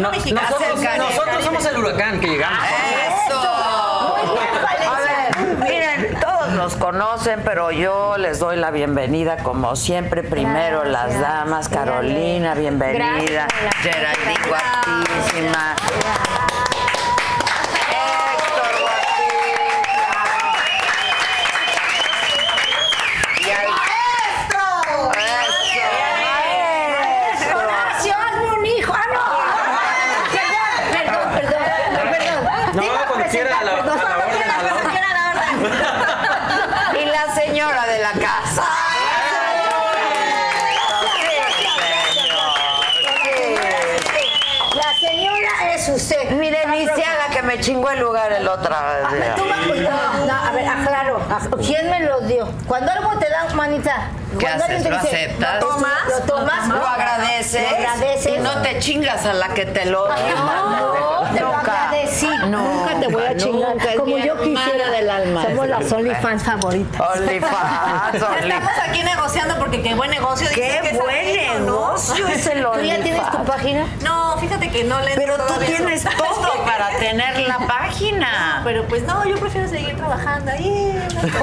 estilo mexicano. Nosotros somos el huracán que llegamos. A ver, miren, todos los conocen, pero yo les doy la bienvenida como siempre. Primero las damas, Carolina, bienvenida. Geraldine, guapísima. Héctor, guapísimo. Horacio, hazme un hijo. Perdón. No, cuando quiera a la orden. Y la señora de la casa. La señora es usted. Mire, ni se haga que me chingó el lugar el otra vez. A ver, aclaro. ¿Quién me lo dio? Cuando algo te dan, manita. ¿Qué cuando haces? alguien ¿Lo te dice, aceptas? ¿Lo tomas? ¿Lo agradeces? ¿Lo agradeces? Y no te chingas a la que te lo dio. No, te lo agradecí. Nunca te voy a chingar. Nunca, es Como mi yo hermana quisiera. del alma. Somos las OnlyFans favoritas. OnlyFans. Estamos aquí negociando porque qué buen negocio. ¡Qué Dicen que buen es ¿no? negocio es el ¿Tú ya tienes tu OnlyFans! página? No, fíjate que no le Pero tú todavía tienes eso. todo para tener la página. Pero pues no, yo prefiero seguir trabajando ahí.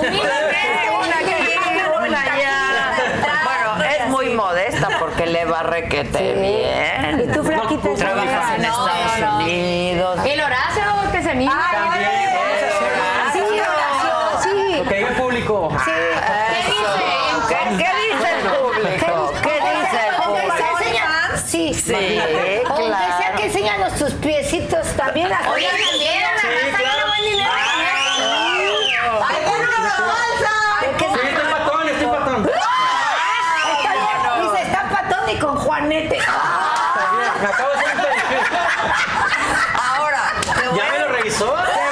Una ya. Bueno, es muy modesta porque le va requete bien. ¿Y tú, flaquita? Trabajas en Estados Unidos. El Horacio que se anima. Sí, Horacio, sí. Que diga el público. ¿Qué dice el público? ¿Qué dice el Aunque público? sea enseña- Sí, Sí, Aunque sea claro. que enséñanos tus piecitos también. Oye, también, Estoy patón. Dice, está patón y con Juanete. Me acabo de hacer Ahora, ¿Ya me lo revisó?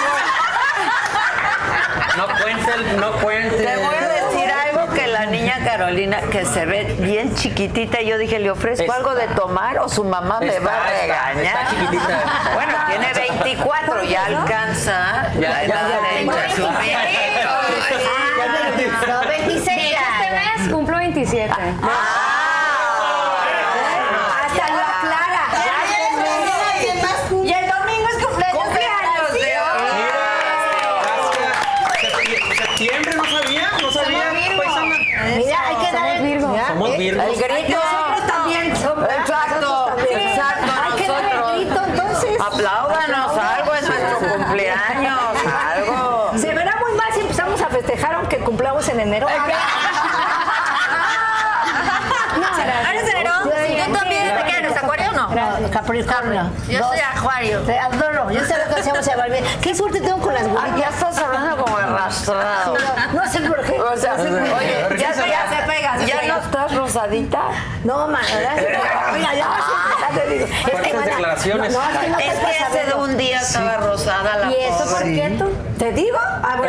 No cuente. te voy a decir algo que la niña Carolina, que se ve bien chiquitita, yo dije, ¿le ofrezco algo de tomar o su mamá me va a regañar? Está chiquitita. Bueno, tiene 24, ya alcanza la edad de su No, 26 Este años. mes cumplo 27. Hasta lo aclara. Y el domingo es cumpleaños de Septiembre, no sabía, paisana. Mira, hay que dar el Virgo. Somos virgos. El grito. Nosotros también somos. Exacto, exacto. Hay que dar el grito, entonces. Apláudanos algo, es nuestro cumpleaños, algo. Se verá muy mal si empezamos a festejar aunque cumplamos en enero. ¿Eres enero? Sí, ¿Tú también? ¿De qué eres? ¿Acuario o no? No, Capricornio. Yo soy acuario. Te adoro. Yo sé lo que hacemos a Barbie. Qué suerte tengo con las Ay, güeritas. ya estás hablando como arrastrado. No sé por qué. O sea, oye, ya se pega. no estás rosadita. No, man, Mira, ya te digo. Fuertes mana, declaraciones. No, es que no Es te que puedes hace de saberlo. un día estaba rosada la ¿Y eso por pobre. qué tú? ¿Te digo? Bueno.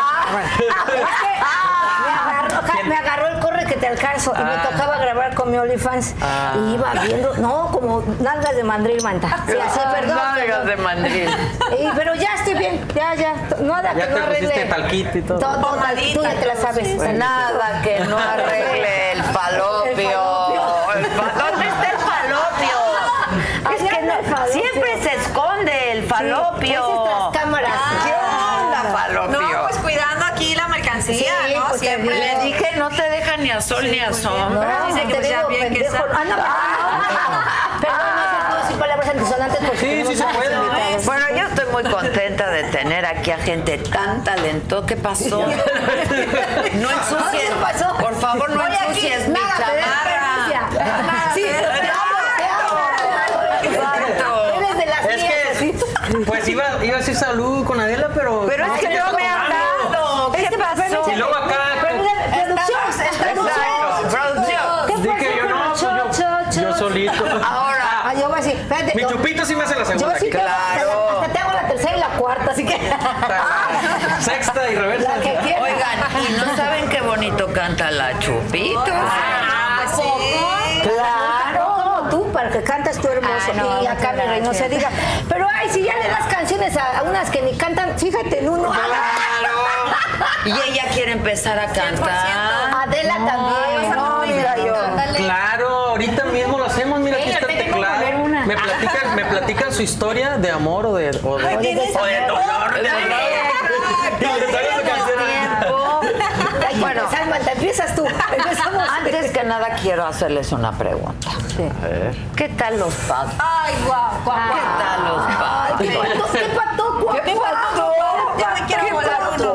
Es que me agarró el corre que te alcanzo y me tocaba grabar con mi OnlyFans. Y iba viendo, no, como nalgas de mandril, manta. Sí, así, perdón. Nalgas de mandril. Pero ya estoy bien, ya. Nada Ya que no te pusiste arregle. talquito y todo. Todo, tú ya te la sabes. Nada que no arregle el falopio. ¿Dónde está el falopio? Es que no, siempre se esconde el falopio. Es tras cámaras. ¿Qué onda, falopio? No, pues cuidando aquí la mercancía, Sí, ¿no? pues, Siempre te le digo. dije. Que no te deja ni a sol ni a sombra. Dice que te pues ya digo, bien que pendejo. está. No se puedo decir palabras antisonantes porque Sí, tenemos sí se malas puede. invitadas. Bueno, yo estoy muy contenta de tener aquí a gente tan talentosa. ¿Qué pasó? No ensucies. ¿Qué pasó? Por favor, no Oye, aquí ensucies mi nada, te des chamarra. permiso. Sí, te amo. Exacto. Eres de las Es mías, que, ¿sí? pues iba a decir salud con Adela, pero... Pero es que no me han dado. ¿Qué pasó? Y luego acá... Producción. Dije yo, no, pues yo solito. Ahora, Yo voy a decir, espérate. Mi no. chupito sí me hace la Yo segunda. sí aquí. Claro. hasta te hago la tercera y la cuarta, así que. Sexta y reversa. La que quieras. oigan, ¿y no saben qué bonito canta la Chupito? Claro, como tú, para que cantas tú hermoso. No, y acá mi rey no se diga. Pero ay, si ya le das canciones a unas que ni cantan, fíjate en uno. Y ella quiere empezar a cantar. Adela también. No, mira yo. Claro, ahorita mismo lo hacemos. Mira, aquí está el teclado. Me me platican su historia de amor o de dolor. Bueno, Samantha, empiezas tú. antes que nada quiero hacerles una pregunta. ¿Qué tal los patos? Ay, guau. ¿Qué tal los patos? ¿Qué pató? ¿Qué pasó? Ya me quiero volar uno.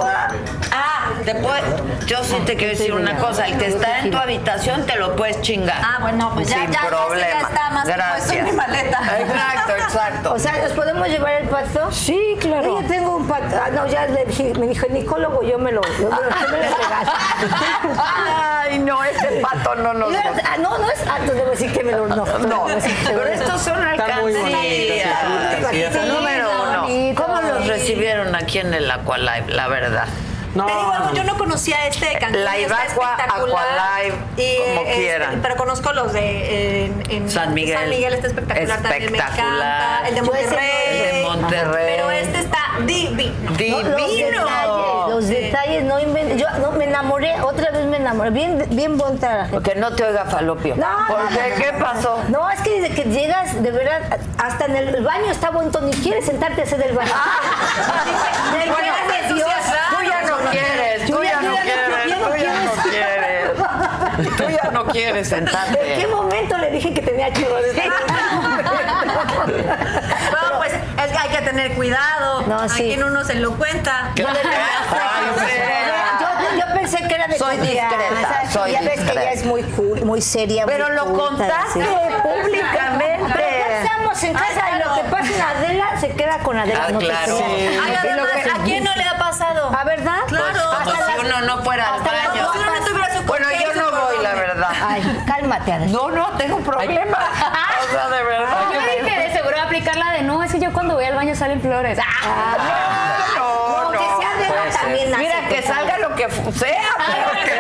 Yo sí te quiero decir una cosa, el que está en tu habitación te lo puedes chingar. Ah, bueno, pues ya, sin ya problema. está más puesto en mi maleta. Exacto. O sea, ¿nos podemos llevar el pato? Sí, claro. Yo tengo un pato. No, ya le dije, me dijo el nicólogo, yo me lo regalo. Ay, no, ese pato no nos gusta. No es antes de decir que me lo no. Pero estos son muy alcancías. bonitos, sí, Número uno, ¿cómo los recibieron aquí en el Aqualive, la verdad? No, Te digo algo, yo no conocía este de Cancún. Live está Aqua, espectacular. Aqualive, como quieran. Pero conozco los de en San Miguel. San Miguel está espectacular, también me encanta. El de Monterrey. El de Monterrey. Pero este está divino. Divino. Los detalles, no invento. Yo no, me enamoré, otra vez me enamoré. Bien bonita. Que no te oiga Falopio. No, ¿Por qué? ¿Qué pasó? No, es que desde que llegas, de verdad, hasta en el baño está bonito, ni quieres sentarte a hacer el baño. Bueno, tú ya no quieres, tú ya no quieres sentarte. ¿En qué momento le dije que tenía chivos? Bueno, pues es que hay que tener cuidado. No, a sí. quien uno se lo cuenta. Yo pensé que era de Soy confianza. discreta, soy Ya ves que discreta. ella es muy cool, muy seria. Pero muy lo culta, contaste sí. públicamente. Pero estamos en casa y lo que pasa en Adela se queda con Adela. Ah, no te claro. creas. Sí. Ay, Y lo además, que- ¿a quién no le ha pasado? ¿Ah, verdad? Claro. Como si uno no fuera al hasta las baño. Si uno no tuviera su Bueno, yo no voy, la verdad. Ay, cálmate, Adela. No, tengo un problema. O sea, de verdad. Yo dije, de seguro va a aplicar la de no, es que yo cuando voy al baño salen flores. No, No, que sea Adela puede ser. también nace, Mira, que por favor. salga lo que sea, pero que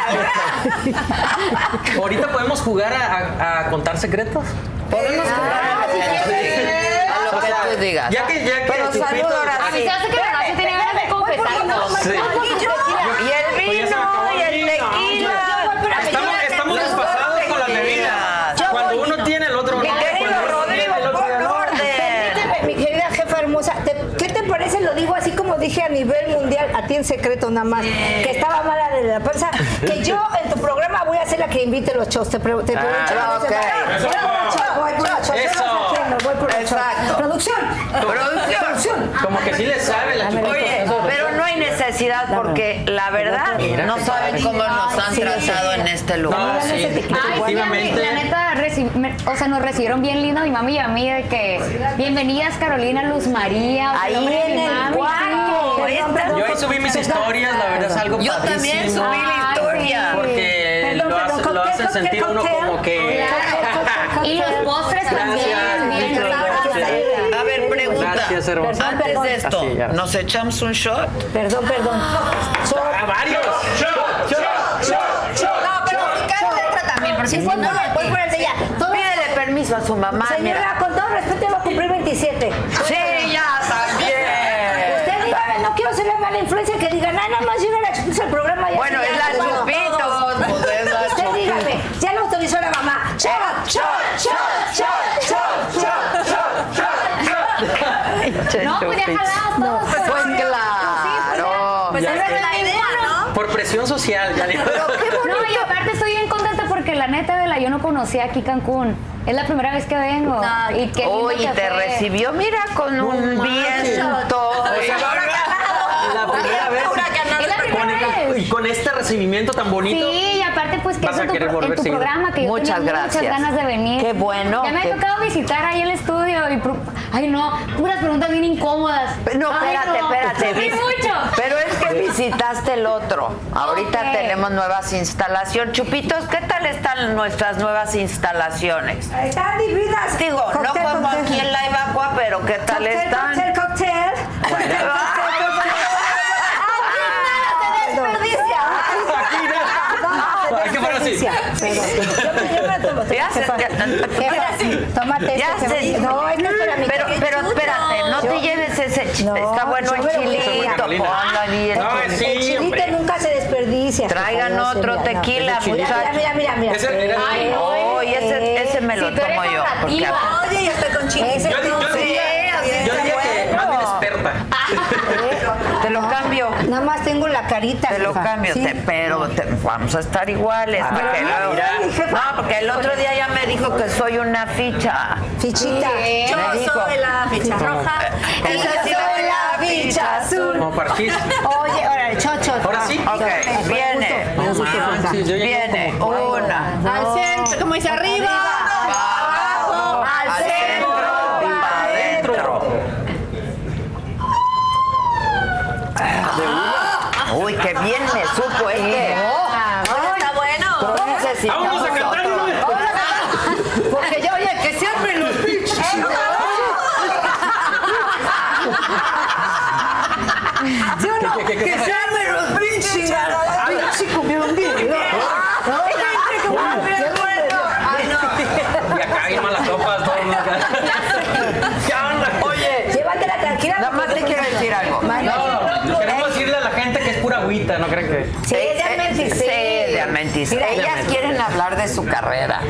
Ahorita podemos jugar a contar secretos. podemos jugar a lo que tú digas. Ya que Pero Chupito- saludo ahora A mí sí. se hace que la Nancy tiene ganas de confesarnos. Sí. Y el Pues ya se vino, acabó y el el vino. tequila. Estamos desfasados con las bebidas. Cuando uno tiene, el otro no. Mi querido Cuando uno Rodrigo, tiene, el otro pon ya no. orden. Permíteme, mi querida jefa hermosa, ¿qué te parece? Lo digo así como dije a nivel mundial, a ti en secreto nada más, que estaba mala de la panza, que yo en tu programa voy a ser la que invite los shows. Te pregunto. ok. Voy por los shows. Eso. Voy por los shows. Exacto. Producción. Producción. Como que sí le sabe la Chupito. Oye, pero no hay necesidad porque la verdad no saben cómo nos han tratado en este lugar. No, sí, Ay, sí, definitivamente. la neta, nos recibieron bien lindo mi mami y a mí de que bienvenidas Carolina, Luz María. Ahí nombre de en mi el mami, cuarto. sí. Yo ahí subí mis historias, la verdad es algo Yo padrísimo. también subí la Ay, historia. Porque lo hacen sentir uno como que... Y los postres también, bien muchas ricos. gracias. A ver, pregunta. Gracias, hermosa. Antes de esto, Así ya. ¿nos echamos un shot? Perdón. ¡A varios! No, pero si Carol entra también, porque si no, Voy por el de ella. Pídele permiso a su mamá. Señora, Mira. con todo respeto, va a cumplir 27. Sí, ya también. Usted dígame, no quiero ser la mala influencia que digan, nada más llega la Chupitos al programa. Ya Bueno, se es ya la acabó". Chupitos. Pues es la Usted dígame, ya lo autorizó la mamá. No, pues ya jalamos todos. Pues claro. pues Ya esa que- es la idea, ¿no? Por presión social, ya digo. No, y aparte estoy bien contenta porque la neta, Vela, yo no conocía aquí Cancún. Es la primera vez que vengo. Ay, Y qué lindo Uy, que te fue. recibió, mira, con un manches. viento. La primera vez. Es la primera vez. Y con este recibimiento tan bonito. Sí, y aparte pues que Vas es a en tu, querer volver en tu seguido. programa que yo Muchas tenía gracias. muchas ganas de venir. Qué bueno, Ya me qué- ha tocado visitar ahí el estudio y ay no, puras preguntas bien incómodas. No, Ay, espérate. Sufrí mucho. Pero es que visitaste el otro. Ahorita Ok. tenemos nuevas instalaciones. Chupitos, ¿qué tal están nuestras nuevas instalaciones? Están divinas. Digo, no como aquí en la Evacua, pero ¿qué tal están? Cóctel. Hay que poner así. Ya se- Tómate Ya este. sé. No, este es para mi Pero espérate, no te lleves ese. No, Está bueno el yo me lo voy a chilito. Carolina. Ponlo ahí el No, chilito. sí, El chilito hombre. nunca se desperdicia. Traigan jefa, otro no, tequila, Ese chilito. muchachos. Mira. Ese era- Ay, no, Oye, ese me lo si tú eres tomo yo. Porque ahorrativa. Oye, y hasta cambio, pero vamos a estar iguales. Porque el otro día ya me dijo que soy una ficha. Fichita. Yo soy la ficha roja. Ella soy la ficha azul. Como parchís. Oye, ahora el chocho. Ahora sí. Ok, viene. Viene. Una. Al centro, como dice arriba. Abajo. Al centro. Y para adentro. Uy, qué bien me supo este. Está bueno. Vámonos a cantar. Porque yo, oye, que se armen los pinches. ¿Sí o no? Que se armen los pinches. Pinche comió un día. Y acá hay malas copas, todo. ¿Qué onda? Oye, Llévatela tranquila. nada más te quiero decir algo. No, queremos decirle a la gente que es pura agüita, ¿no creen que? Sí, de Amentis. Sí, de Amentis. Ellas quieren hablar de su carrera.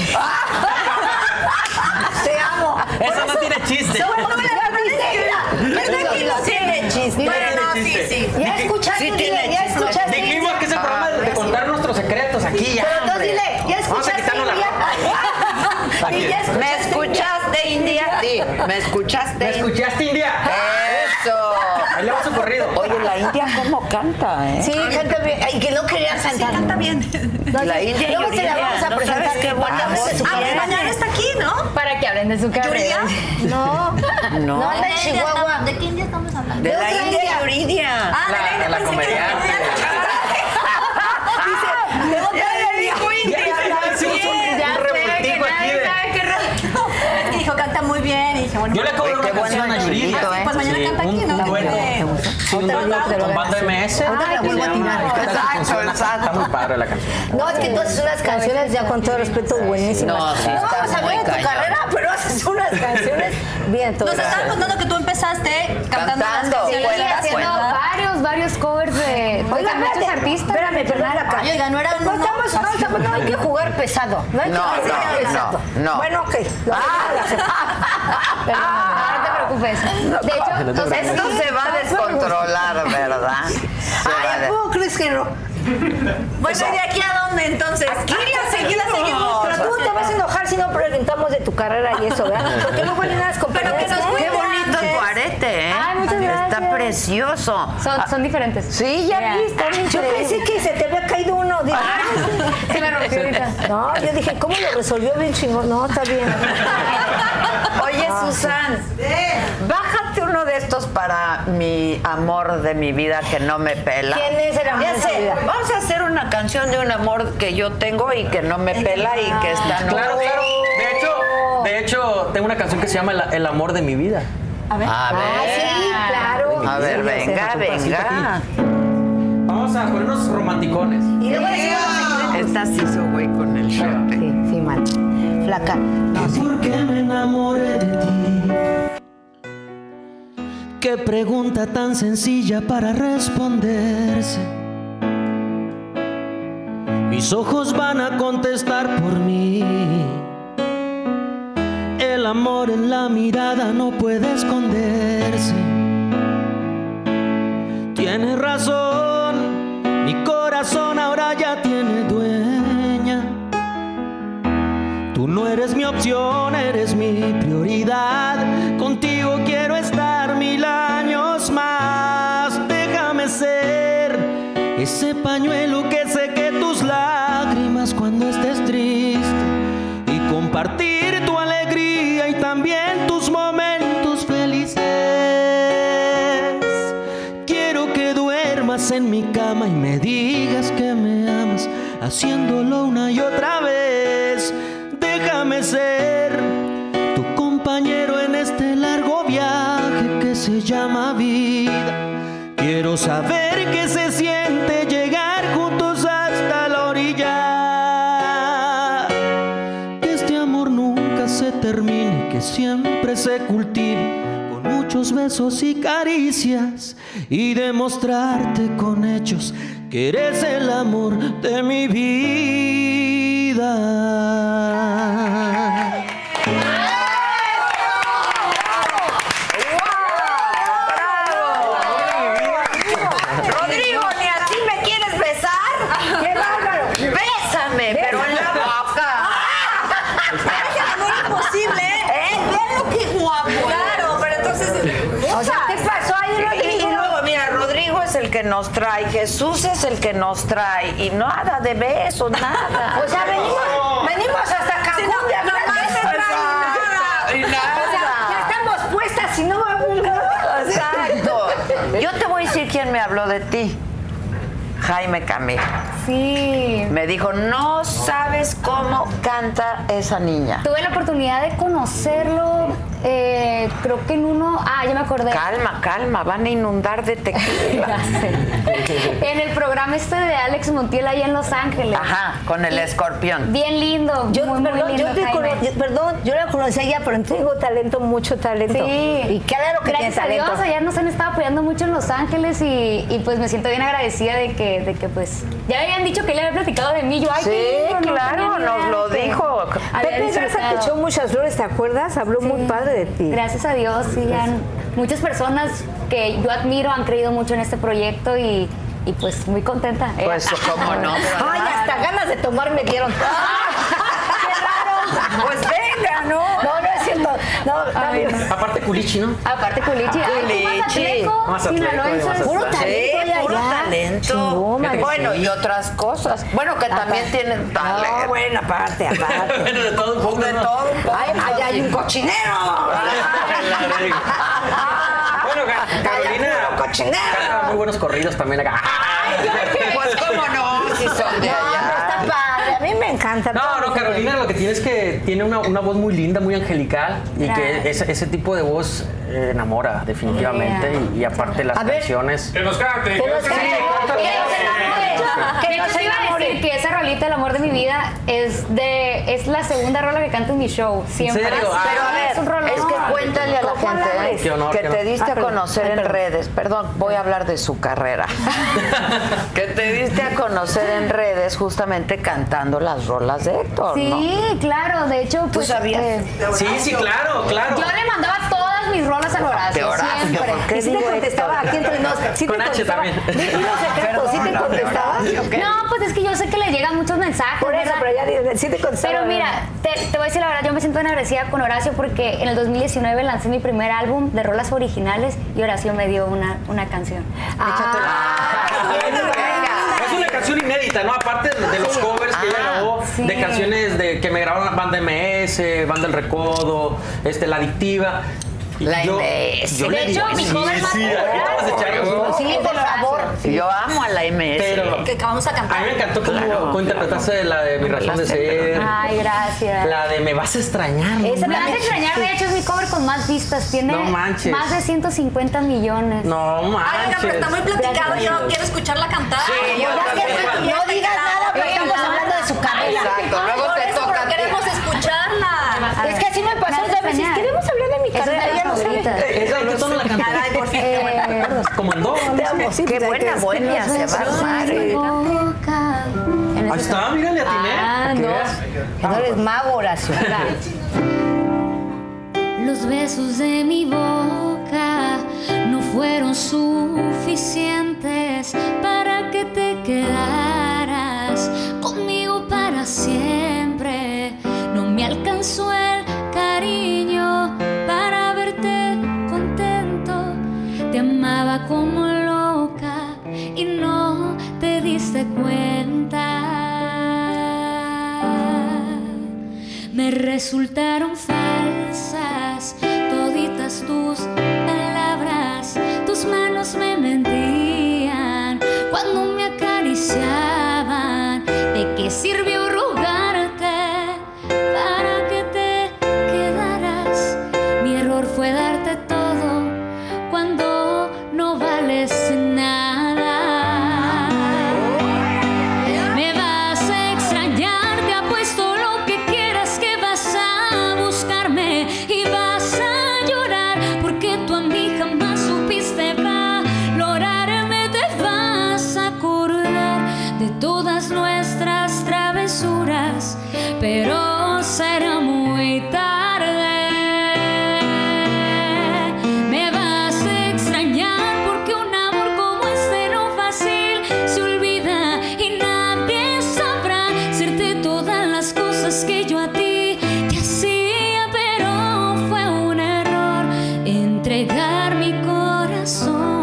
Te amo. Eso no tiene chiste. ¿Verdad que no tiene chiste? Bueno, no, sí. Ya escuchaste, dile, ya escuchaste. Dijimos que es el programa de contar nuestros secretos aquí ya. Pero entonces hombre. dile, ya Vamos a escuchaste, quitarnos la India. ropa. Y ya ¿Me escuchaste, India? Sí, ¿me escuchaste? ¿Me escuchaste, India? Eso. Ahí le va su corrido. Oye, la India cómo canta, ¿eh? Sí, canta bien. Ay, que no querían cantar. Canta bien. La India Luego se la vamos a ¿no presentar. sabes qué buena voz tiene? Mañana está aquí, ¿no? Para que hablen de su carrera. No, no anda en Chihuahua. ¿De qué India estamos hablando? De la otra India India. Yuridia. Ah, de la India, la pensé que comediante. De otra India. Ya sé que revoltijo aquí nadie de- sabe qué rollo. Es que dijo, canta muy bien. Y dije, bueno, Yo le cobro Oye, una qué bueno canción a Yuridia. chilito, ¿eh? pues mañana canta aquí, ¿no? Un dueto. Sí, un dueto con banda MS. Ahorita la vuelvo a tirar. Exacto. Está muy padre la canción. No, es que tú haces unas canciones, ya con todo respeto, buenísimas. No, sí, está vamos a muy ver tu cañón. carrera, pero haces unas canciones bien Nos todas. estaban contando que tú empezaste cantando las Cantando, canciones. cuenta, Sí, haciendo varios covers de Oiga, muchos espérate, artistas. espérame, perdón la cara. Oiga, no era No, uno. no hay que jugar pesado. No hay que No, jugar no, pesado. no. Bueno, ok. Pero no te preocupes. De hecho, o sea, Esto se va a descontrolar, ¿verdad? Se va a Ay, ¿cómo crees que no? Bueno, ¿y de aquí a dónde entonces? Aquí la seguimos. Pero tú te vas a enojar si no preguntamos de tu carrera y eso, ¿verdad? Porque luego vienen las compañeras. Pero que nos Qué cuente bonito antes. tu arete, ¿eh? Ay, muchas gracias. Está precioso. son diferentes. Sí, ya Yeah. vi, está bien Yo pensé que se te había caído uno. Dije, Se me rompió ahorita. no, yo dije, ¿cómo lo resolvió bien chingón? No, está bien. Oye, Susan, bájate uno de estos para mi amor de mi vida que no me pela. ¿Quién es el amor Ya de sé, tu vida? vamos a hacer una canción de un amor que yo tengo y que no me pela y que está... no- Claro, claro. De hecho, tengo una canción que se llama El amor de mi vida. A ver, Sí, claro. a ver, Sí, ya sé. venga, venga. Vamos a ponernos romanticones. Y luego decimos, Esta sí hizo güey con el short. sí, mal. Flaca. No, sí. ¿Por qué me enamoré de ti? Qué pregunta tan sencilla para responderse. Mis ojos van a contestar por mí. El amor en la mirada no puede esconderse. Tienes razón, mi corazón ahora ya tiene dueña. Tú no eres mi opción, eres mi prioridad. Contigo quiero estar 1000 años más. Déjame ser ese pañuelo que seque tus lágrimas cuando estés triste y compartir tu alegría y también tus momentos felices. Quiero que duermas en mi cama y me digas que me amas, haciéndolo una y otra vez. Déjame ser tu compañero en este largo viaje que se llama vida. Quiero saber qué se siente llegar juntos hasta la orilla. Que este amor nunca se termine, que siempre se cultive con muchos besos y caricias, y demostrarte con hechos que eres el amor de mi vida. Rodrigo, ni así me quieres Y luego, mira, Rodrigo es el que nos trae, Jesús es el que nos trae, y nada de besos, nada. O sea, venimos hasta Cancún de hablar de eso. Y nada. O sea, ya estamos puestas y no vamos nada. Exacto. Yo te voy a decir quién me habló de ti. Jaime Camil. Sí. Me dijo, no sabes cómo canta esa niña. Tuve la oportunidad de conocerlo, creo que en uno... ya me acordé. Calma, van a inundar de tequila. Ya sé. En el programa de Alex Montiel allá en Los Ángeles. Ajá, con el escorpión. Bien lindo, Yo, muy perdón, lindo, Jaime. yo la conocía ya, pero tengo talento, mucho talento. Sí. Y claro que tiene gracias a talento. Dios, allá nos han estado apoyando mucho en Los Ángeles y pues me siento bien agradecida de que pues ya me habían dicho que él había platicado de mí. Yo, ay, Sí, qué lindo, claro, no tenía nos idea lo que dijo. había Pepe Garza disfrutado. te echó muchas flores, ¿te acuerdas? Habló muy padre de ti. Gracias a Dios, sí, muchas personas que yo admiro han creído mucho en este proyecto y pues muy contenta. Pues, ¿cómo no? Ay, hasta ganas de tomar me dieron. Pues venga, ¿no? No, no es cierto. No, está bien. Aparte culichi, ¿no? Aparte Culichi. Culichi. Mazatlán. Puro Sí, talento. puro ya. talento. No, man. Bueno, y otras cosas. Bueno, que también tienen talento. No, bueno, aparte. Bueno, de todo un poco. De ¿no? todo un poco. Ay, hay un cochinero. Bueno, Carolina cochinero. canta muy buenos corridos también acá. Pues cómo no, si son de No, allá. está padre. A mí me encanta. No, Carolina lo que tiene es que tiene una voz muy linda, muy angelical y que Gracias. ese tipo de voz enamora definitivamente y aparte las A ver. canciones. Que nos cante. Que nos cante. De hecho, te iba a decir que esa rolita, El amor de mi vida, es la segunda rola que canto en mi show. Siempre. ¿En serio? Pero a ver, es un rolón. es que cuéntale a la ¿Cómo gente hablas? Qué honor, que qué te honor. diste a perdón. conocer en redes. Perdón, voy a hablar de su carrera. Que te diste a conocer en redes justamente cantando las rolas de Héctor, ¿no? Sí, claro. De hecho, ¿Tú pues. sabías? Sí, claro. Yo le mandaba todas mis rolas al Horacio. De Horacio, siempre. ¿por qué ¿Y si te digo contestaba Héctor? aquí entre nos? ¿Sí Con te H contestaba? también. Dime un secreto, ¿sí te Perdón, contestaba? de Horacio, ¿qué? No, pues es que yo sé que le llegan muchos mensajes. Por eso, ¿verdad? pero ya sí te contestaba. Pero mira, te voy a decir la verdad, yo me siento bien agradecida con Horacio porque en el 2019 lancé mi primer álbum de rolas originales y Horacio me dio una canción. Es una canción inédita, ¿no? Aparte de los covers que ella grabó, sí. de canciones que me grabaron Banda MS, Banda El Recodo, La Adictiva. La Yo- MS. yo le De hecho, digo, mi sí, cover más sí, aquí estamos echando. Sí, por favor. Yo amo a la MS. Pero Que acabamos a a cantar. mí me encantó cómo interpretaste la de Mi razón de ser, Ay, gracias. la de Me vas a extrañar. Me vas a extrañar, de hecho es mi cover con más vistas, tiene No manches. más de 150 millones. No Ay, manches. oiga, pero está muy platicado. Yo quiero escucharla cantar. Sí, yo Ya que también. no digas nada, pero estamos hablando de su carrera. Exacto, luego Por te eso, toca a pero ti. queremos escucharla. A Es ver, que así me pasó vas a otra vez. extrañar. Queremos hablar de mi Esa es carrera. de Ella mis no sabe. favoritas. ¿Esa en qué tono la cantó? Ay, por fin. Como en do. Te amo, sí, Qué pues, buena hay que- bohemia se va a armar. Ahí está, mira, le atiné. Ah, ¿Qué no. ves? No eres mago, Horacio. Los besos de mi boca no fueron suficientes para que te quedaras conmigo para siempre. No me alcanzó el cariño para verte contento. Te amaba como loca y no te diste cuenta. Me resultaron falsas toditas tus palabras. Tus manos me mentían cuando me acariciaban. ¿De qué sirvió rogarte para que te quedaras? Mi error fue darte todo cuando no vales nada. Me vas a extrañar, te apuesto lo que quieras que vas a buscarme y vas a llorar porque tú a mí jamás supiste valorarme. Te vas a acordar de todas nuestras travesuras, pero será muy tarde. Me vas a extrañar porque un amor como este no fácil se olvida y nadie sabrá hacerte todas las cosas que yo a ti te hacía, pero fue un error entregar mi corazón.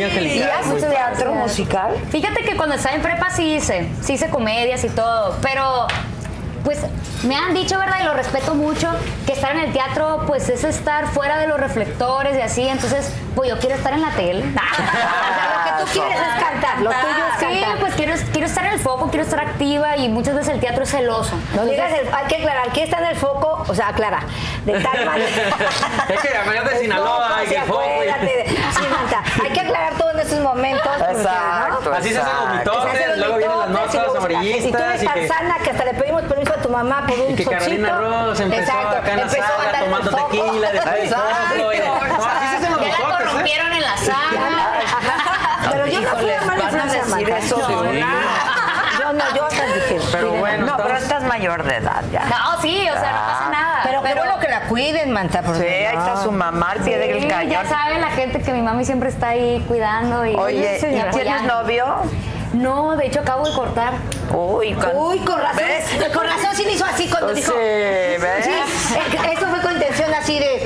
angelical. ¿Y haces teatro musical? Fíjate que cuando estaba en prepa sí hice comedias y todo, pero pues me han dicho, ¿verdad? Y lo respeto mucho, que estar en el teatro pues es estar fuera de los reflectores y así, entonces pues yo quiero estar en la tele. O sea, lo que tú quieres es cantar, lo tuyo es cantar. Sí, pues quiero estar en el foco, quiero estar activa y muchas veces el teatro es celoso. No digas, hay que aclarar, ¿quién está en el foco? O sea, aclara, de tal manera. Es que la de Sinaloa, sí, acuérdate. Sí, Manta, hay que aclarar todo en estos momentos. porque, Exacto. ¿no? Así se hacen los mitotes, luego vienen las notas Y tú amarillistas. eres tan sana que hasta le pedimos permiso a tu mamá por un Y que Carolina Ross empezó acá en la sala tomando tequila, después foco. Así se hacen los Ya la mitotes, corrompieron en la sala. Pero yo no fui a mala van a influencia, decir Manta. eso de una. Yo hasta dije. Pero bueno, No, pero estamos- estás mayor de edad ya. No, sí, o sea, no pasa nada. Pero qué bueno que la cuiden, Manta. Sí, ahí está su mamá al pie del Sí, cañón. ya saben la gente que mi mami siempre está ahí cuidando y Oye, y ¿y tienes apoyando. novio? No, de hecho acabo de cortar. Uy, Con razón. ¿ves? Con razón sí le hizo así cuando dijo. Sí, ¿ves? Sí, eso fue con intención así de.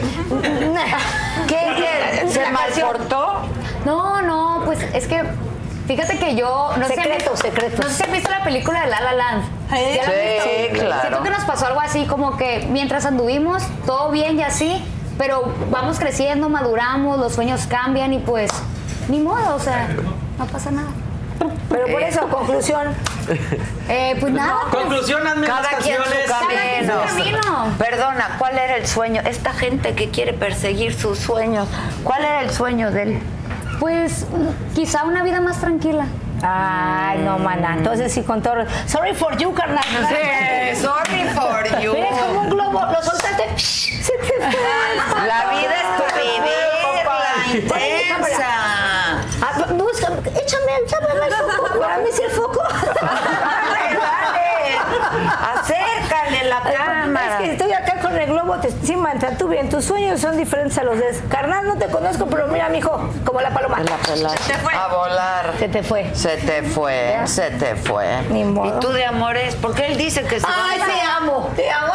¿Qué? ¿Se La canción. malportó? No, pues es que fíjate que yo no sé Secretos. No sé si has visto la película de La La Land. ¿Ya la has Sí, visto? claro. Siento que nos pasó algo así como que mientras anduvimos todo bien y así, pero vamos creciendo, maduramos, los sueños cambian y pues ni modo, o sea, no pasa nada. Pero por eso, conclusión. Pues nada. Conclusión, hazme las Cada quien canciones. su quien su camino. Perdona, ¿cuál era el sueño? Esta gente que quiere perseguir sus sueños, ¿cuál era el sueño de él? Pues quizá una vida más tranquila. Ay, no, mana. Entonces sí, con todo. Sorry for you, carnal. Sorry for you. Mira, es como un globo. Lo soltaste. Se te fue. La vida es tu vivirla intensa. Ah, busca, échame el foco. Dame el foco. Dale, dale. Acércale la cámara. Es que estoy acá con el globo. Sí, Manta, tú bien. Tus sueños son diferentes a los de. Carnal, no te conozco, pero mira, mijo, como la paloma. Se te fue. A volar. Se te fue. Se te fue, se te fue. Ni modo. ¿Y tú de amores? Porque él dice que se Ay, va. te amo. Te amo.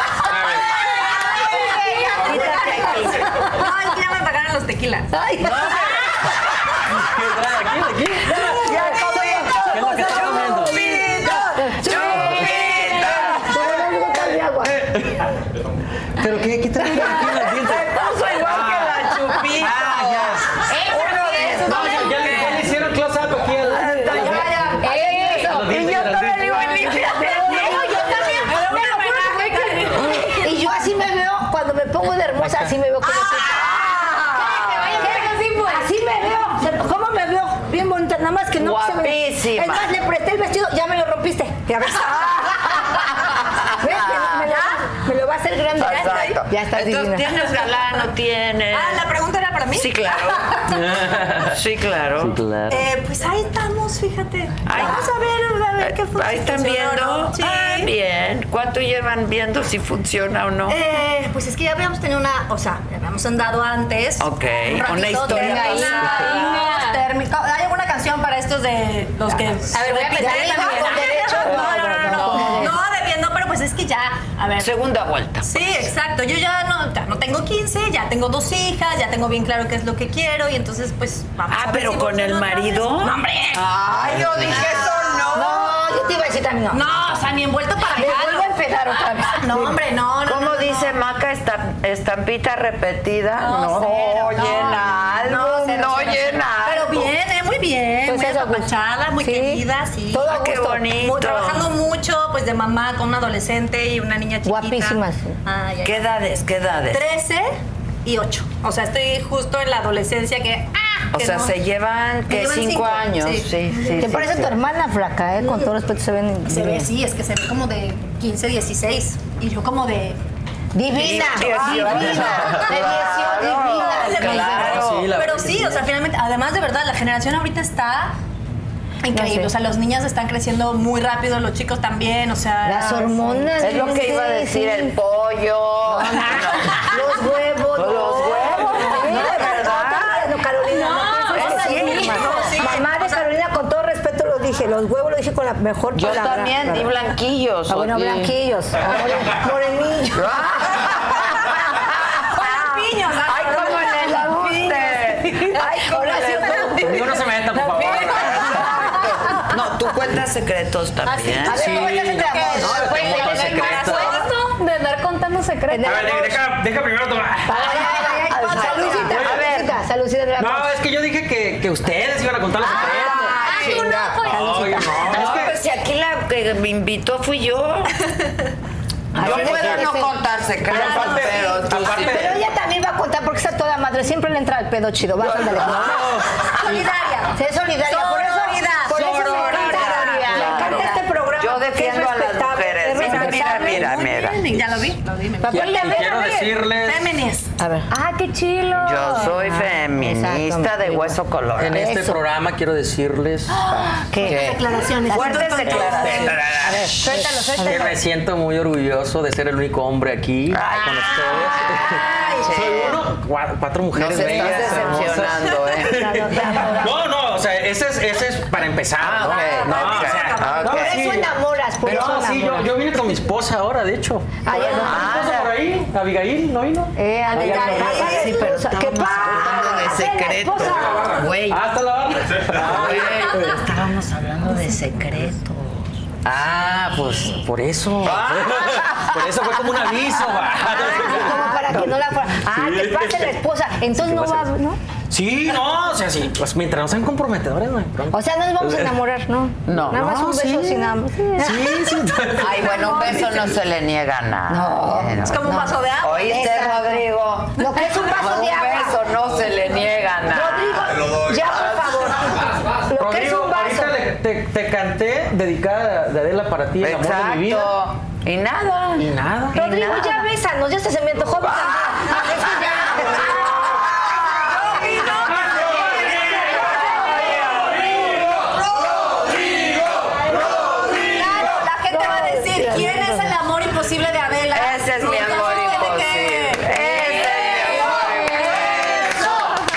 Quítate aquí. No, es que ya me pagaron los tequilas. Ay, no. Aquí. Ya ¿Qué es lo que está comiendo? ¿Pero qué trae aquí en los dientes? puso igual que la Chupita. Uno de esos. Ya le hicieron close up aquí al... Y yo todavía le digo, límpiate. Y yo así me veo, cuando me pongo de hermosa, así me veo como así me veo. ¿Cómo me veo? Bien bonita, nada más que no Guapísima. Es más, le presté el vestido, ya me lo rompiste. Ya ves. ¿Ves? Me lo va a hacer grande. Exacto. Ya está Entonces, divina. ¿tienes galán o tienes? La pregunta era para mí. Sí, claro. Sí, claro. Pues ahí estamos, fíjate. Ay. Vamos a ver qué funciona. Ahí están viendo. Sí. Ah, bien. ¿Cuánto llevan viendo si funciona o no? Pues es que ya habíamos tenido ya habíamos andado antes. Ok, Un ratito, una historia terminamos, térmica. ¿Hay alguna canción para estos de los que... A ver, voy a empezar también. con derecho. No, debiendo, pero pues es que ya, a ver. Segunda vuelta. Sí, exacto. Yo ya no tengo 15, ya tengo 2 hijas, ya tengo bien claro qué es lo que quiero y entonces pues vamos a ver Pero si con el funciona otra vez. marido. No, hombre. Ay, yo dije eso no. No, yo te iba a decir también no. No, o sea, ni envuelto para Me allá. vuelvo a empezar otra vez. No, hombre, no. ¿Cómo dice Maca? ¿Estampita repetida? No, cero, llena algo, cero, no cero, llena Pero algo. bien, muy bien. Pues muy eso, apapachada, muy sí. querida, sí. Todo a Qué gusto. bonito. Trabajando mucho, pues de mamá con una adolescente y una niña chiquita. Guapísimas. Ay, ay. ¿Qué edades? 13 y 8. O sea, estoy justo en la adolescencia que... O que sea, no. se llevan, Me llevan 5 cinco, años. sí. Sí. ¿Te parece tu hermana flaca, Con todo respeto se ven. Se ve, sí, es que se ve como de 15, 16. Y yo como de... Divina. Divina. Claro. Sí, la Pero verdad que sí, o sea, finalmente, además de verdad, la generación ahorita está increíble. No sé. O sea, los niños están creciendo muy rápido, los chicos también, o sea... Las hormonas. Es lo que iba a sí, decir, sí. el pollo. Los huevos. Los huevos. Sí, No, de verdad. No, Carolina. No, eso es sí, cierto, mamá. sí. Mamá de Carolina, con todo respeto lo dije. Los huevos lo dije con la mejor Yo palabra. también di blanquillos. Ah, bueno, oye. blanquillos. Morenillos. Ay, cómo les guste. Ay, cómo les guste. Conmigo no se metan. cuentas secretos también. A ver, Sí. ¿cómo estás entre amor? No, Pues, tengo en otros el secretos. embarazo, De andar contando secretos. A ver, deja primero tomar. Salucita, salucita de la No, es que yo dije que ustedes iban a contar los secretos. tú no, pues. Oye, no, No, es que... pues si aquí la que me invitó fui yo. Yo puedo no contar secretos, aparte- pero tú sí. aparte- Pero ella también va a contar porque está toda madre. Siempre le entra el pedo chido. Va, ándale. Solidaria. Sí, es solidaria. Por eso me encanta este programa. Yo porque es defiendo a las respetable, mujeres. es Mira, respetable. mira. Ya lo vi. Para Y ponerle a ver, quiero a ver. decirles... Féminis. A ver. Ah, qué chilo. Yo soy feminista exacto. de hueso colorado. En este Eso. programa quiero decirles ¿Qué? Declaraciones. Fuertes declaraciones. A ver, suéltalo, que suéltalo. me siento muy orgulloso de ser el único hombre aquí con ustedes. Soy uno, cuatro Nos mujeres estás bellas, hermosas. decepcionando, ¿eh? No, o sea, ese es para empezar. Ah, ¿no? ok. No, o sea, Ok. Por eso enamoras, por Pero eso sí, enamoras. yo vine con mi esposa ahora, de hecho. Ah, ya no. ¿Mi esposa por ahí? ¿Abigail no vino? Sí, pero ¿qué Hablando de secretos. Güey. Hasta la barra. Estábamos hablando de secretos. Ah, pues por eso. Por eso fue como un aviso. Como para que no la fuera. Ah, que pase la esposa. Entonces no va, ¿no? Sí, no, o sea, sí. Pues mientras no sean comprometedores, no hay problema. O sea, no nos vamos a enamorar, ¿no? No. Nada más un beso sin nada. Sí. Ay, bueno, un beso no se le niega a nadie. Es como un vaso de agua. ¿Oíste, Rodrigo? Lo que es un vaso de agua. Un beso no se le niega a nadie. Rodrigo, ya por favor. Lo que es Rodrigo, un vaso. ahorita te canté dedicada de Adela para ti, el amor de mi vida. Exacto. Y nada. Y nada. Rodrigo, ya bésanos, ya hasta se me antojó. Claro, la gente va a decir, ¿quién es el amor imposible de Adela? Ese es mi Y amor entonces tiene imposible. que- Ese es mi amor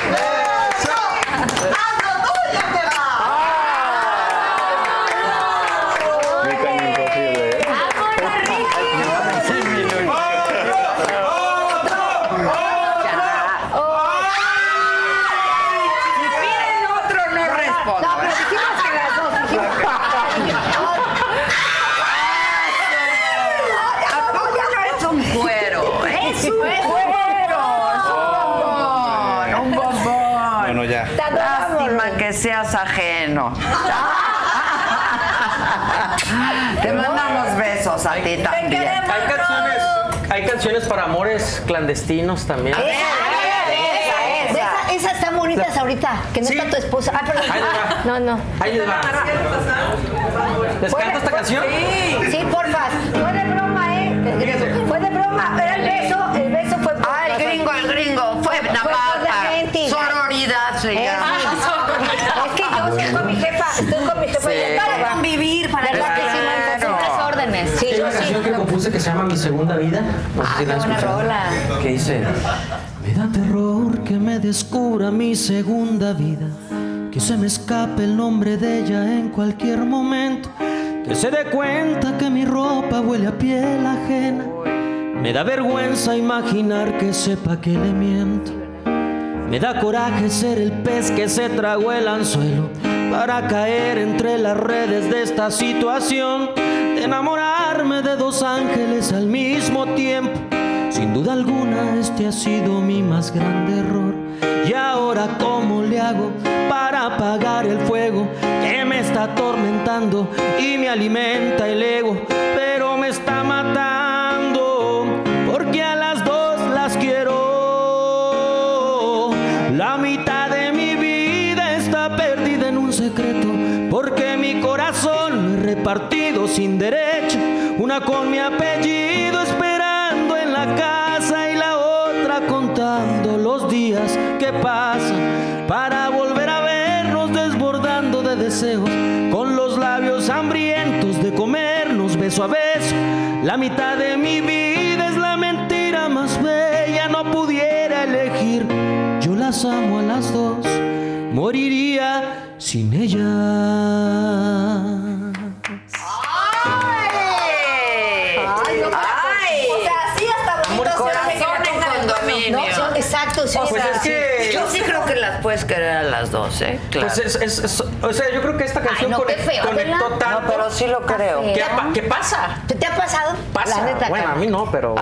que seas ajeno. Te mandamos besos a ti también. Hay canciones para amores clandestinos también. Esas están bonitas ahorita, que no Sí. está tu esposa. Ah, perdón. Ahí les va. No. Ahí les va. ¿Les canto esta canción? Sí, porfa. Fue de broma, Fue de broma. Era el beso fue por Ah, el gringo. Fue nada por la más. gente. Sororidad se llama. Es que yo estoy con mi jefa. Sí. Para convivir, para ¿Verdad que sí, Marta? Claro. Son las órdenes. Sí, Hay yo una sí. canción que compuse que se llama Mi Segunda Vida. No sé si la han escuchado. Que dice... Me da terror que me descubra mi segunda vida, que se me escape el nombre de ella en cualquier momento, que se dé cuenta que mi ropa huele a piel ajena. Me da vergüenza imaginar que sepa que le miento. Me da coraje ser el pez que se tragó el anzuelo para caer entre las redes de esta situación, de enamorarme de dos ángeles al mismo tiempo. Sin duda alguna este ha sido mi más grande error. Y ahora ¿cómo le hago para apagar el fuego que me está atormentando y me alimenta el ego? Pero me está matando porque a las dos las quiero. La mitad de mi vida está perdida en un secreto, porque mi corazón es repartido sin derecho, una con mi apellido esperando en la casa y la otra contando los días que pasan para volver a vernos desbordando de deseos, con los labios hambrientos de comernos beso a beso. La mitad de mi vida es la mentira más bella, no pudiera elegir, yo las amo a las dos, moriría sin ellas. O sea, sí hasta bonito se ve que Corazón en tengan el condominio. No, exacto, Exacto, sí. Pues es que... Yo sí creo que las puedes querer a las dos, ¿eh? Claro. Pues o sea, yo creo que esta canción no, qué feo, conectó Adela. tanto. No, pero sí lo creo. ¿Qué pasa? ¿Te ha pasado? Pasa. La neta, Bueno, a mí no, pero...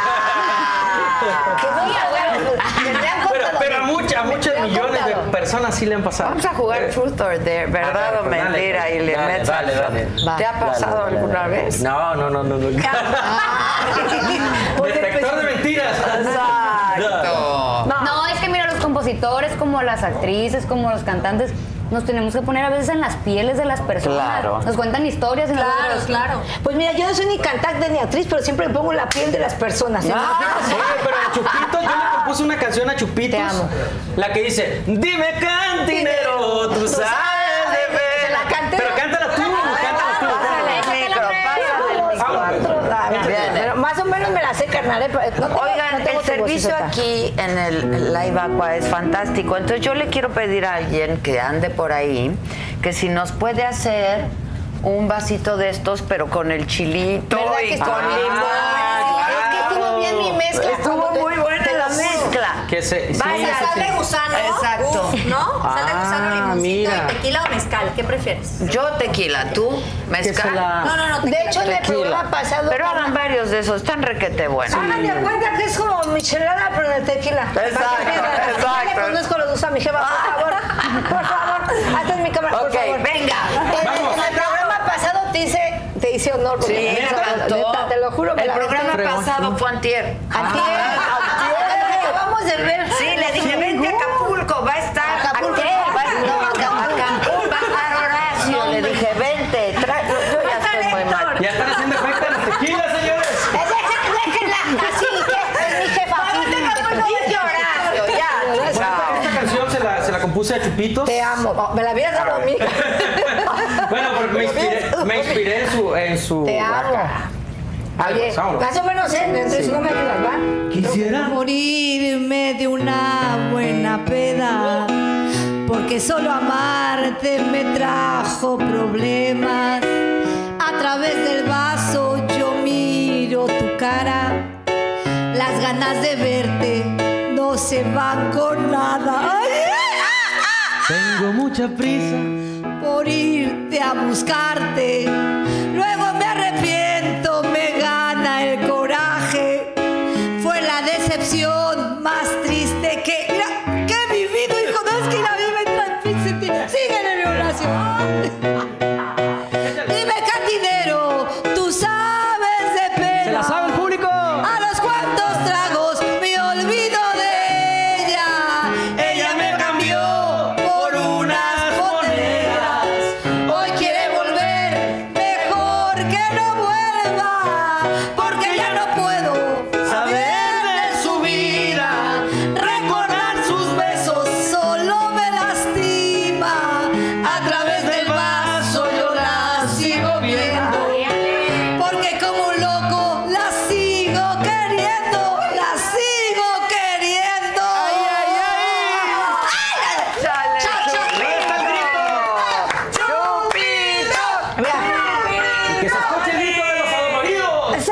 Que voy a Pero a muchas millones de personas sí le han pasado. Vamos a jugar Truth or Dare, ¿verdad o pues mentira? dale, Y le dale, metes. dale. ¿Te ha pasado Dale. alguna vez? No. Detector de mentiras. Exacto. No, es que mira, los compositores, como las actrices, como los cantantes, nos tenemos que poner a veces en las pieles de las personas. Claro. Nos cuentan historias y nosotros... Claro. Pues mira, yo no soy ni cantante ni actriz, pero siempre me pongo la piel de las personas. ¿Sí? Oye, pero a Chupitos, yo le compuse una canción a Chupitos. Te amo. La que dice, dime cantinero, tú sabes de ver. Se la canté. Pero cántala tú, cántala tú. Pásale el micro, pásale el micro. Viene. Pero más o menos me la sé, carnal. Oigan, el servicio aquí en el Live Aqua es fantástico. Entonces yo le quiero pedir a alguien que ande por ahí que si nos puede hacer un vasito de estos, pero con el chilito ¿Verdad que y estuvo con bien limón. bueno? Es que estuvo bien mi mezcla. Estuvo muy buena la mezcla. Que se, sí, Vaya, Sal de gusano. Exacto. Uf, ¿no? Sal de gusano, limoncito mira. y tequila o mezcal. ¿Qué prefieres? Yo tequila, tú que se mezcal. la... No. De hecho, en el Tequila. programa pasado. Pero hagan varios de esos, están requete buenos. Hagan de cuenta que es como michelada, pero en el tequila. Exacto. Ya le conozco los usa mi jefa, por favor. Hasta en mi cámara, por Ok, favor. venga. En el programa pasado te hice honor. Sí, porque me encantó. neta, te lo juro que El la programa neta- pasado fue antier. Antier. Acabamos de ver. Sí, le dije, vente a Acapulco, va a estar Acapulco. aquí, a Cancún, va a estar Horacio. Le dije, vente, yo ya estoy muy mal. Ya están haciendo efecto las tequilas, señores. Déjenla así, que es mi jefa. Dice Horacio, ya. Esta canción se la compuse a Chupitos. Te amo. Oh, me la hubieras dado a mí. Bueno, porque me inspiré en su Te amo. acá. Oye, Pues, vámonos. más o menos, entonces no me ayudas, ¿va? Quisiera Morirme de una buena peda, porque solo amarte me trajo problemas. A través del vaso yo miro tu cara, las ganas de verte no se van con nada. ¡Ay! Tengo mucha prisa. Por irte a buscarte, luego me arrepiento, me gana el coraje. Fue la decepción más triste que he vivido, hijo. No, es que la vida me trae pinche. Síguele, mi Horacio. Dime, cantinero, tú sabes de pena. ¿Se la sabe el público? A los cuantos tragos me olvido de ella. Ella me cambió por unas monedas. Hoy quiere volver, mejor que no vuelva, porque ya no puedo saber de su vida. Recordar sus besos solo me lastima. A través del vaso yo la sigo viendo, porque como un loco la sigo queriendo, la sigo queriendo. ¡Chale, Chupito! que se escuche el grito de los adoloridos. Eso.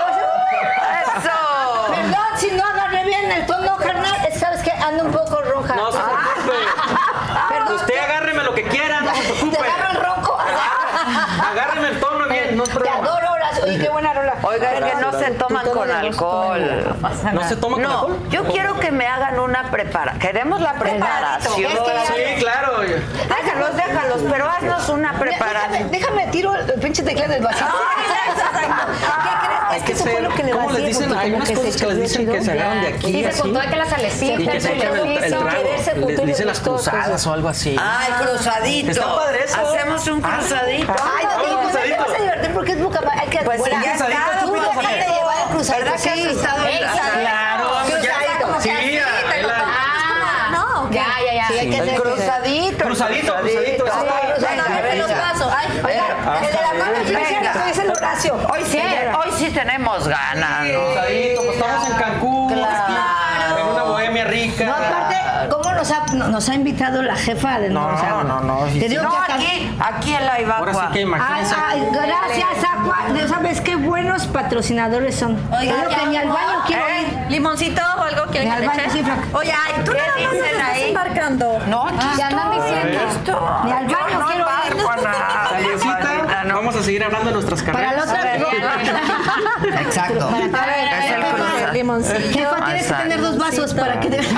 ¡Eso! Perdón si no agarré bien el tono, carnal. ¿Sabes qué? Ando un poco roja. No se preocupe. Perdón. Usted agárreme lo que quiera, no se Te preocupe. agarro el ronco. Agárreme el tono bien, no es Te problema. adoro, Horacio. Oye, qué buena rola. Oiga, es que no se toman tono con de voz, alcohol. ¿No se toma con No, alcohol? yo quiero que me hagan una preparación. Queremos la preparación. Es que Sí, claro. Déjalos, pero haznos una preparación. Déjame tiro el pinche teclado del vasito. ¿Qué crees? Hay Es que que eso fue ser, lo que le ¿cómo vacié, les dicen? porque Hay como unas que cosas se que les dicen chorreó que se agarran de chido. aquí, Sí, se así. contó de que la salecita, Y que el se echan el ejercicio. trago. quererse Les juntar dicen y las todo, cruzadas cosas. o algo así. Ay, cruzadito. Está padre eso. Hacemos un cruzadito. Ay, no, Vamos, pues, cruzadito. te vas a divertir porque es boca. Hay que Pues bueno, ya cruzadito, está, Chupitos, tú porque- déjate llevar el cruzadito. ¿Verdad que has estado en la Claro, Cruzadito. Sí, No, Ya. Sí, hay que El hacer cruzadito. Cruzadito, cruzadito. Ay, Bueno, a ver los pasos. Ay, Oiga, el de la mano influenciada Venga. es el Horacio. Hoy sí tenemos ganas, ¿no? Cruzadito, pues estamos en Cancún. Claro. En una bohemia rica. No, aparte, ¿cómo nos ha invitado la jefa de No, no. Te digo No, que hasta- aquí en la Ahora sí Ibacua. que Ay, imagínense. gracias, Aqua. ¿Sabes qué buenos patrocinadores son? Oiga, Te digo que ni al baño quiero ir. Limoncito o algo? ¿Quieren Ni que al le baño, eche? sí, flaca. Oye, ay, tú nada más me dicen estás ahí? embarcando. No, aquí ¿Qué andan diciendo? Ni al baño no quiero ir. embarco a nada. Taliecita, vamos a seguir hablando de nuestras Para la carreras. otra. Exacto. Es el cruce. Limoncito. Jefa, tienes que tener 2 vasos para que puedan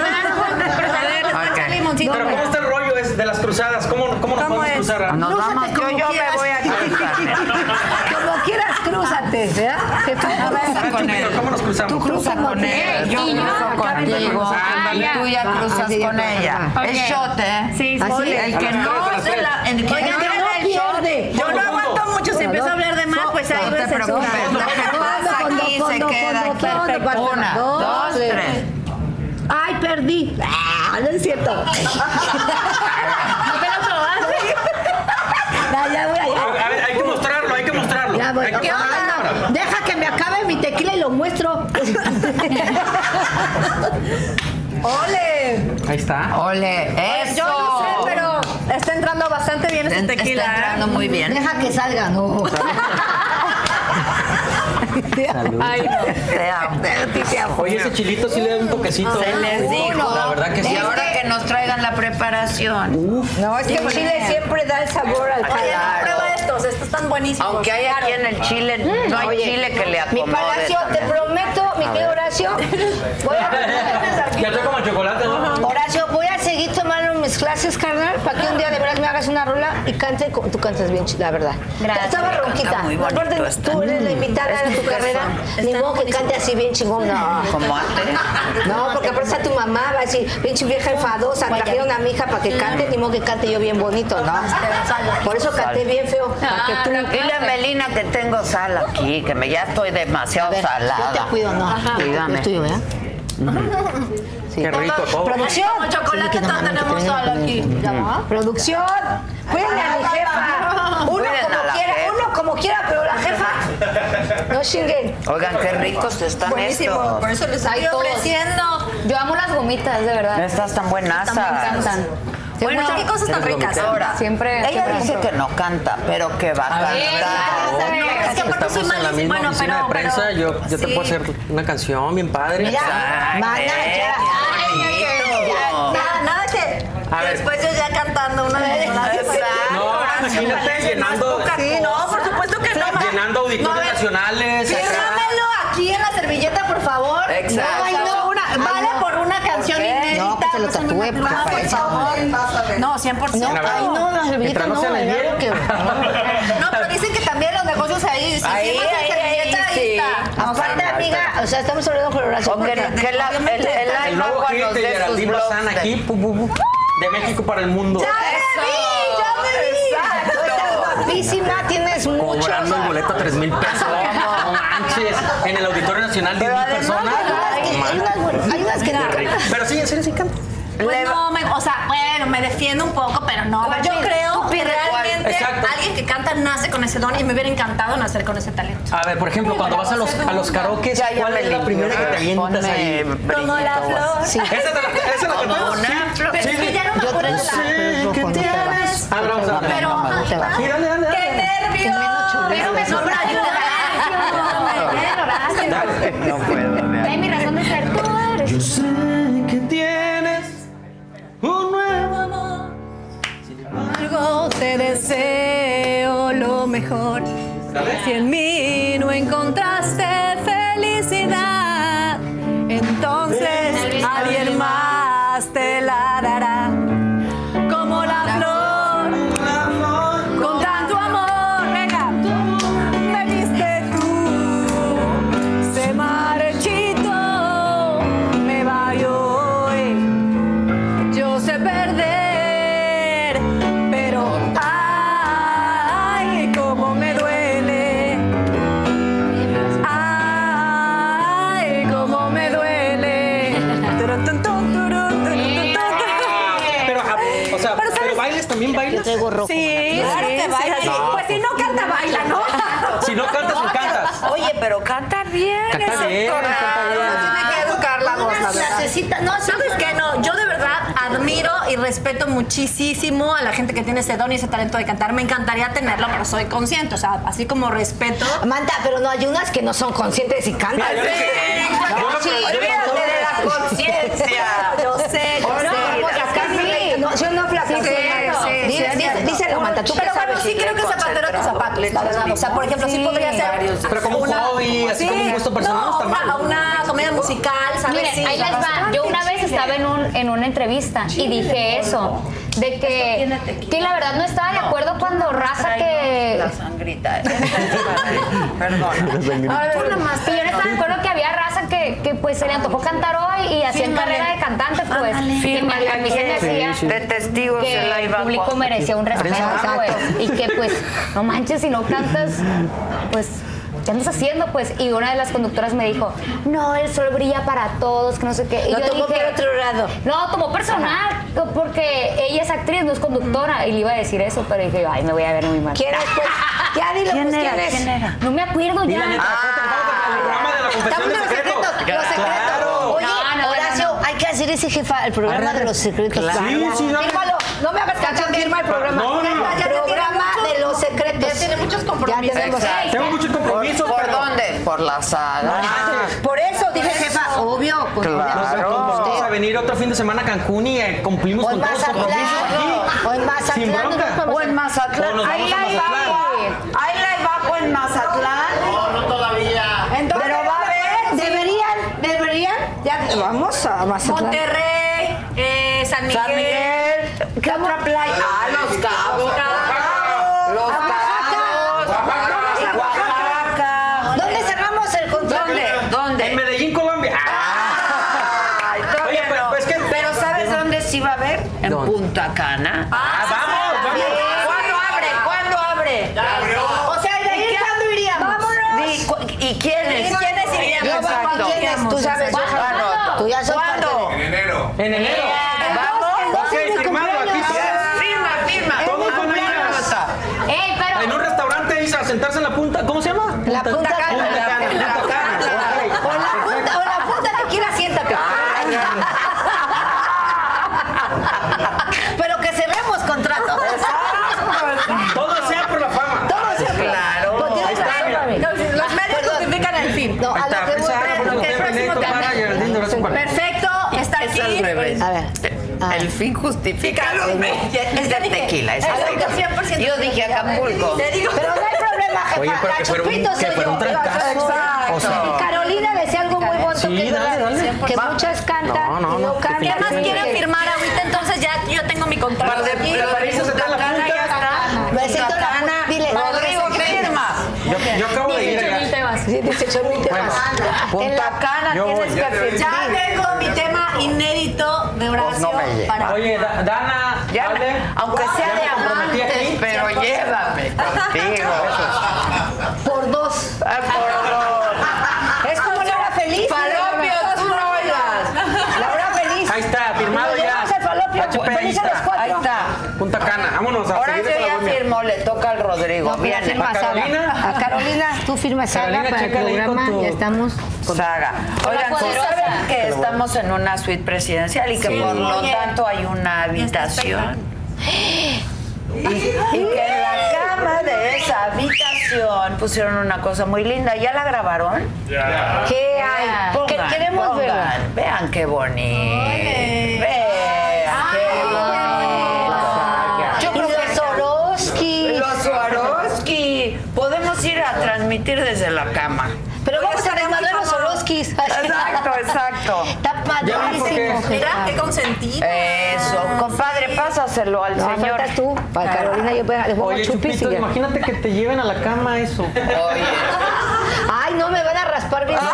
Ok. limoncito. Pero ¿cómo está el rollo de las cruzadas? ¿Cómo nos podemos cruzar? Nos vamos, yo me voy a cruzar. Como quieras, crúzate, ¿verdad? Con él. ¿Cómo nos cruzamos? Tú cruzas con él, yo cruzo contigo y tú ya cruzas con ella. Es shot, ¿eh? Sí, Así es. El que no se la... el que Oigan, no ya no el shot, pierde. Yo no aguanto mucho, si empiezo a hablar de más, pues ahí no voy te a censurar. preocupes. Lo que pasa aquí se queda aquí. Perfecto. 1, 2, 3. Ay, perdí. No es cierto. ¿No te lo probaste? Ya voy allá. A ver, hay que mostrarlo. Ya voy. Hay que ¿Qué mostrarlo. onda? Deja que me acabe mi tequila y lo muestro. ¡Ole! Ahí está. Ole, eso. Yo no sé, pero está entrando bastante bien este tequila. Está entrando muy bien. Deja que salga, no. Ay, no. Te amo. Oye, ese chilito sí le da un toquecito. Se les dijo. La verdad que sí. Y ahora que nos traigan la preparación. No, es que el chile siempre da el sabor al Oye, calado. prueba estos están buenísimos. Aunque hay aquí en el Chile, no hay Oye, chile que le Mi acomode. Palacio, te prometo, mi querido Horacio, voy a... Ya estoy como chocolate, ¿no? Horacio, voy a seguir tomando mis clases, carnal, para que un día de verdad me hagas una rola y cante como tú cantas bien, la verdad. Gracias. Estaba ronquita. Canta muy bonito Aparte, esta. tú eres la invitada de tu carrera, ni modo que cante así bien chingón, no. Como antes. No, porque aparte está tu mamá, va a decir, pinche vieja enfadosa, trajeron a mi hija para que cante, ni modo que cante yo bien bonito, ¿no? Por eso canté bien feo, para que tú... Dile a Melina que tengo sal aquí, que ya estoy demasiado salada. Yo te cuido, ¿no? Cuídame. Es tuyo, ¿verdad? Qué rico todo. Producción. Como chocolate todos tenemos solo aquí. Producción. Cuídenle a mi jefa. Cuiden a la jefa. Uno como quiera, pero la jefa. No chinguen. Oigan, qué ricos están Buenísimo, estos. por eso les estoy Hay todos. ofreciendo. Yo amo las gomitas, de verdad. Estas están buenazas. Me encantan. Bueno, qué cosas tan ricas. Ahora, Siempre ella siempre dice compro. que no canta, pero que va a cantar. Es que aparte soy Estamos en la malísima. misma Bueno, oficina de prensa. Yo te sí. puedo hacer una canción bien padre. Mira, Ay, mana, qué bonito. Nada que A ver. después yo ya cantando una de las No, imagínate llenando, Sí, no, por supuesto que no. llenando auditorios nacionales. acá. Fírmamelo aquí en la servilleta, por favor. Exacto. No, ay, no, vale por una canción inédita. No, que se lo tatúe, porque por parece favor. No, 100%. No, ay, no, la servilleta Mientras no no, sea ¿verdad? ayer. Porque... No, pero dicen que también los negocios ahí. Si Ahí, firmas en ahí, servilleta, sí. ahí está. Aparte, amiga, o sea, estamos hablando con Horacio. O que el El nuevo agua hit nos de dé sus Geraldine blogs Bazán de- aquí, de México para el mundo. ¡Ya me vi! Estás guapísima, tienes muchos... Cobrando el boleto a 3,000 pesos. No manches. En el Auditorio Nacional, 10,000 personas. Hay unas que no cantan. Pero sí, en serio, sí canta. Pues no, o sea, bueno, me defiendo un poco, pero no. ¿Cuál Yo pide? creo Tú que pide cuál. realmente Exacto. alguien que canta nace con ese don y me hubiera encantado nacer con ese talento. A ver, por ejemplo, cuando vas a los karaoke, ¿cuál es la primera que te avientas ahí? Como la flor. Sí. Esa te la Como cantas. una flor. Pero es que ya no me acuerdo de la... ¿Qué tienes? A ver, vamos a ver. Pero, te va. Sí, dale, dale, ¡qué dale. nervios! Pero me sobra ayuda. No puedo. Es mi razón de ser. Tú eres. Yo sé que tienes un nuevo Amor, sin embargo te deseo lo mejor. Si en mí no encontraste felicidad, entonces alguien más te la dará. Como la flor, con tanto amor, venga, me diste tú, se marchito, me va hoy. Yo sé perder, pero ay, cómo me duele. Ay, cómo me duele. Turun, tun, tun, turun, turun, tun, tun. Pero, o sea, Pero, ¿sabes? ¿pero bailes también bailas? Sí, Claro que baila. sí. Pues si no canta, baila, ¿no? Si no cantas, no cantas. Oye, pero canta bien. Canta ese bien, doctorado. canta bien. Tiene que educar la voz, la verdad. Necesita, no, ¿sabes qué? No, yo de verdad admiro y respeto muchísimo a la gente que tiene ese don y ese talento de cantar. Me encantaría tenerlo, pero soy consciente. O sea, así como respeto. Manta, pero no hay unas que no son conscientes y cantan. Mira, yo no sé. No, sí, Olvídate de la conciencia. Yo sé. Yo no flaco. Díselo, Manta. Tú Pero bueno, sí creo que zapatero a tus zapatos, la verdad. O sea, por ejemplo, sí podría ser. Pero como un hobby, así como un gusto personal, no está mal. Una comedia musical, ¿sabes? Miren, Sí, ahí les va. Yo una vez estaba en una entrevista y dije eso, de que la verdad no estaba de acuerdo cuando raza que... La sangrita. Perdona. Y yo no estaba de acuerdo que había raza que pues se le antojó cantar hoy y hacían carrera de cantante, pues. A mí se me hacía de testigos que de la el público merecía un respeto, pues. Y que pues, no manches, si no cantas, pues... ¿qué andas haciendo? Pues, y una de las conductoras me dijo, no, el sol brilla para todos, que no sé qué. Y Lo yo tomó dije, por otro lado. no, tomó personal, porque ella es actriz, no es conductora. Y le iba a decir eso, pero dije, ay, me voy a ver muy mal. ¿Quién es? Pues? Ya dilo, pues, ¿quién es? No me acuerdo ya. El programa de la confesión de secretos. Los secretos. Oye, No, Horacio, hay que hacer ese jefa, el programa de los secretos. Sí, sí, dale. Fírmalo. No me hagas cacho, firma el programa. No. Programa de los secretos. Ya tiene muchos compromisos. Ya tenemos. Exacto. Tengo muchos compromisos, ¿Por pero... dónde? Por la saga. Por eso dije jefa, obvio. Pues, Vamos a venir otro fin de semana a Cancún y cumplimos O en con todos los compromisos aquí. Mazatlán. O en Mazatlán. Sin bronca. O en Mazatlán. O nos Ahí vamos a la Mazatlán. Ahí la Baco en Mazatlán. No todavía. Entonces, pero va a haber, deberían. Ya vamos a Mazatlán. Monterrey, San Miguel. San Miguel. ¿Qué otra playa? Ah, Los Cabos. Los Cabos. Oaxaca. ¿Dónde cerramos el contrato? ¿Dónde? En Medellín, Colombia. Ay, todavía Oye, pero no. es que... Pero ¿sabes dónde sí va a haber? En ¿Dónde? Punta Cana. Vamos. ¿Cuándo abre? O sea, ¿de ahí cuándo iríamos? Vámonos. ¿Y quiénes? ¿Quiénes iríamos? Exacto. ¿Quiénes? Tú sabes. ¿Cuándo? Tú ya sos parte ¿Cuándo? En enero. En enero. Vamos. Ok, firmado aquí. Firma. Todos van a ir Ey, pero... en un restaurante y a sentarse en la punta. ¿Cómo se llama? La punta cana. Punta Cana. Punta Cana. O la punta que quiera, siéntate. Pero que cerremos contrato. Todo sea por la fama. Todo sea Claro. Pues tienes razón, mami. Los medios justifican el fin. No, a Ahí lo está, que voy. el próximo tema. Perfecto, está Es al aquí. revés. A ver. El fin justifica los medios. Es de tequila. Es Es de de 100%. Yo dije Acapulco. Te digo. Pero no hay problema, jefa. Oye, pero la que fuera un- Chupito que soy fuera un yo. trancazo. Exacto. O sea- Y Carolina decía algo muy bonito. Sí, que es dale, verdad, dale. que muchas cantan No, y no cantan. ¿Qué más definitivamente. quieren firmar ahorita? Entonces ya yo tengo mi contrato aquí. Para irse a sentar en la punta. Besito en la punta. Dile. Rodrigo, firma. Yo acabo de ir 18,000 allá. temas. Sí, 18,000 temas. Punta Cana yo tienes voy. que Ya firmar. tengo mi tema inédito de Horacio no me llega. para... Oye, Dana, Ya, Ale, aunque sea ya me de comprometí amantes, aquí. pero llévame contigo. Por dos. Por dos. Es como la hora feliz. Falopio, tú no oigas. La hora feliz. Ahí está, firmado Nos ya. llevamos al falopio. HP, ahí Feliz a las está. 4. Ahí está. Punta Cana, vámonos a Ahora seguir yo con la ya bohemia. firmó, le toca al Rodrigo. No, mira, Viene. firma ¿A Saga. Carolina? A Carolina, tú firma Saga Carolina, para el chécale ahí con programa. tu- Ya estamos. Saga. Oigan, ¿tú poderosa. saben que estamos en una suite presidencial y que por lo tanto hay una habitación? Y que en la cama de esa habitación pusieron una cosa muy linda. ¿Ya la grabaron? ¿Qué hay? Porque Pongan, queremos pongan. verla. Vean qué bonito. Vean qué bonito. Yo creo que Swarovski. los Swarovski. Podemos ir a transmitir desde la cama. Pero vamos a desmadrar los Swarovskis. Exacto. Está Ya vi por qué. padrísimo. Mira, jefa. qué consentido. Eso, compadre, pásaselo al No, señor. faltas tú. Para Carolina yo le pongo Oye, chupis y Chupito, ya. imagínate que te lleven a la cama eso. Oye, Ay, no me van a raspar bien.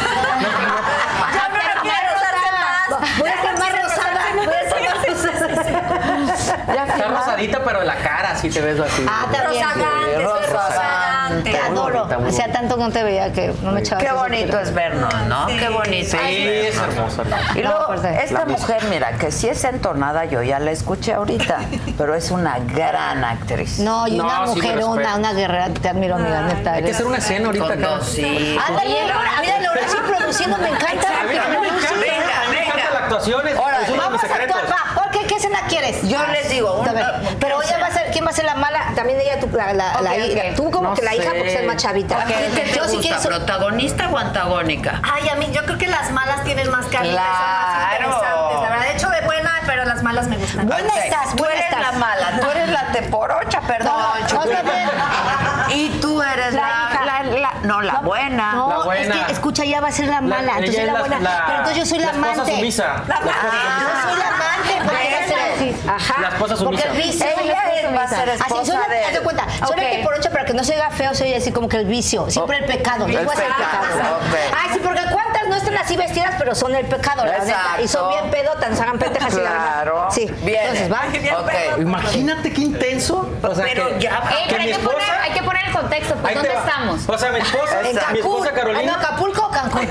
Ya me quiero rosarse más. Voy a ser más rosada. Voy a ser más rosada. Ya, Está firma. rosadita, pero de la cara, así te ves así. Ah, también. Rosagante, soy rosagante. Te adoro. bonita, muy Hacía tanto que no te veía que no me echabas qué eso, bonito pero- es vernos, ¿no? Qué bonito. Sí, es hermosa. ¿no? Y luego, No, aparte, esta mujer, mira, que sí es entonada, yo ya la escuché ahorita, pero es una gran actriz. No, y No, una sí, mujer, me respeto. una guerrera, te admiro, amiga, neta. Hay que eres- hacer una escena ahorita acá. Sí. Ándale, mira, Horacio produciendo, me encanta. A mí me encanta. Venga, Me encanta la actuaciones Ahora, es uno de mis Vamos a secretos. actuar, va. ¿Por qué? ¿Qué escena quieres? Yo les digo, A ver, pero ella va a ser, ¿quién va a ser la mala? También ella, tú, tú como No que la hija sé. porque es más chavita. ¿Qué te Yo sí gusta, quiero protagonista o antagónica? Ay, a mí, yo creo que las malas tienen más carita, son más Claro. interesantes. La verdad, de hecho, de buena, pero las malas me gustan. Buena Ok, estás, tú buena eres estás. la mala, tú eres la teporocha, perdón. No, está bien. Y tú eres La la hija. buena. No, La buena. es que escucha, ella va a ser la mala, ella entonces es la buena. Pero entonces yo soy la esposa amante. sumisa. La esposa Yo soy la amante, porque va a ser así. Ajá. La esposa Porque sumisa. el vicio. Ella va a ser Así, esposa soy de haz de él. cuenta, soy la Ok. teporocha para que no se vea feo, soy así como que el vicio, siempre el pecado. Yo El voy a ser el pecado, pecado. ok. Ay, sí, porque cuántas no están así vestidas, pero son el pecado, la neta. Y son bien pedotas, hagan pendejas y la verdad. Claro. Sí. Bien. Entonces, ¿va? Ok. Imagínate qué intenso. O sea, Pero que, ya. que Pero mi esposa... hay que poner el contexto, pues, Ahí te ¿dónde va. estamos? O sea, mi esposa, En Cancún. mi esposa Ah, Carolina. no, Acapulco o Cancún.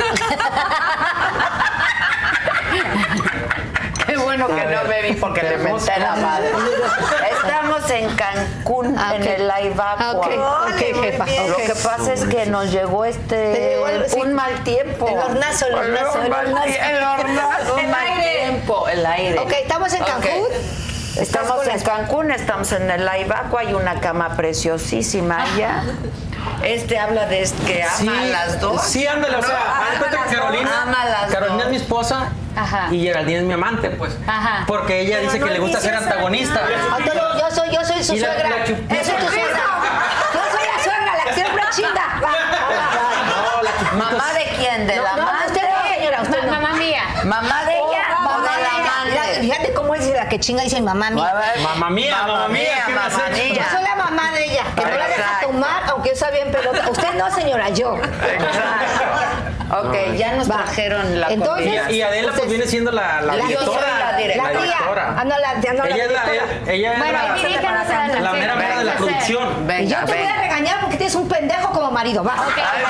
Qué bueno que no me vi porque le menté la madre. Estamos en Cancún, Ah, ok. en el Live Aqua. Ok, jefa. Lo que pasa es que nos llegó Te llegó sí. un mal tiempo. El hornazo, el hornazo, el hornazo. El hornazo, un mal tiempo. El aire. Ok, estamos en Cancún. Ok. Estás Estamos con en la- Cancún, estamos en el Live Aqua, hay una cama preciosísima allá. Habla de que ama a las dos. Sí, ándale, o sea, haz de cuenta que Carolina, Ama a las Carolina dos. es mi esposa Ajá. y Geraldine es mi amante, pues. Ajá. Porque ella dice que le gusta ser antagonista. Antonio, yo soy su Y la- suegra. la chupita. Yo soy tu suegra. Yo soy la suegra, la que siempre chinga. No, la chupita ¿Mamá de quién? ¿De la No, amante? usted no, señora, usted no. Mamá mía. ¿Mamá de ella o Mamá de la mía. amante? Fíjate cómo es la que chinga, dice mamá mía. Mamá mía, ¿qué me has mamá hecho? mía. Yo soy la mamá de ella, que no la deja Exacto. tomar, aunque yo soy bien pelota. Usted no, señora, yo. Exacto. Ok, ya nos Va. trajeron la Entonces, comida. Y Adela pues Usted- viene siendo la yo soy directora. la directora. La tía. directora. Ah, no, la Ella es ella es Bueno, la, ahí diríjanos a la mera mera de la producción. Y yo Venga, te voy a venga. regañar porque tienes un pendejo como marido. Va.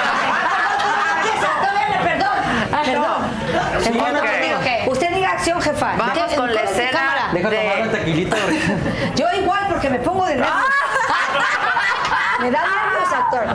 Perdón. ok. Usted diga acción, jefa. Vamos ¿Qué- con la cómo es tu escena cámara? Deja de- tomar un tequilita. Yo igual porque me pongo de nervios. Me da nervios, actor.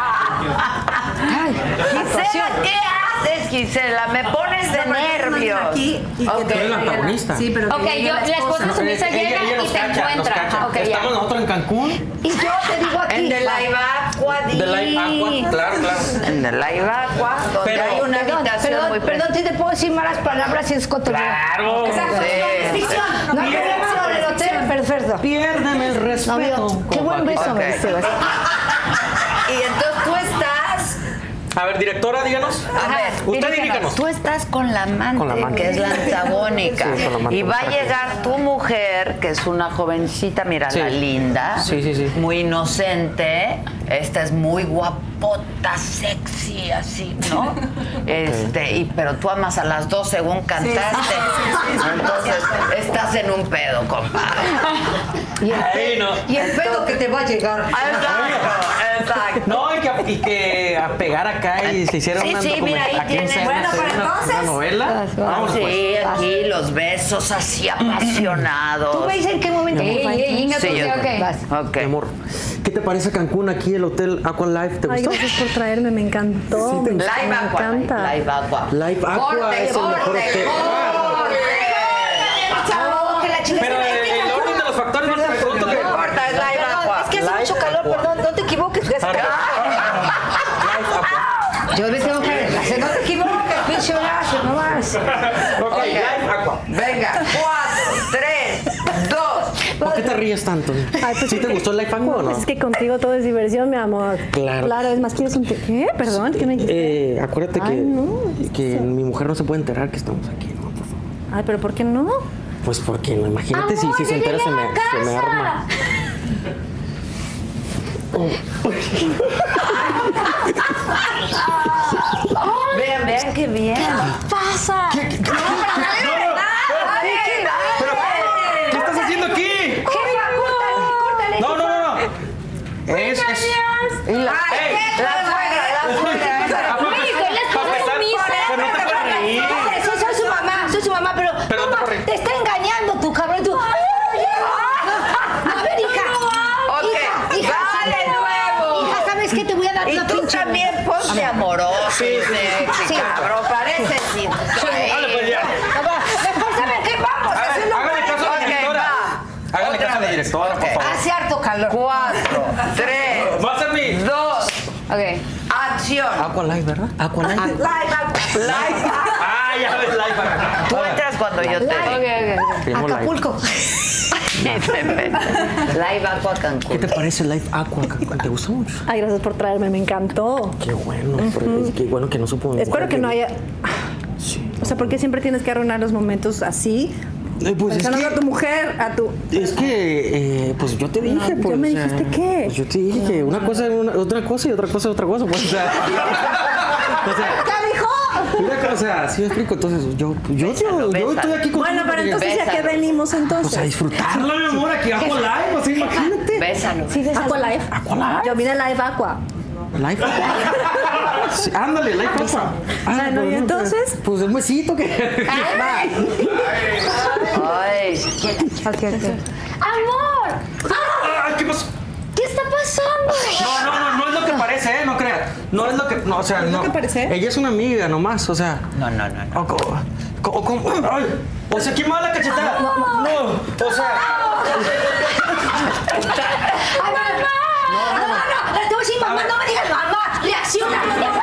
Gisela, ¿qué haces, Gisela? Me pones de nervios. Ok. Tú eres la antagonista. Sí, pero que Ok, llegue yo, la esposa sumisa Ella llega y nos te cacha, nos encuentra. cacha. Ok, ya. Estamos nosotros en Cancún. Y yo te digo aquí. En The va. Live Aqua, di. De Live Aqua, claro, claro. En The Live Aqua, donde Pero- hay una habitación muy Perdón, si te puedo decir malas palabras y es cotorreo. Claro. Sí. No hay problema con el hotel, perfecto. Piérdeme el No, respeto. amigo, qué buen beso Ok. me diste, güey. Y entonces tú estás... A ver, directora, díganos. A ver, Usted díganos. tú estás con la amante, Con la amante. que es la antagónica. Sí, con la amante, y va a exacto. llegar tu mujer, que es una jovencita, mira, Sí. la linda. Sí, sí, sí. Muy inocente. Esta es muy guapota, sexy, así, ¿no? Pero tú amas a las dos según cantaste. Entonces, estás en un pedo, compadre. Ay, no. Y el pedo que te va a llegar. Exacto. No, y que a pegar acá y se hiciera Sí, una sí, mira, ahí aquí en tienes. Cena, Bueno, se pero ve una novela. Vamos, Sí, pues. aquí los besos así apasionados. ¿Tú me dices en qué momento? Inga, Sí, tú, yo- ok. Vas. Ok. Mi amor, ¿qué te parece Cancún aquí, el hotel Aqua Life? ¿Te Ay, gustó? gracias por traerme, me encantó. me Live Aqua. encanta. Live Aqua. Live Aqua Corte, es el mejor corte, hotel. Chavo, que la chica Pero el orden de los factores no te pregunto que... Corta, es Live Aqua. Es que hace mucho calor, perdón, no te equivoques. que hace calor. Live Aqua. Yo me tengo que hacer, no te equivoques, pinche Horacio, no más. Ok, Live Aqua. Venga, 4, 3, 2. ¿Por qué te ríes tanto? Ay, pues ¿Sí te gustó el Live Aqua o no? Pues es que contigo todo es diversión, mi amor. Claro. Claro, es más, ¿quieres un té? ¿Qué? Perdón, ¿qué me dijiste? Acuérdate Ay, no, que mi mujer no se puede enterar que estamos aquí, ¿no? Por favor. Ay, pero ¿por qué no? Pues porque no, imagínate si se entera se me arma. Vean qué bien. Pasa. ¿Qué estás haciendo aquí? No. Es... Y la suegra. Uy, soy la esposa sumisa. Pero no te puedes reír. Soy su mamá, pero Pero no te mamá, puedes reír. te está engañando tu cabrón. Tú, a ver, hija. Hija, Dale nuevo. hija, ¿sabes qué? Te voy a dar Y una tú pinche. también ponte amoroso. Sí. Sexy, cabrón, pareces Vale, pues ya. Papá, toda, por favor. Hace harto calor. 4, 3, Va a ser mi. 2, Ok. acción. Aqualife, ¿verdad? Aqualife. Live. Ah, ya ves, live. Tú entras cuando yo te diga. Tenemos live. Acapulco. Live Aqua ¿Qué Cancún. te parece Live Aqua? ¿Te gustó mucho? Ay, gracias por traerme, me encantó. Qué bueno, qué bueno que no supo. Espero que no haya... Sí. O sea, ¿por qué siempre tienes que arruinar los momentos así? Pues es Pensando que, a tu mujer, a tu... es que, pues yo te dije, No, pues. ¿ya me o sea, dijiste qué? Pues yo te dije que una cosa es otra cosa y otra cosa es otra cosa, pues, o sea. ¿Qué dijo? Mira, o sea, sí me explico, entonces yo estoy aquí con. Bueno, pero entonces, ¿a qué venimos entonces? Pues a disfrutarlo, mi amor, aquí Aqua Live, o sea, imagínate. Bésalo. Sí, de Aqua Live. Aqua Live. Yo vine Live Aqua. Live Aqua. Sí, ándale, Live Aqua. Bueno, ¿y entonces? Pues un besito que. Ay. ¡Amor! Ay, ¿qué pasó? ¿Qué está pasando? No es lo que parece, no creas. No es lo que. No, o sea, no. que parece? Ella es una amiga nomás, o sea. No. O sea, ¿quién me da la cachetada? No, o sea. ¡Ay, mamá! No, te voy a decir, mamá, no me digas mamá. Reacciona.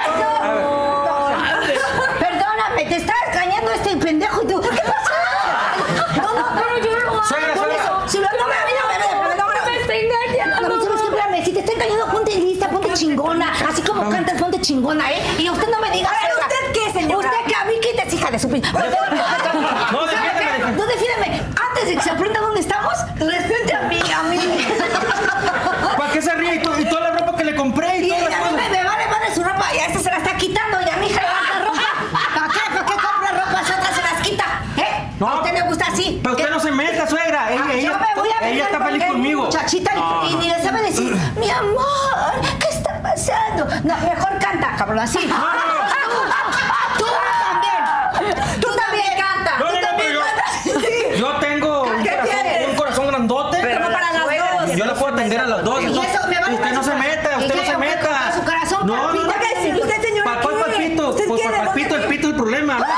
Perdóname, te está engañando este pendejo y tú. ¿Qué pasa? No, pero yo lo hago. Suegra. Si no me está engañando. No, ¿sabes qué? Espérame, si te está engañando, ponte lista, ponte chingona. Así como cantas, ponte chingona, ¿eh? Y usted no me diga. ¿Usted qué, señora? Usted que a mí quítese, hija de su pinche. No, defiéndeme. No, defiéndeme. Antes de que se aprenda dónde estamos, respete a mí. ¿Para qué se ríe? Y toda la ropa que le compré y Y a todas las mí cosas. me vale su ropa. Y a esta se la está quitando. Y a mi hija le falta ropa. ¿Para qué compra ropa si otra se las quita? ¿Eh? No. A usted le gusta así. Pero usted no se meta, suegra. Yo me voy a pelear ella está porque feliz es conmigo. Muchachita y ni le sabe decir, mi amor, ¿qué está pasando? No, mejor canta, cabrón, así. Tú también. Tú también canta. No, Tú también pero cantas. Sí. yo tengo ¿Qué tienes? un corazón grandote. Pero para las dos. Yo la puedo atender a las dos. Y eso me vale Usted no más se su- meta, ¿Y usted no qué? se Aunque meta. con su corazón No, palpita, ¿qué dice? ¿Usted, señora, ¿Para cuál qué? palpito? ¿Usted Pues quiere? para palpito, el pito es el problema. No.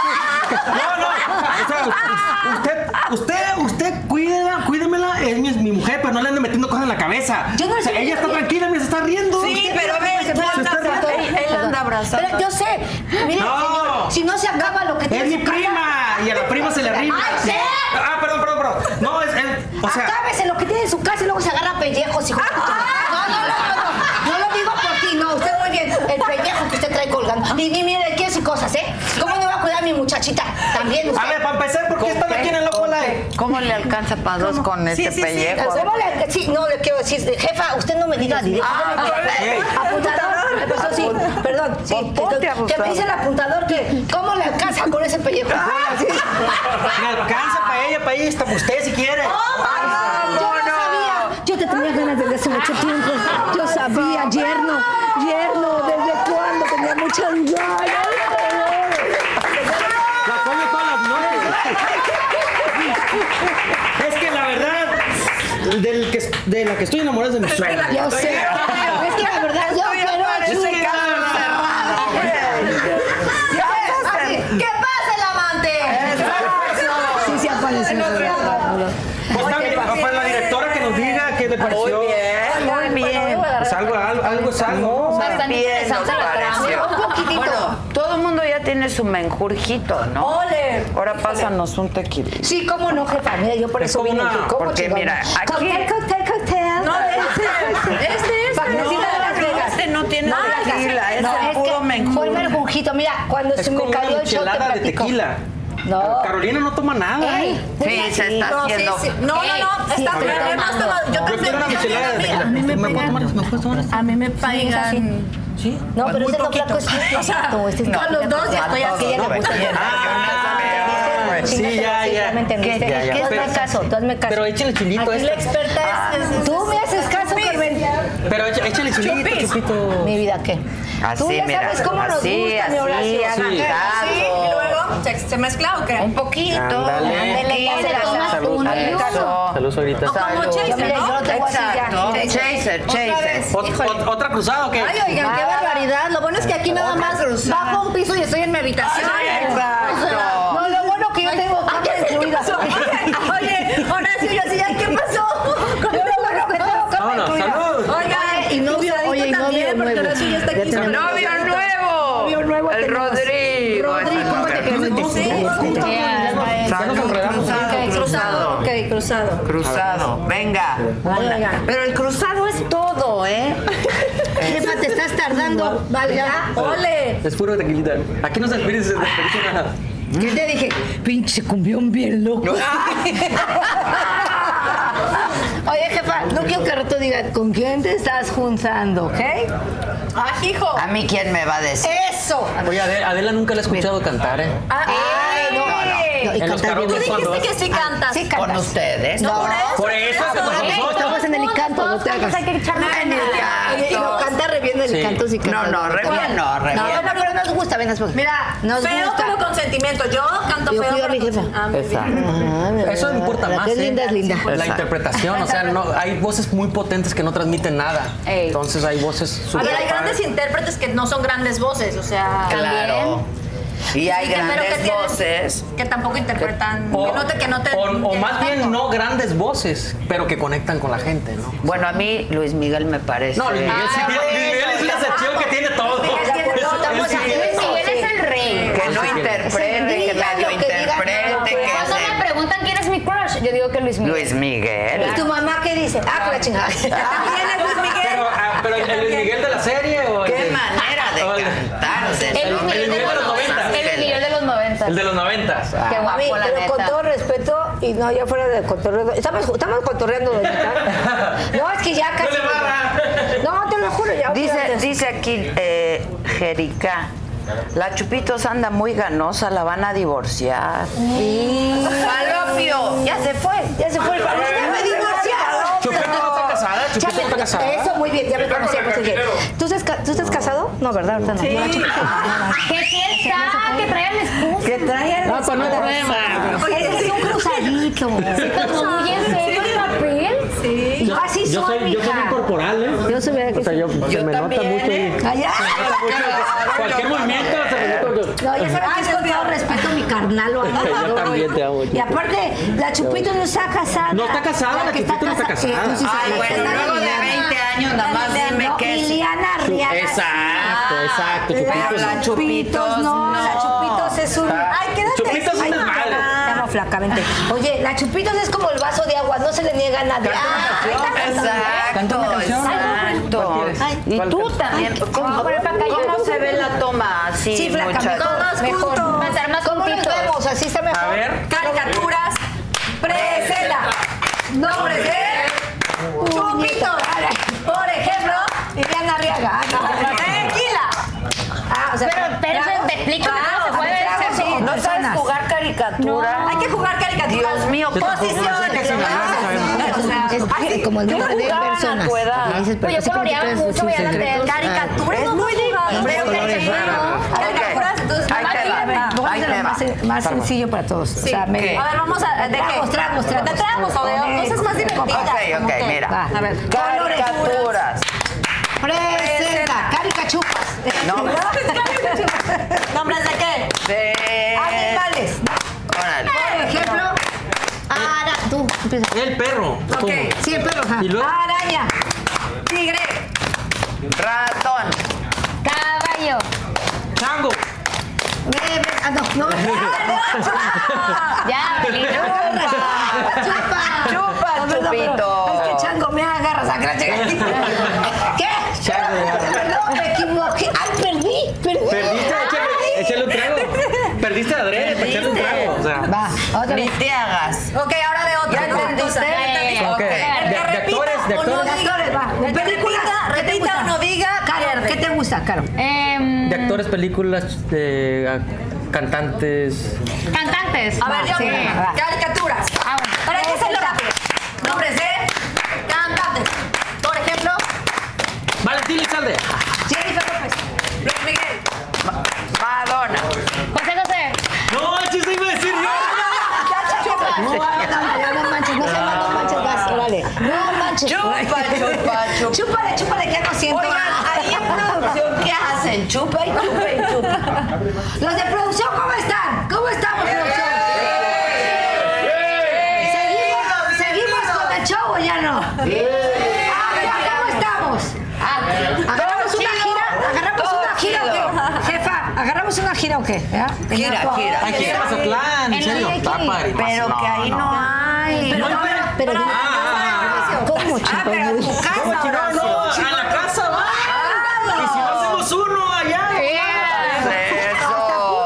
O sea, usted cuídemela, es mi mujer, pero no le ande metiendo cosas en la cabeza. Yo no O sea, sé. ella está tranquila, mira, se está riendo. Sí, pero a ver, tú Se está andas riendo. él anda abrazando. Pero yo sé, mire, No. señor, si no se acaba lo que tiene Es en mi su casa, prima y a la prima se le arrima. ¡Ay, sí! Ah, perdón. No, o sea, acábese lo que tiene en su casa y luego se agarra pellejos, hijo. No lo digo por ti, no, usted muy bien, el pellejo que usted trae colgando. Y mire, ¿qué y cosas, eh? ¿Cómo no va a cuidar a mi muchachita? También usted. a ver, para empezar, ¿por qué están aquí en el Loco Live? ¿Cómo le alcanza para dos con este pellejo? ¿Cómo le, sí, no le quiero decir, jefa, usted no me diga directo. Apuntador, empezó sí, perdón, sí. Ponte Que abusador. me dice el apuntador que, ¿cómo le alcanza con ese pellejo? Sí. Me alcanza para ella está usted si quiere. Yo no sabía. Yo te tenía ganas desde hace mucho tiempo. Yo sabía, yerno, ¿desde cuándo? Tenía muchas ganas. La coño todas las noches. Es que la verdad, de la que estoy enamorada es de mi suegra. Yo sé. Es que la verdad, yo quiero a Es que Chuy. ¿Qué pasa, el amante? Sí, sí apareció. Pues está bien, para la directora que nos diga qué le pareció. Muy bien. Pues algo es algo. Bastante Bien, interesante nos la trama. pareció. Un poquitito. Bueno, todo el mundo ya tiene su menjurjito, ¿no? Ole. Ahora pásanos un tequila. Sí, cómo no, jefa. Mira, yo por Es eso como vine una- aquí. ¿Cómo porque chingón? mira, aquí- Cóctel. No, este Pajarcita de Las Vegas. Este no tiene tequila, es No, el es puro que menjurje. fue el menjurjito. Mira, cuando Es se me como cayó una el shot, te michelada de platico. tequila. No. Carolina no toma nada. Ey, Sí, se está haciendo. No, Sí, está estoy bien. tomando. Yo Yo también. quiero una michelada de tequila. ¿Me puedo tomar? ¿Me puedes tomar? A mí me pagan. Sí. No, pero Muy ese no poquito. flaco es cierto. Este es con los dos ya estoy así. ella le gusta. Sí, ya. Ya me entendiste. Ya. Tú hazme caso, tú hazme caso. Pero échale chilito Aquí la esto. experta es Tú me haces caso, Carmen. Pero échale chilito, chupito. Mi vida, ¿qué? Tú Así, ya mira. sabes cómo nos Así, gusta, mi Horacio. hagan Sí. caso. Sí, y luego se mezcla o qué. Un poquito. Ándale. Ándale, ya se la tomas sabe. tú, ¿no? Eso. Saludos ahorita. O como chaser, Yo, mira, yo ¿no? lo tengo así ya. Exacto. Chaser. ¿Otra cruzada o qué? Ay, oigan, qué barbaridad. Lo bueno es que aquí nada más bajo un piso y estoy en mi habitación. Exacto. No, lo bueno que yo tengo cama incluida. Oye, Horacio, yo así, ay, ¿qué pasó? cruzado. Cruzado, venga. Venga. Pero el cruzado es todo, ¿eh? Jefa, te estás tardando. Vale, ya. ¡Ole! Es puro tequilita. Aquí no se desperdicia nada. ¿Qué te dije? Pinche cumbión bien loco. Oye, jefa, no quiero que al rato diga con quién te estás juntando, ¿ok? ¡Ay, hijo! ¿A mí quién me va a decir? ¡Eso! Oye, Adela nunca la he escuchado cantar, ¿eh? ¡Ay, no! Y En los cantar bien. Tú karaoke cuando dijiste que sí cantas. Sí ¿Con cantas. ustedes? No, Por eso es que nosotros estamos en el encanto, no te hagas. Hay que echarle En el Y lo canto. canta re bien el Sí. canto, sí No, canta. no, re bien, no, re No, bien. no, pero nos gusta, venga, después. Mira, Nos feo gusta. pero con sentimiento. Yo canto Yo feo cuido a mi pero con- jefa. Ah, muy bien. Ah, Eso importa la más, que es ¿eh? linda es linda. La Exacto. interpretación, o sea, no, hay voces muy potentes que no transmiten nada. Ey. Entonces hay voces A súper ver, hay grandes padres. intérpretes que no son grandes voces, o sea... Claro. Y hay Sí, pero que grandes tienen- voces. Que tampoco interpretan... O, que no te... o más que bien tanto. no grandes voces, pero que conectan con la gente, ¿no? Bueno, a mí Luis Miguel me parece. No, Luis Miguel, sí Ah, tiene, bueno, Luis Miguel es la sección que tiene todo. Miguel tiene todo, estamos Él sí aquí. tiene Luis todo. Miguel es el rey. Que no sí, interprete, que diga medio lo que diga, interprete, que Cuando me se... preguntan quién es mi crush, yo digo que Luis Miguel. Luis Miguel. ¿Y tu mamá qué dice? Ah, con la chingada. ¿También es Luis Miguel? Pero el Luis Miguel de la serie o el Qué de- manera o el- de cantarse. El Luis Miguel de los 90. El Luis Miguel de los 90. El de los 90. Qué guapo, Mami, la pero con neta. todo respeto, y no, ya fuera de cotorreo. Estamos cotorreando, doñita. No, es que ya casi. No le barra. No, te lo juro, ya. Dice aquí Jerica, la Chupitos anda muy ganosa, la van a divorciar. Falopio, ya se fue. Ya se fue el favor. Ya me divorciaron. Chupito no está casada, Chupito no está casada. Eso, muy bien, ya me conocíamos. ¿Tú estás casado? No, ¿verdad? Ahorita no. Sí. No, la Chupito. Que sí está, que trae al esposo. Que traigan. No, pues no hay problema. Oye, es un cruzadito. Como muy en serio el papel. Sí. Yo así Yo soy muy mija. corporal, ¿eh? Yo soy, ¿verdad que O sea, sí? yo se me nota mucho. Allá. Cualquier movimiento se me nota mucho. No, ya sabes que es con todo respeto mi carnal lo amo. Yo también te amo, Y aparte, la Chupito no está casada. No está casada, la que Chupito no está casada. Entonces, Ay, la bueno, que luego de Liliana. 20 años nada más dime No, qué es. Liliana Arriaga. Exacto, Pero Chupitos. la Chupitos no. no. La Chupitos es un... Ay, quédate. Chupitos es Ay, un desmadre. Te amo flacamente. Oye, la Chupitos es como el vaso de agua, no se le niega a nadie. Exacto, exacto. Y ¿Cuál tú cantas? también. ¿Cómo, por acá, cómo se ve la toma así, Sí, flacamente. muchachos? Todos Mejor. juntos. Va a ser más ¿Cómo nos juntitos. vemos? Así está mejor. A ver. Caricaturas. Presenta. Nombres de... Chupito. Por ejemplo... Liliana Arriaga. Tequila. Ah, o sea, Pero explícame cómo se puede tragos, hacer. sí, ¿No sabes personas. jugar caricatura? Hay que jugar caricaturas. Dios mío, Posiciones. Es como el nombre de jugaban a personas. tu edad. Me dices, pero Pues yo sí, coloreaba porque tú eres mucho, veía la sus tele. secretos. Caricaturas. Es muy Pero colores caricaturas, entonces... Ahí te va. Vamos a Ahí hacerlo te va. más sencillo para todos. O sea, ¿Qué? A ver, vamos a... ¿De qué? Tragos. ¿De tragos o de cosas más divertidas? Ok, mira. Va, a ver. Caricaturas. Presenta, caricachupas. ¿Nombres de qué? De... Animales. Órale. Por ejemplo, tú empieza. El perro. ¿Cómo? Sí, el perro, ajá. ¿Y luego? Araña. Tigre. Ratón. Caballo. Chango. No. Ya, Belina. Chupa, Chupito. Es que chango me agarras a gracia. ¿Qué? Perdón, me equivoqué. Ay, perdí. Perdiste, échale un trago. Perdiste adrede para echarle un trago. O sea, Va, otra Ni vez. te hagas. Ok, ahora de otra. ¿Ya entendiste? ¿con qué? ¿De actores? ¿De actores? Actores, va. El que Película, ¿qué te repita gusta? o no diga, Caro, pierde. ¿qué te gusta, Caro? De actores, películas, cantantes. Cantantes. A ver, yo. Sí, va. Caricaturas. Ah, bueno. Para que se lo rápido. Nombres de cantantes. Por ejemplo, Valentín Elizalde. Jennifer López. Luis Miguel. Madonna. José José. No, eso iba a decir yo. No manches, no manches, vas, órale. No manches. Chupa. Chúpale, que no siento. Oigan, ahí en producción, ¿qué hacen? Chupa y chupa y chupa. Los de producción, ¿cómo están? ¿Cómo estamos, producción? ¿Seguimos con el show o ya no? ¿Cómo estamos? ¿Agarramos una gira o qué? Jefa, ¿agarramos una gira o qué? Gira. Aquí en Mazatlán, en serio. Está padre. Pero que ahí no hay. No hay pero ¿Cómo pero a tu casa, No, Horacio. a la casa va. Y si no hacemos uno allá. Eso.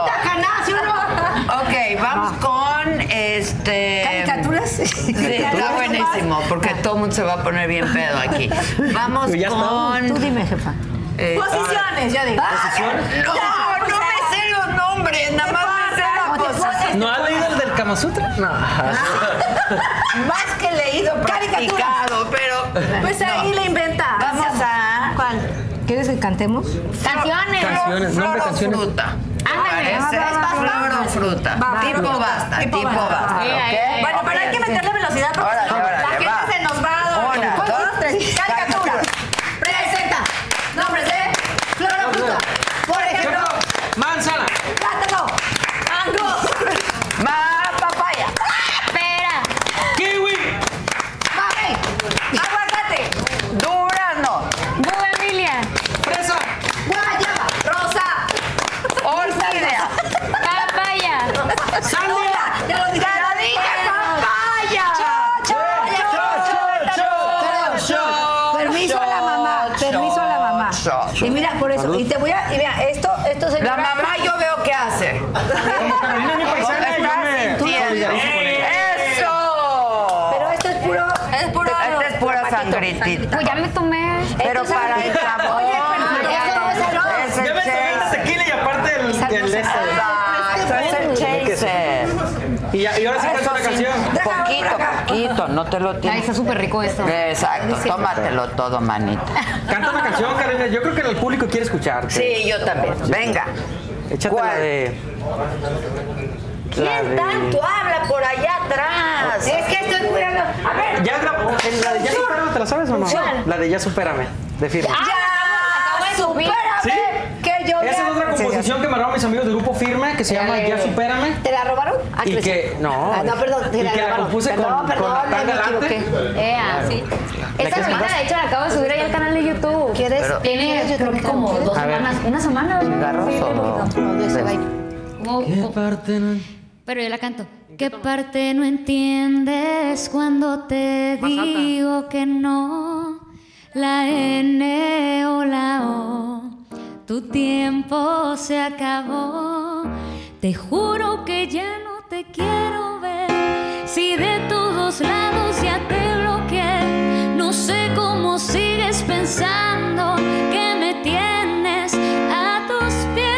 Ok, vamos con caricaturas. Sí, está buenísimo, porque todo el mundo se va a poner bien pedo aquí. Vamos Pues ya con. Tú dime, jefa. Posiciones, yo digo. No me sé los nombres, nada más me sé la posición. ¿No has leído el del Kama Sutra? No. Más que leído, practicado, pero. Pues ahí le inventa. Vamos a. ¿Cuál? ¿Quieres que cantemos? Canciones. Canciones, Flor nombre o canciones. fruta. Ándale. Flor o fruta. Tipo basta, tipo basta. ¿ok? Bueno, pero hay que meterle velocidad porque Órale, si no, órale, la gente va. se nos va a dar. Una, dos, tres. Caricatura. Presenta. Nombres de flor o fruta. Por ejemplo, Manzana. plátano, mango, Papaya. Pera. Kiwi. mamey, aguacate, Durazno. Bugambilia. Fresa. guayaba, rosa, Orquídea. Papaya. Sandía. ya lo dije. Papaya. Permiso a la mamá. Permiso a la mamá. Y mira, por eso. Y te voy a. Y mira, esto se La mamá yo veo que hace. Carolina es mi paisana y yo me solidarizo con ella. ¡Eso! Pero esto es puro. Esta es pura sangritita. Pues ya me tomé. Pero para el sabor. Oye, pero es el Ya me tomé el chaser. tequila y aparte el Exacto, es el chaser. Y ahora sí canta una canción. Poquito, no te lo Ay, tienes. está súper rico esto. Exacto, tómatelo todo, manito. Canta una canción, Carolina. Yo creo que el público quiere escucharte. Sí, yo también. Venga. Échate ¿Cuál? la de... ¿Quién tanto habla por allá atrás? Es que estoy cuidando. A ver. ¿Ya grabó? ¿La de Ya Supérame te la sabes o no? La de Ya Supérame, de Firme. ¡Ya! ¡Supérame! ¿Sí? Que yo Esa es otra composición que me robaron mis amigos del grupo Firme, que se llama Ya Supérame. ¿Te la robaron? Y que, no. Ah, no, perdón, te y la que la robaron. compuse Perdón, con perdón, Natán me Galante. equivoqué. Sí. ¿La Esta que semana, escuchas? de hecho, la acabo de subir ahí al canal de YouTube. ¿Quieres? Pero- Tiene, creo que como 2 A ver. semanas. Una semana. Cigarros Sí, o bien no? bonito. No, de ese baile. Como- Parte no. Pero yo la canto. ¿Qué parte no entiendes cuando te digo que no? La N o la O. Tu tiempo se acabó. Te juro que ya no te quiero ver. Si de todos lados ya te bloqueé. No sé cómo sigues pensando que me tienes a tus pies.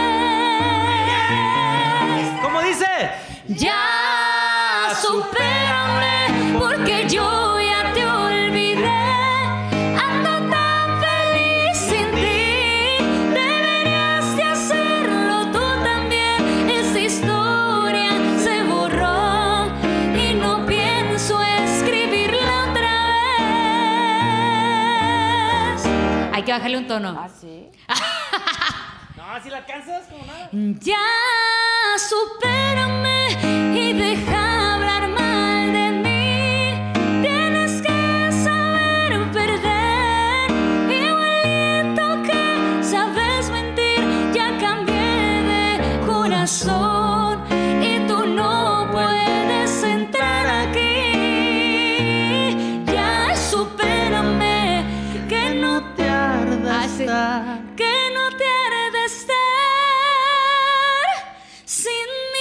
¿Cómo dice? Ya supérame, porque yo ya te olvidé. Ando tan feliz sin ti. Deberías de hacerlo tú también. Esta historia se borró y no pienso escribirla otra vez. Hay que bajarle un tono. ¿Ah, sí? No, si la alcanzas, como nada. Ya supérame y deja hablar mal de mí. Tienes que saber perder, igualito que sabes mentir. Ya cambié de corazón y tú no puedes entrar aquí. Ya supérame, que no te arda estar, que no te arda estar sin mí.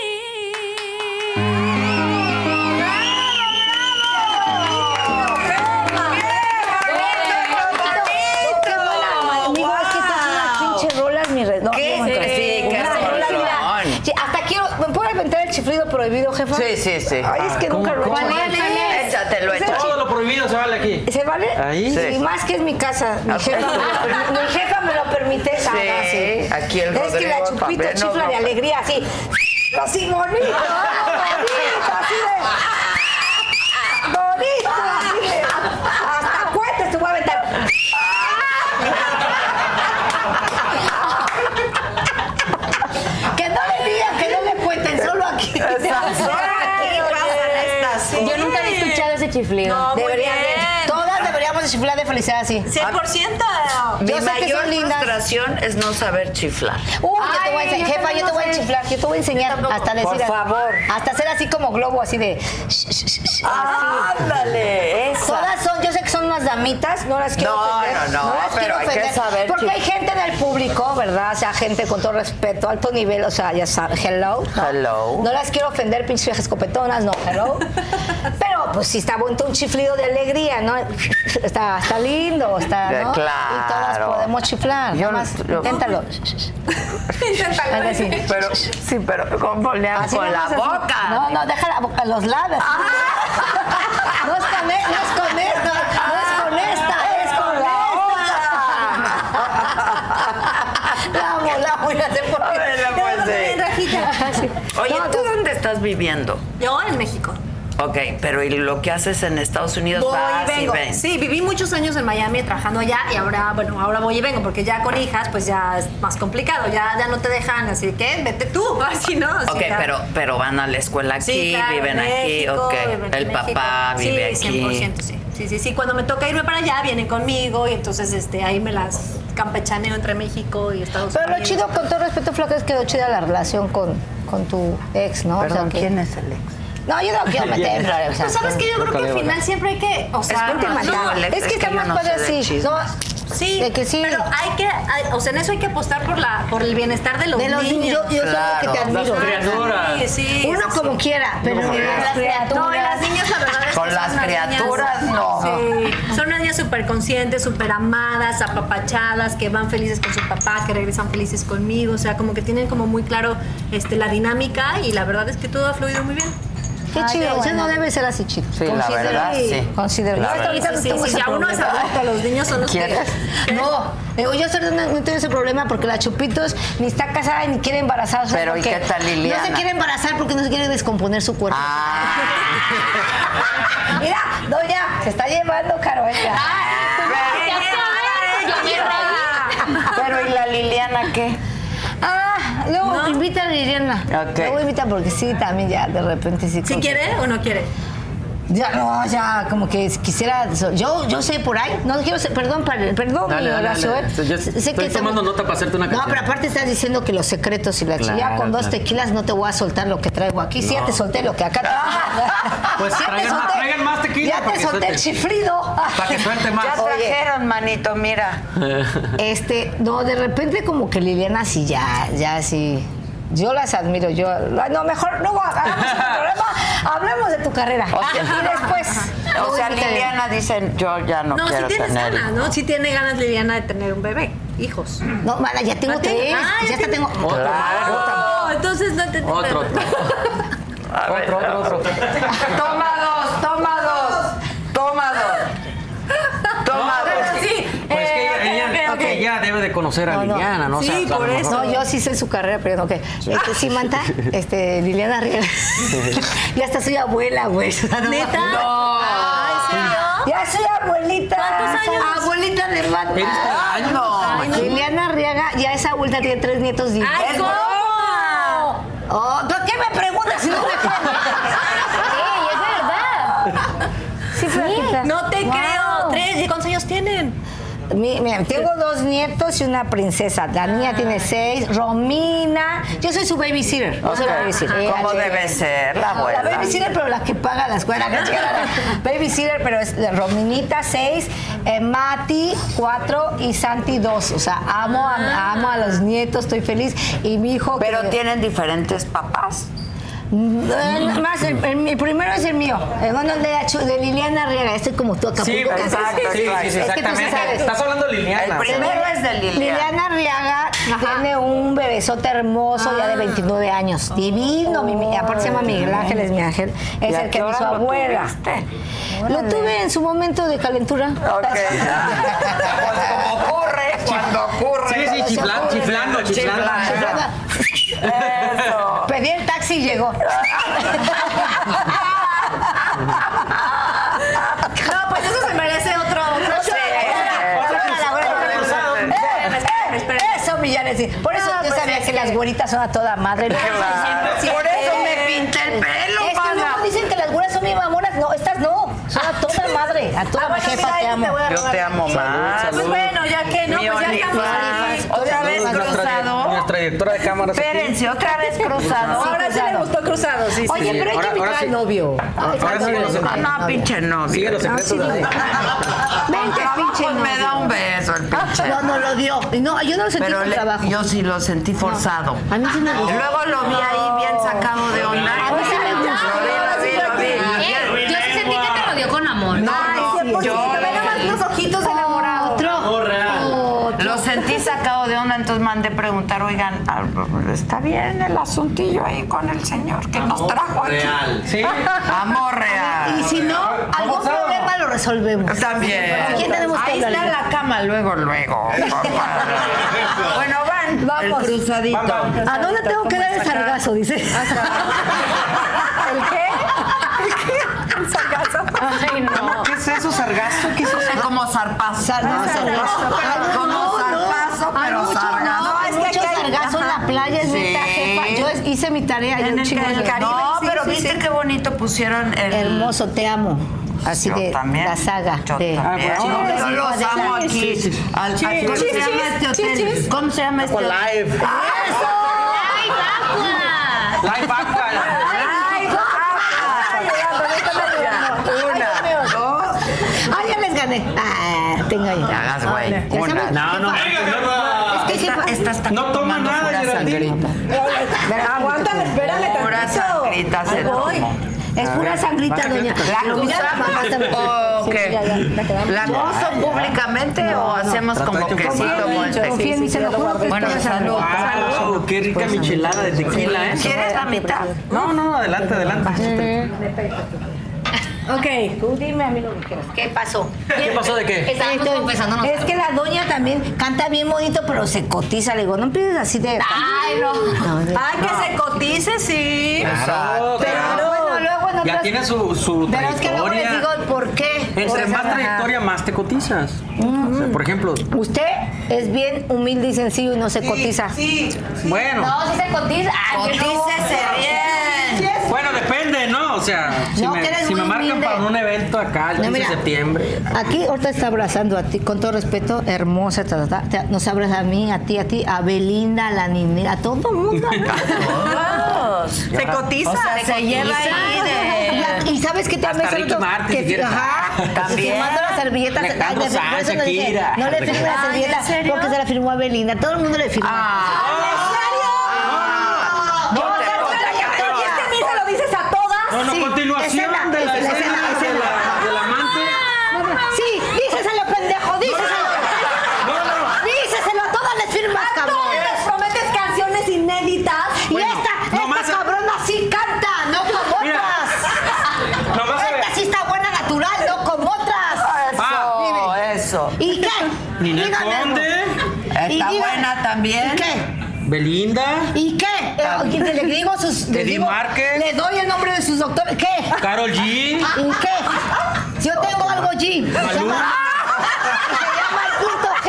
Qué buena, amigo, es que estas son las pinches rolas, mi red. No, ¿Qué? no, Sí, no, qué una rola, mira. rolón. Sí, hasta quiero. ¿Me puedo aventar el chiflido prohibido, jefa? Sí, sí, sí. Ay, es que nunca lo he hecho. ¿Cuál es? Échatelo, échatelo. Todo lo prohibido se vale aquí. ¿Se vale? Ahí. Sí, más que es mi casa. Mi jefa me lo permite. Sí, aquí el Es que la Rodrigo chupita también, no, chifla no. de alegría, así. Así bonito, bonito, así de. Bonito, así de. Hasta cuentas te voy a aventar. Que no le digan, que no le cuenten, solo aquí. Yo nunca había escuchado ese chiflido. No, muy Deberían de- bien. todas deberíamos de chiflar de felicidad así. 100%. Mi Yo sé que mayor son lindas. frustración es no saber chiflar. Uy, yo te voy a Ay, decir, yo jefa, yo te voy a también no sé. chiflar. yo te voy a enseñar hasta decir. Por favor. Hasta hacer así como globo, así de. Ándale, esa. Todas son, yo sé que son unas damitas, no las quiero ofender. No, las pero quiero hay que ofender. saber, porque chicos. hay gente del público, ¿verdad? O sea, gente con todo respeto, alto nivel, o sea, ya sabes, hello. ¿no? Hello. No las quiero ofender, pinches viejas copetonas, no, hello. Pero, pues, sí está bonito un chiflido de alegría, ¿no? Está lindo, está, ¿no? Claro. Y todas podemos chiflar, Yo- nada más, yo- inténtalo. Inténtalo. Así. Pero con la Así boca. nomás así. No, deja la boca, los labios. No es con esta, es con la otra. La amo, ya se fue. A ver, pues, Sí. Oye, No, ¿tú dónde estás viviendo? Yo en México. Ok, pero ¿y lo que haces en Estados Unidos? Voy vas y vengo. ven. Sí, viví muchos años en Miami trabajando allá y ahora voy y vengo porque ya con hijas pues ya es más complicado, ya no te dejan, así que vete tú, así no. Así Ok, que- pero van a la escuela aquí, Sí, claro, viven en México, aquí, ok. viven en El México. papá vive sí, aquí. 100%, sí. Sí, cuando me toca irme para allá vienen conmigo y entonces ahí me las campechaneo entre México y Estados Pero lo Unidos. chido, con todo respeto, Flaca, es que quedó chida la relación con tu ex, ¿no? Perdón, O sea, que- ¿quién es el ex? No, yo no quiero meter, o sea, Pues sabes que yo creo que al final siempre hay que, o sea, Es última no, etapa, Alex, es que está yo más no padre sé de así. chismes. No, sí, de que sí. pero o sea, en eso hay que apostar por el bienestar de los niños. Yo Claro. soy lo que te admiro. Las criaturas. Sí, Uno como quiera, pero las No, y criaturas. las niñas, la verdad es que Con son las unas criaturas, niñas, no. Sí, son unas niñas súper conscientes, súper amadas, apapachadas, que van felices con su papá, que regresan felices conmigo. O sea, como que tienen como muy claro la dinámica y la verdad es que todo ha fluido muy bien. Qué chido, eso no debe ser así, chido. Sí, la verdad, sí. Considero. La Yo hasta ahorita no Sí, tengo ese ya uno es problema. adulto, los niños son los ¿Quieres? que... No, yo hasta ahorita no tengo ese problema porque la Chupitos ni está casada ni quiere embarazar. o sea, Pero, ¿y porque qué tal Liliana? No se quiere embarazar porque no se quiere descomponer su cuerpo. Mira, doña, se está llevando Carola. Pero ¿y la Liliana qué? Luego invita a Liliana. Ok. Luego invita porque sí, también ya de repente sí. ¿Sí quiere o no quiere? Ya, no, ya, como que quisiera. Yo sé por ahí. No quiero ser. Perdón, Dale, Horacio, dale. Yo Sé estoy que tomando nota para hacerte una No, canción. pero aparte estás diciendo que los secretos y la Claro, chilla con dos claro. tequilas no te voy a soltar lo que traigo aquí. Sí, ya te solté lo que acá Pues Sí, ya te traigan más tequila Ya para te que solté el suelte. chiflido. Para que suelte más. Ya trajeron, manito, mira. No, de repente como que Liliana sí, ya sí. Yo las admiro, no, mejor no hagamos el problema, hablemos de tu carrera. O sea, y después. O sea, invítale. Liliana dice, yo ya no No, sí quiero tienes tener. ganas, ¿no? Sí tiene ganas Liliana de tener un bebé, hijos. No, mana, ya tengo ¿Ah, tiene? tres. Ah, ya hasta tengo. Oh, entonces no te... Otro. Otro. Toma dos. Sí, Pues que ella debe de conocer a No, no. Liliana, ¿no? Sí, O sea, a por lo eso. mejor- No, yo sí sé su carrera, pero no, que Samantha, Liliana Riera. Ya hasta soy abuela, güey. O sea, ¿Neta? No. Ay, ¿en serio? Ya soy abuelita. ¿Cuántos años? Abuelita de Mata. ¿Eres Ay, no. Liliana Arriaga, ya esa abuelita tiene 3 nietos. ¡Ay, cómo! Oh, ¿por qué me preguntas si no me ¡Ey, es verdad! Sí, Flaquita. No te Wow. creo. ¿3? ¿Y cuántos años tienen? Mira, tengo 2 nietos y una princesa. La niña tiene 6. Romina. Yo soy su babysitter. Yo soy la babysitter. ¿Cómo Ella- debe ser la La abuela? babysitter, pero la que paga la escuela. Babysitter, pero es de Rominita, 6, Mati, 4 y Santi, 2. O sea, amo a los nietos, estoy feliz. Y mi hijo... Pero que- tienen diferentes papás. Más, el primero es el mío. Bueno, el de Liliana Arriaga. Estoy como tú, Acapulco. Sí, Exacto, exacto. Sí, exacto. sí, Es que tú sí exactamente. sabes. Estás hablando de Liliana. El primero es de Liliana. Liliana Arriaga tiene un bebesote hermoso ya de 29 años. Divino. Aparte se llama Miguel Ángel, es mi ángel. Es ¿Y a el qué que hora su lo abuela. tuviste? Lo tuve en su momento de calentura. Ok. Pues como ocurre, cuando ocurre. Sí, chiflando. Eso. Pedí el taxi y llegó. No, pues eso se merece otro. Eso, Millanes. Por eso yo sabía que las güeritas son a toda madre. Claro. Por eso me pinté el pelo, Es que mana. luego dicen que las güeras son bien mamonas. No, estas no. Son a toda madre. A toda bueno, jefa mira, te ahí amo. te voy a Yo te amo más. Pues bueno, ya que no, Mi pues ya OnlyFans. estamos. Otra vez cruzado. Nuestra directora de cámaras. Espérense, otra vez cruzado. Ahora sí le gustó cruzado, sí. Oye, pero hay que invitar al novio. Ahora sí los No, pinche no. Sigue los secretos. Vente, pinche Pues me novio. da un beso el pinche. No lo dio. No, yo no lo sentí Pero con trabajo. yo sí lo sentí forzado. A mí sí me gustó. Luego lo vi ahí bien sacado de onda. A mí sí me gustó. Lo vi. Yo sí sentí que te lo dio con amor. No, yo Los ojitos enamorados. Otro. lo sentí sacado de onda, entonces mandé preguntar, oigan, ¿está bien el asuntillo ahí con el señor que nos trajo aquí? Real. ¿Sí? Amor real. Y si no, algún problema lo resolvemos. También. ¿Quién tenemos que Ahí hablar? está la cama, luego. Bueno, van. Vamos. El cruzadito. ¿A dónde tengo que dar el sargazo? Dice. ¿El qué? ¿El sargazo? Ay, no. ¿Qué es eso, sargazo? ¿Qué es eso? Como zarpazo. Sargazo. Como zarpazo, pero sargazo. No, es que mucho sargazo en la playa, es Sí. neta, jefa. Yo hice mi tarea. En yo el chingo de- Caribe. No, Sí, pero sí, viste sí. qué bonito pusieron el... Hermoso, te amo. Así Yo de también. la saga. Yo de... también. Sí, Yo sí, los sí, amo sí, aquí. sí. ¿Cómo se llama este hotel? ¿Cómo se llama este hotel? Live. ¡Eso! Live Aqua. Una, dos. Ah, ya les gané. Ah, tengo ahí. Te hagas, güey. Ya Una. sabes- No. Es que jefa, Esta está No toma tomando nada, pura Geraldine. sangrita. Aguántame, espérale Pura tantito. sangrita se Ahí voy. tomó. es pura sangrita, doña. ¿La Pero mira, acusamos? mamá también. ¿O Sí, qué? ya, la quedamos. ¿La acuso públicamente o hacemos como que sí tomó el Confía en mí, se lo juro que es Bueno, pura salud. sangrita. Wow, qué rica michelada de tequila, ¿eh? ¿Quieres la mitad? No, adelante. Ok. Tú dime a mí lo que quieras. ¿Qué pasó? ¿Qué pasó de qué? Estábamos confesándonos. Es que la doña también canta bien bonito, pero se cotiza. Le digo, no empieces así de... Ay, no. Ay, que se cotice, sí. Claro, Pero claro. bueno, luego en Ya otras- tiene su Pero es que luego les digo trayectoria. el por qué. Entre O sea, más ajá. trayectoria, más te cotizas. O sea, por ejemplo, Usted es bien humilde y sencillo y no se cotiza. bueno, No, si se cotiza. Ay, no. Cotícese bien. bueno, depende, ¿no? O sea, si No, me, que eres si me muy marcan humilde. para un evento acá el No, 15 de mira. septiembre. Aquí ahorita está abrazando a ti, con todo respeto, hermosa, nos abraza a mí, a Belinda, a la Ninera, a todo el mundo. Se cotiza. O sea, se lleva ahí de... Y sabes qué te Hasta amé, Ricky Santos? Martin, si quieres. También. Firmando las servilletas. Alejandro Ay, por Sanz, eso le dije, Shakira. no le firme la Ay, servilleta ¿en serio? porque se la firmó a Belinda. Todo el mundo le firmó. No te Es que a mí se lo dices a todas. No, Sí, continuación escena, de la escena, escena escena. del amante. Sí, díceselo, pendejo, díceselo. Díceselo, a todas les firmas, cabrón. Les prometes canciones inéditas. Y Bueno, esta nomás- cabrona sí canta, no como Mira, otras. nomás se ve. Esta sí está buena natural, no como otras. Eso. ¿Y qué? Ninel Dígame algo. Conde, Está dígame. buena también. ¿Y qué? Belinda, ¿Y qué? Le digo sus... le Eddie digo- Márquez. Le doy el nombre de sus doctores. ¿Qué? Karol G, ¿Y qué? Yo tengo algo G. Se llama el punto G.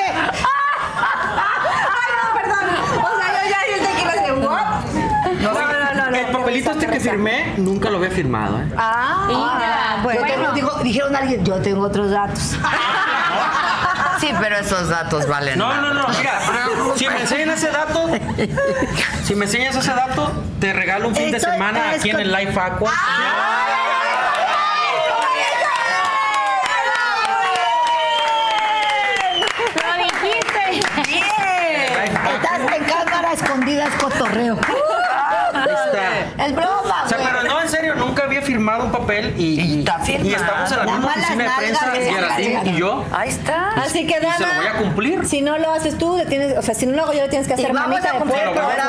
Ay, no, perdón. O sea, yo ya di el tequila de what? No. el papelito este que firmé, nunca lo había firmado, ¿eh? Bueno, dijeron alguien, yo tengo otros datos. Sí, pero esos datos valen. No, mira, si me enseñas ese dato, te regalo un fin de Esto semana es aquí en el Live Aqua. Lo dijiste. Estás en cámara escondida, es cotorreo. Ahí está. Es broma, O sea, güey. pero no, en serio, nunca había firmado un papel y está firmado. estamos en la Nada misma más las oficina de prensa, nalgas de Geraldine y yo. Ahí está. Así que, Y se lo Dana, voy a cumplir. si no lo haces tú, le tienes, o sea, si no lo hago yo, le tienes que hacer vamos manita a de cumplir puerco. con Dana,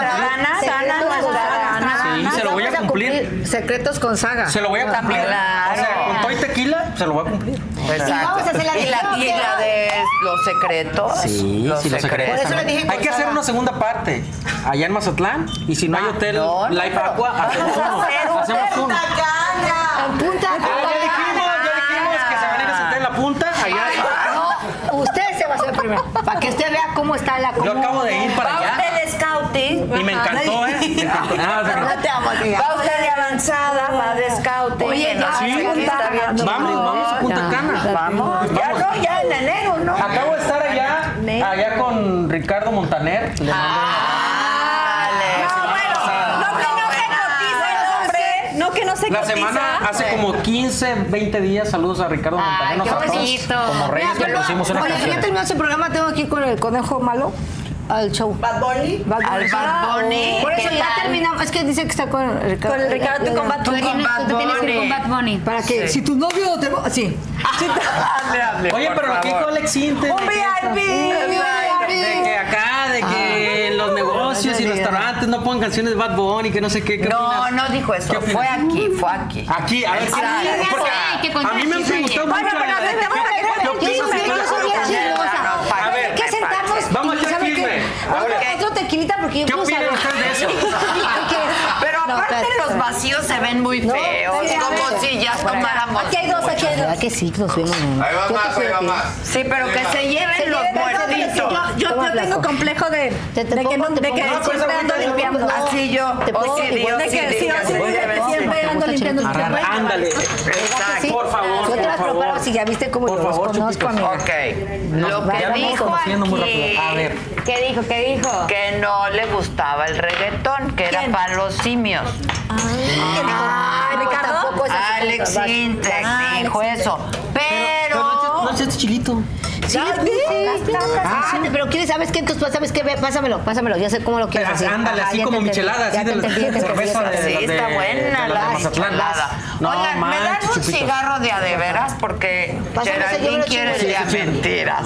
Sí, se lo voy a cumplir. Secretos con saga. Se lo voy a cumplir. Claro. O sea, con todo y tequila, se lo voy a cumplir. Exacto. Y vamos a hacer la y la de los secretos. Sí, los sí, los secretos. Por eso le dije Hay que hacer Gonzaga. una segunda parte allá en Mazatlán. Y si no hay hotel no, Live pero- Aqua, hacemos uno. Hacemos uno. En punta. Ya dijimos que se van a ir a sentar en la punta. Allá. No, usted se va a hacer primero. Para que usted vea cómo está la Yo acabo de ir para allá. del scouting. Y me encantó, ¿eh? Me encantó. te amo, amiga. Va usted de avanzada, va de scouting. Oye, ya, Sí, está bien. Vamos a Punta Cana. Vamos. Ya no, ya en enero, ¿no? Acabo de estar allá con Ricardo Montaner. Le mando no se La cotiza. semana, hace como 15, 20 días, saludos a Ricardo Montaño. qué bonito. Como Reyes Ya, le pusimos una oye, ya canción. terminó ese programa, tengo aquí con el conejo malo al show. Bad Bunny. Al Bad Bunny. Por eso ¿Qué ya tal? terminamos. Es que dice que está con Ricardo. Con el Ricardo, tú con Bad Tú Bunny. tienes que ir con Bad Bunny. Para que si tu novio te va. Sí. Oye, pero aquí con Alex Intec. Un VIP. De que acá, de que en los negocios y restaurantes no pongan canciones de Bad Bunny, que no sé qué. ¿Qué No, opinas? no dijo eso. ¿Qué opinas? Fue aquí. Aquí, a ver, Exacto. porque que a mí me han preguntado mucho. ¿Qué opinas de Yo soy bien chismosa. A ver, Hay que sentarnos. vamos a hacer ¿sabe chisme. qué? A ver. Otro tequilita porque yo ¿Qué quiero opinan saber. ustedes de eso? Pero No, aparte espérate. los vacíos se ven muy feos. sí, a Como ver. si ya tomáramos. Aquí hay dos, aquí hay dos. ¿Verdad que sí? Nos vemos. Ahí va más, ahí va más. Sí, pero que se lleven los muertitos. Yo tengo complejo de Te que pongo, no, te de que pongo. siempre ando limpiando. Así yo. Te puedo- O sí, Dios, De sí, que sí, Dios, o sí, sí, de que debe siempre ser. ando limpiando. Ándale. Exacto. Por favor, Yo te las por favor. preparo si ya viste cómo Por yo los favor, conozco, Chupitos. amiga. Ok. Lo que ya lo vamos dijo conociendo muy aquí, rápido. A ver. ¿Qué dijo? que no le gustaba el reggaetón, que era para los simios. Ricardo. Tampoco es así. Alex Intec dijo eso. Pero... No seas chilito. Sí, pero ¿quieres? ¿Sabes qué? Entonces, ¿sabes qué? Ve, pásamelo. Ya sé cómo lo quieres hacer. Ándale, Ajá, así ya como te entendí. michelada, así Ya te de entendí, ya te entendí, cerveza ya te entendí. Sí, está buena la Mazatlán. michelada. No, Oigan, ¿me dan manches, un Chupitos. cigarro de adeveras? Porque Pásame, Geraldine señora quiere Chupitos. el de a mentiras.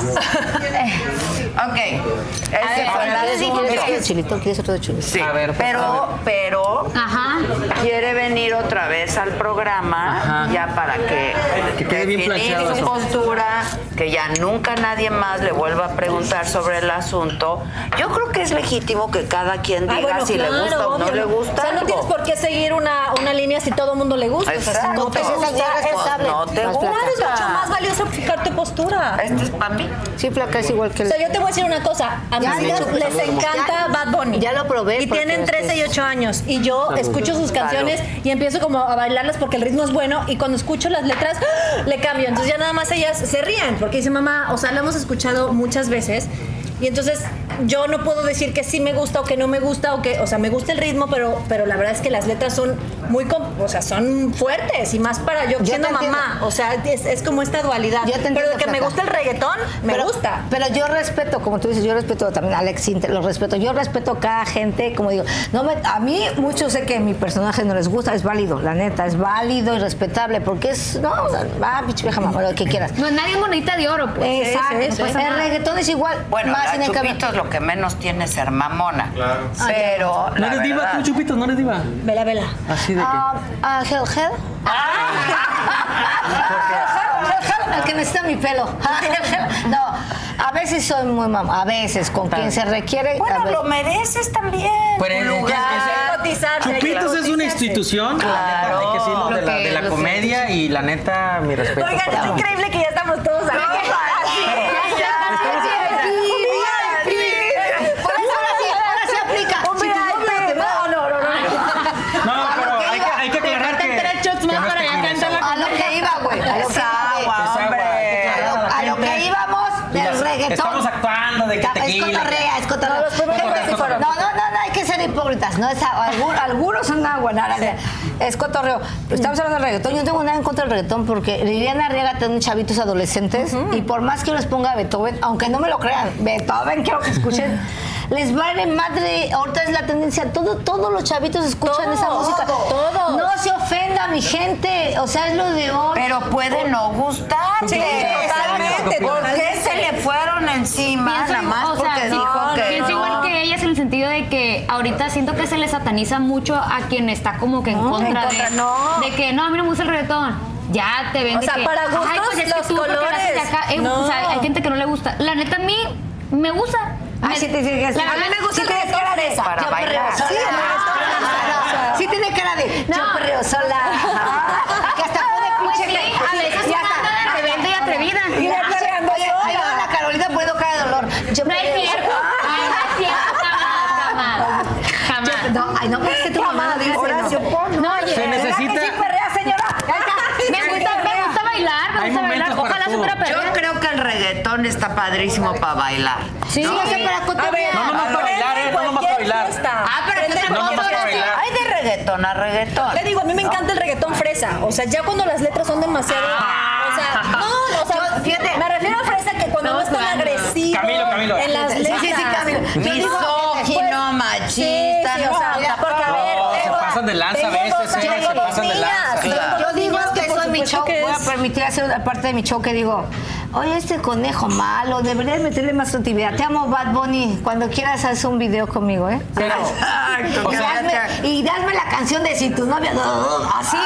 Ok. Ese fue ¿Quieres el otro de asunto. chilito? ¿Quieres otro de chilito? Sí, A ver, pero Ajá. quiere venir otra vez al programa Ajá. ya para que quede bien definir planchado su eso. postura, que ya nunca nadie más le vuelva a preguntar sobre el asunto. Yo creo que es legítimo que cada quien diga si le gusta o no le gusta. O sea, no tienes algo. por qué seguir una línea si todo el mundo le gusta. O sea, si Exacto. no te Pues gusta, esa ya es respetable. No te es mucho gusta. más valioso fijar tu postura. Este es para mí. Sí, flaca, es igual que O el... sea, yo te voy a decir una cosa. A mis hijos les encanta Bad Bunny. Ya lo probé. Y porque tienen es que 13 y 8 años. Y yo escucho sus canciones y empiezo como a bailarlas porque el ritmo es bueno. Y cuando escucho las letras, ¡ah!, le cambio. Entonces ya nada más ellas se ríen. Porque dice, mamá, o sea, lo hemos escuchado muchas veces. Y entonces yo no puedo decir que sí me gusta o que no me gusta o sea, me gusta el ritmo, pero la verdad es que las letras son o sea, son fuertes y más para yo siendo te entiendo. mamá. O sea, es como esta dualidad. Yo te Pero entiendo, de que me flaca. gusta el reggaetón, me gusta. Pero yo respeto, como tú dices, yo respeto también a Alex Intec, lo respeto. Yo respeto a cada gente, como digo. A mí, muchos sé que mi personaje no les gusta, es válido, la neta, es válido y respetable, porque es, no, pinche vieja mamá, lo que quieras. No, nadie es monedita de oro, pues. Exacto. No pasa El nada. reggaetón es igual. Bueno, más la en el cambio. Chupitos lo que menos tiene es ser mamona. Claro. Pero ¿No la eres diva verdad- tú, Chupitos? ¿No eres diva? Vela, vela. Así de que... Hell. El que necesita mi pelo. No, a veces soy muy mamá, a veces con quien se requiere. a Bueno, veces. lo mereces también. Pero Tu lugar. Cotizarse, Chupitos es una institución, Claro. hay que decirlo, de Lo la que- comedia y la neta, mi respeto. Oigan, para es ella. increíble que ya estamos todos aquí. Ahora sí aplica. Si tu novio te va- No, pero hay que aclarar que... que no es tequila, es agua. A lo que iba, güey. A lo Es que agua, Es agua, hombre. A lo que íbamos del reggaetón. Estamos actuando de que Es tequila. cotorrea, es cotorrea. No, los primeros sí fueron. No, hay que ser hipócritas. No, algunos son agua, nada. Es cotorreo. Pero estamos hablando del reggaetón. Yo no tengo nada en contra del reggaetón porque Liliana Arriaga tiene chavitos adolescentes y por más que yo les ponga Beethoven, aunque no me lo crean, Beethoven quiero que escuchen. Les vale madre, ahorita es la tendencia, todos los chavitos escuchan esa música. todos. No se ofenda mi gente, o sea, es lo de hoy. Pero puede no gustarte. Sí, totalmente, ¿Por qué totalmente. se le fueron encima? Pienso Nada más o sea, porque sí, dijo que pienso no. igual que ellas en el sentido de que ahorita siento que se le sataniza mucho a quien está como que en contra de que no, a mí no me gusta el reggaetón. Ya te ven O de sea, que, para gustos, ay, pues es que los tú, ¿por qué lo haces de colores? acá? No. O sea, hay gente que no le gusta. La neta, a mí me gusta. Sí te dice que sí. La verdad, me gusta Sí el tienes cara de reggaetón para yo bailar. perreo sola. Sí, Sí tiene cara de yo No. perreo sola. Que hasta pone Pues pinche. sí, a veces Ya uno está. anda de rebelde y atrevida. Y la perreando sola. Ahí va la Carolina poniendo cara de dolor. Yo No es perreo cierto. sola. Ay, no es cierto, jamás. No, ay, no, pero es que tu mamá lo dice. Horacio, No, oye, Se necesita... Sí perrea, señora. me gusta bailar, me Hay gusta bailar. momentos para Ojalá todo. entra a Yo perrear. creo que el reggaetón está padrísimo para bailar. Sí, ¿no? sí. para cotorrear. No nomás para bailar, no nomás para bailar. Ah, pero que No, nomás para bailar. hay de reggaetón a reggaetón. Le digo, a mí me encanta el reggaetón fresa. O sea, ya cuando las letras son demasiado. O sea, no, o sea, Fíjate. me refiero a fresa que cuando no es tan agresivo. Camilo. En las Sí, letras. sí, Camilo. Misógino, machista, Sí, o sea, no. porque a ver, No, se tengo- pasan de lanza a tengo veces, dos- se tengo dos pasan de niñas, lanza. tengo Claro. dos Yo digo niñas que eso en mi por show, supuesto que voy a es- permitir hacer una parte de mi show que digo, oye, este conejo malo, deberías meterle más creatividad. Te amo, Bad Bunny. Cuando quieras, haz un video conmigo, ¿eh? Pero, Exacto. o sea, Y dame la canción de Si tu novia... Así,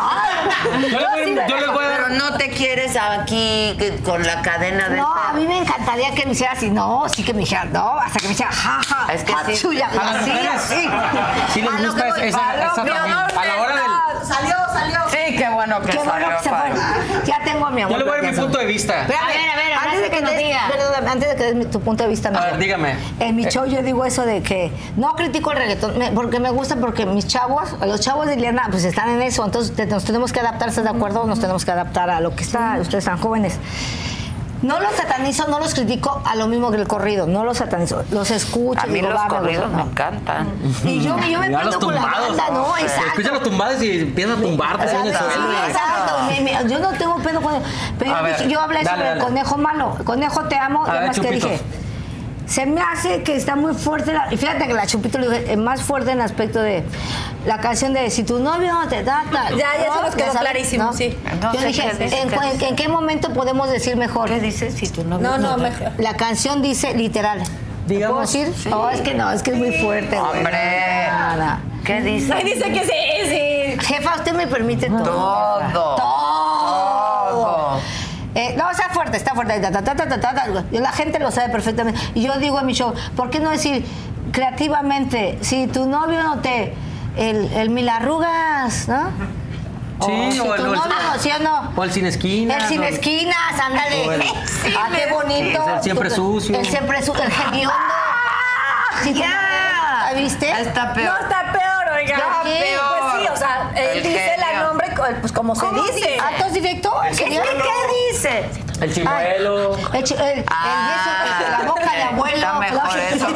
yo les voy a Pero dar. no te quieres aquí con la cadena de... No, a mí me encantaría que me hiciera así, no, sí que me dijera, no, hasta que me dijera, jaja, Es que sí. chuya, A las así, mujeres así. sí les A lo gusta que voy, esa a lo que también. voy. A la hora del. Salió. Sí, qué bueno que Qué bueno salió, que se fue. Pablo. Ya tengo a mi amor. Yo le voy a dar mi Espérame. punto de vista. Espérame, A ver, ahora antes de que que nos des, diga. perdóname, antes de que des tu punto de vista, mi A ver, amor. dígame. En mi show yo digo eso de que no critico el reggaetón, porque me gusta, porque mis chavos, los chavos de Ileana, pues están en eso, entonces nos tenemos que adaptar, ¿estás de acuerdo? Nos tenemos que adaptar a lo que está, ustedes están jóvenes. No los satanizo, no los critico a lo mismo que el corrido, no los satanizo, los escucho. A mí digo, los va, corridos me gusta. encantan. Y yo me Ya los prendo con la tumbados. banda, ¿no? Exacto. Escuchan los tumbados y empiezan a tumbarte ahí en el Exacto, suelo. sí, exacto. Yo no tengo pedo con pero A ver, yo hablé dale, sobre dale. el conejo malo. Conejo, te amo. A ver, Además que Chupitos. dije, se me hace que está muy fuerte. Y fíjate que la Chupito le dije, más fuerte en el aspecto de la canción de Si tu novio no te trata. Ya se nos quedó sabes, clarísimo, sí. Entonces, Yo dije, ¿qué dice? ¿en qué momento podemos decir mejor? ¿Qué dices si tu novio No, te- mejor. La canción dice literal. Digamos, ¿Puedo decir? No, es que no, es que es muy fuerte, güey. Hombre, Nada. ¿qué dices? Ay, dice que sí. Jefa, usted me permite todo. Todo. Todo. No, está fuerte. La gente lo sabe perfectamente. Y yo digo en mi show, ¿por qué no decir creativamente, si tu novio no te... El mil arrugas, ¿no? Sí, si tu o el- novio no, ¿sí o no? O el sin esquinas. El sin o esquinas, ándale. o el- Qué bonito. el siempre sucio. El siempre sucio, el hediondo. Si tu- Ya. ¿Viste? Está No, peor. está peor, oiga. Está ¿Qué? peor. Pues sí, o sea, él El dice la genio. nombre pues como se dice. ¿Actos directo? ¿Qué dice? El chimuelo. La boca de abuelo. Está mejor eso que...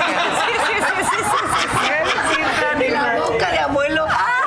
La boca de abuelo.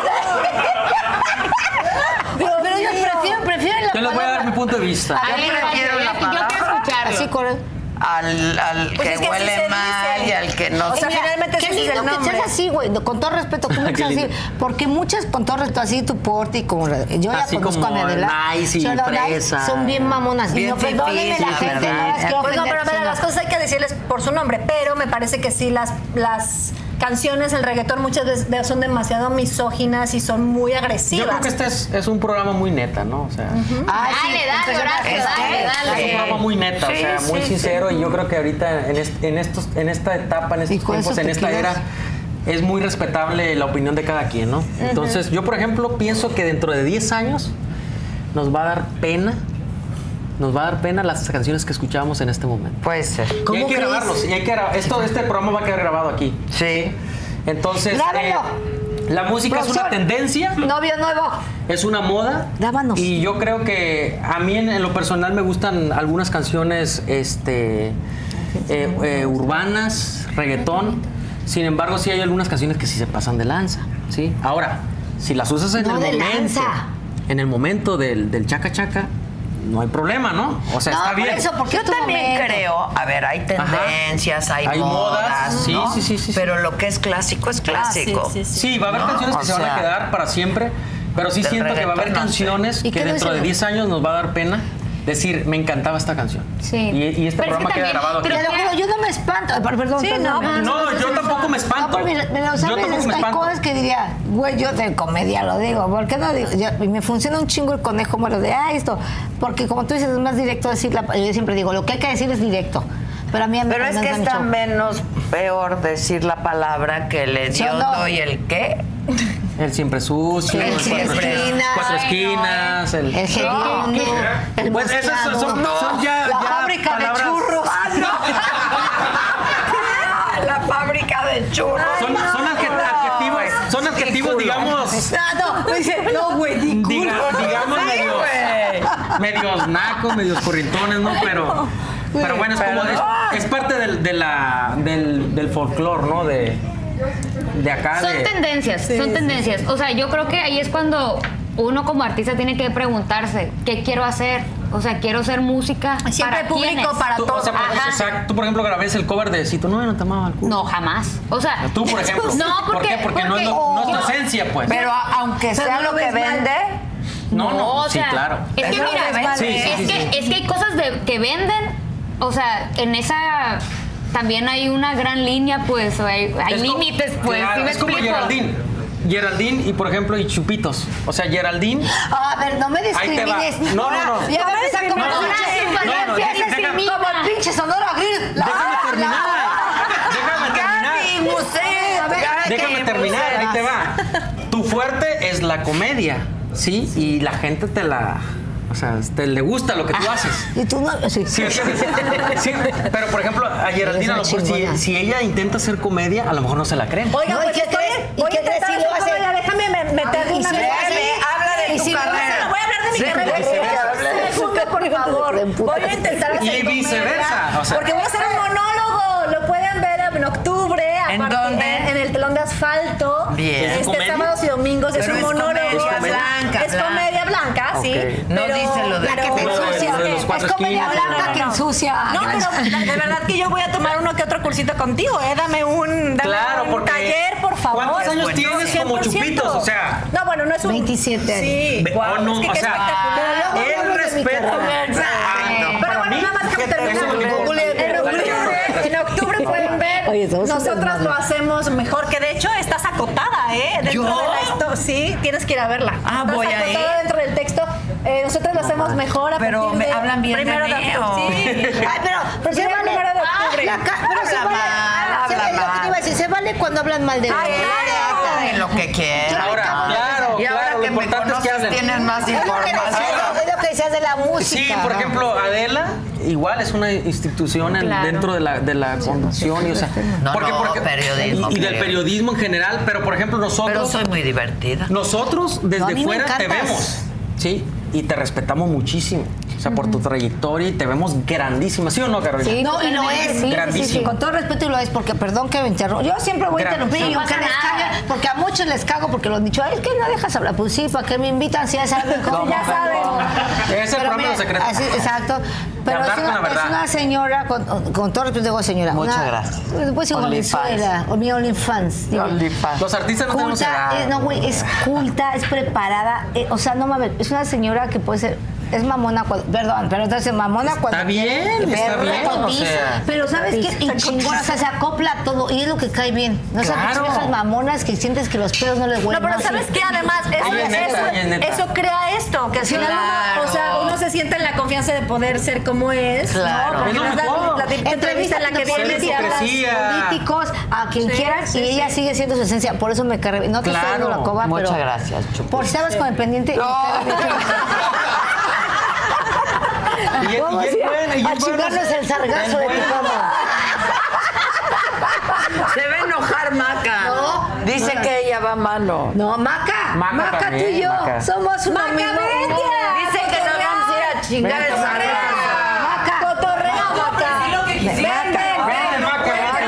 Pero yo prefiero la Yo les voy a dar mi punto de vista. Yo prefiero la Yo quiero palabra escucharlo. Así corre. al Pues que es que así huele se mal dice. y al que no... O sea, Mira, finalmente qué ese es el lindo que nombre. seas así, güey. Con todo respeto, ¿cómo que Qué seas así? lindo. Porque muchas, con todo respeto, así tu porte y como... Yo ya Así conozco a como mi Adela. nice y Yo la verdad, fresa. son bien mamonas. Bien y no, perdónenme fifís, la la gente, verdad. no las quiero Pues no, ofender, pero mira, las cosas hay que decirles por su nombre, pero me parece que sí, las canciones, el reggaetón muchas veces son demasiado misóginas y son muy Yo agresivas. creo que este es un programa muy neta, ¿no? O sea, Dale, Horacio, dale. es un programa muy neta, o sea, muy sincero. Y yo creo que ahorita en esta etapa, en estos con tiempos, esos en esta era, tequilas. es muy respetable la opinión de cada quien, ¿no? Entonces, yo, por ejemplo, pienso que dentro de 10 años nos va a dar pena. Nos va a dar pena las canciones que escuchamos en este momento. Puede ser. Y hay que grabarlos. Y hay que este programa va a quedar grabado aquí. Sí. Entonces, Grábenlo. la música es una Producción. tendencia. Novio nuevo. Es una moda. Grábanos. Y yo creo que a mí en lo personal me gustan algunas canciones urbanas, reggaetón. Sin embargo, sí hay algunas canciones que sí se pasan de lanza, ¿sí? Ahora, si las usas en No de el momento, lanza. en el momento del chaca chaca, no hay problema, ¿no? O sea, No, está por bien. eso, porque Yo es tu también momento. creo, a ver, hay tendencias, hay Hay modas, modas, sí, ¿no? sí. Pero lo que es clásico es clásico. Sí, va a haber No, canciones que o se van a sea, quedar para siempre, pero sí del siento que va a haber reggaetón, no sé. canciones ¿Y que qué no dentro de dicen? 10 años nos va a dar pena decir, me encantaba esta canción. Sí. Y este Pero es que programa queda también- grabado aquí. pero Te lo juro, yo no me espanto. Perdón, Sí, perdón. No, yo tampoco me espanto. No, pero Yo ¿sabes? tampoco me Hay espanto. cosas que diría, güey, yo de comedia lo digo. ¿Por qué no digo? Y me funciona un chingo el conejo malo de, esto. Porque como tú dices, es más directo decir yo siempre digo, lo que hay que decir es directo. Pero a mí me Pero es que me está mucho. menos peor decir la palabra que el hediondo y el qué. El siempre sucio, El cuatro siempre esquinas. cuatro esquinas, el... El hediondo, el Pues esas son mosqueado, ya la ya fábrica de palabras- churros. La fábrica de churros. Son adjetivos, digamos, No, me dice, no, güey, digamos Sí, medio, güey. medios nacos, medios corrientones, ¿no? Pero bueno, es como es parte del folclore, ¿no? De acá. Son tendencias. O sea, yo creo que ahí es cuando uno como artista tiene que preguntarse, ¿qué quiero hacer? O sea, quiero hacer música siempre para público, quiénes. para Tú, todos. o sea, tú, por ejemplo, grabé el cover de Si tu novio no te amaba el culo. No, jamás. O sea, Tú, por ejemplo. No, ¿Por qué? Porque no es tu esencia, pues. Pero aunque sea lo que vende... No, o sea, sí, claro. Es que mira, es que hay cosas que venden, o sea, en esa también hay una gran línea, pues, hay límites, pues, claro, ¿sí me es como explico? Geraldine y, por ejemplo, y Chupitos. O sea, Geraldine... A ver, no me discrimines. No. Ya va a empezar como No, como el pinche Sonora Grill. Déjame terminar, ahí te va. Tu fuerte es la comedia, ¿sí? Y la gente te la... O sea, le gusta lo que tú haces. Y tú no... Sí. Sí, pero por ejemplo, a Geraldine, a lo mejor, si ella intenta hacer comedia, a lo mejor no se la creen. Oiga, No, pues ¿y qué voy a intentar hacer comedia. Déjame meterle una vez. Habla de tu carrera. Voy a hablar de mi carrera. Por favor. Voy a intentar hacer Y viceversa. O sea, porque voy a hacer un monólogo. Lo pueden ver en octubre. ¿En aparte, dónde? En el Telón de Asfalto. Bien. ¿Comedia? Sábados y domingos. Pero es un es monólogo. comedia blanca, Es comedia blanca, sí. Ok. No dice lo de pero- que te ensucia. de los cuatro Es comedia esquinas, blanca no. que ensucia. No, pero de verdad que yo voy a tomar uno que otro cursito contigo, Dame un Claro, porque taller, por favor. ¿cuántos años Bueno, tienes como 100%. Chupitos? O sea... No, bueno, no es un... 27 años. Sí. O no, es que o qué sea, espectacular. el respeto... Pero bueno, nada más déjame terminar. En octubre pueden ver. Oye, somos Nosotras supermanos. lo hacemos mejor, que de hecho estás acotada, Dentro de la sí, tienes que ir a verla. Ah, Estás voy a acotada ir. dentro del texto. Nosotros lo hacemos mejor a Pero partir me de hablan bien de primero mí, octubre. ¿o? Sí. Ay, pero Sí, se el vale. primero de octubre. Pero se Habla vale. mal, Se- habla es lo que te iba a mal. decir, se vale cuando hablan mal de mí. Habla de lo que quieras. Ahora, claro, Y ahora claro, lo que me importante es que conoces hablen. tienes más Es lo que información. decías, es lo que decías de la música. Sí, por ejemplo, Adela igual es una institución Claro. dentro de la conducción y, o sea, No, periodismo, y del periodismo en general, pero por ejemplo Pero nosotros soy muy divertida. nosotros No, a desde mí me fuera te encantas. vemos, ¿sí? Y te respetamos muchísimo. O sea, por tu trayectoria y te vemos grandísima, ¿sí o no, Carolina? Sí, No, y lo es. Grandísimo. Con todo respeto y lo es, porque perdón que me interrumpa. Yo siempre voy a interrumpir y No aunque pasa les nada. cague, porque a muchos les cago porque lo han dicho, "Ay, es que no dejas hablar". Pues sí, ¿para qué me invitan si ya saben cómo? Ya saben. Ese es el Pero programa de los mira, secretos. así, exacto. Pero hablar es con la una, verdad. es una señora, con todo respeto digo señora. Muchas una, gracias. Pues sí, OnlyFans. Venezuela, o mi OnlyFans. digo. Los artistas no tenemos Culta, edad. no, güey, es culta, es preparada. O sea, no mames, es una señora que puede ser. Es mamona cuando. Perdón, pero entonces mamona cuando. Está bien, está bien, o sea. Pero ¿sabes qué? Y chingona, o sea, se acopla a todo y es lo que cae bien. No son Claro. viejas mamonas que sientes que los pedos no les huelen. No, pero sí. ¿sabes qué? Además, Ella es neta, ella es neta. eso crea esto, que al final Claro. o sea, uno se siente en la confianza de poder ser como es, Claro. ¿no? Porque Es lo nos dan mejor. la típica entrevista en la que Cero vienes y hablas. hipocresía. políticos, a quien Sí, quieras, sí, y ella sí. sigue siendo su esencia. Por eso me cargué. No te estoy dando Claro. la coba, Muchas pero. gracias, Chupi. Por si estabas con el pendiente. Y es Vamos buena, y a es buena. chingarnos el sargazo de tu cama. Se va a enojar Maca. No. Dice que ella va malo. No, Maca. Maca Maca, tú también, y yo Maca. somos una Maca, amiga. vente. Dice que nos vamos a ir a chingar el sargazo. Maca. Cotorreo, Maca. Vente, Maca, vente.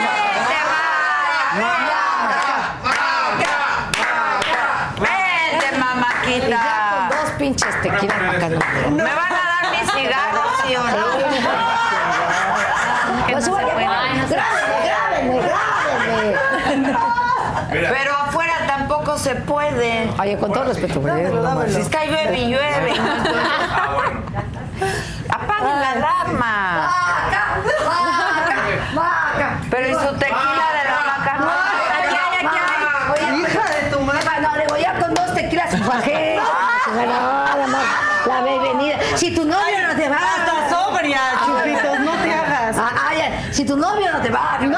Vente, Y ya mamaquita. con dos pinches tequilas Maca no. ¿Me van a dar mis cigarros, sí o no? Pues súbele, grábenme. Pero afuera tampoco se puede. Oye, con todo respeto, güey. Si está llueve y llueve. Apaguen la alarma. Pero ¿y su tequila de la vaca? No. Oye, hija de tu madre. No, le digo, ya con dos tequilas bajé. Nada más. La bienvenida. Si tu novio no te va. Está sobria, Chupitos, no te hagas. Si tu novio no te va. No.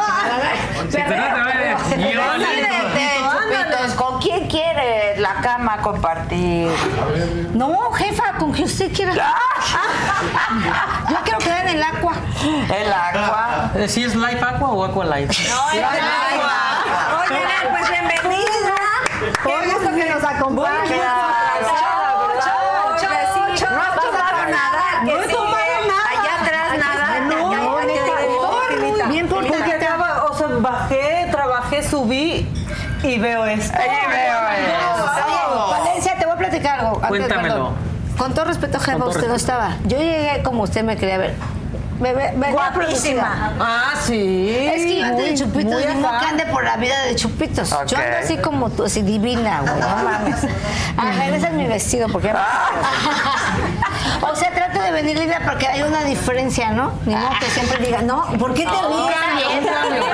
Decídete, Chupitos, ¿con quién quiere la cama compartir? No, jefa, con que usted quiera. Yo quiero quedar en el agua. El agua. ¿Sí es Life Aqua o Aqua Light? No, el agua. Oigan, pues bienvenida. Qué gusto que nos acompañen. No has tomado nada. Y veo esto. Oye, Valencia, te voy a platicar algo. Cuéntamelo. Con todo respeto, jefa, usted no estaba. Yo llegué como usted me quería ver. Guapísima. Ah, sí. Es que yo antes de Chupitos, muy no acá. que ande por la vida de Chupitos. Ok. Yo ando así como tú, así divina, güey, no mames. Ajá, ese es mi vestido, porque o sea, trato de venir linda porque hay una diferencia, ¿no? Ni modo que siempre diga, no, ¿por qué te ríes?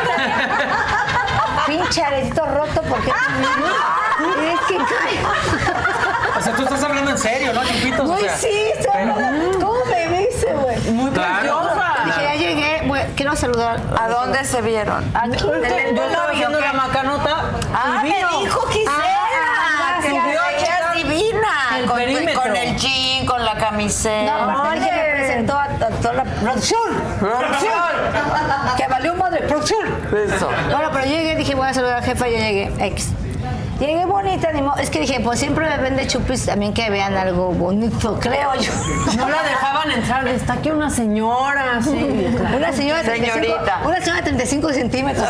Pinche aretito roto, ¿por qué te ríes? Es que cae. O sea, tú estás hablando en serio, ¿no, Chupitos? Güey, O sea, sí, estoy hablando. ¿Cómo me viste, güey? Muy Claro. preciosa. Dije, ya llegué, güey, quiero saludar. ¿A dónde se vieron? Aquí. Yo estaba haciendo la macanota. Ah, y vino. me dijo Gisela. Ah, que gracias. vio ella es divina. El Con, perímetro. con el jean, con la camiseta. No, aparte dije, me presentó a toda la producción. Que valió madre, producción. Eso. Bueno, pero yo llegué, dije, voy a saludar al jefa, ya llegué. X. Llegué bonita, ni modo. Es que dije, pues siempre me vende Chupis también que vean algo bonito, creo yo. No la dejaban entrar. Está aquí una señora, sí. Una señora de 35, Señorita. una señora de 35 centímetros.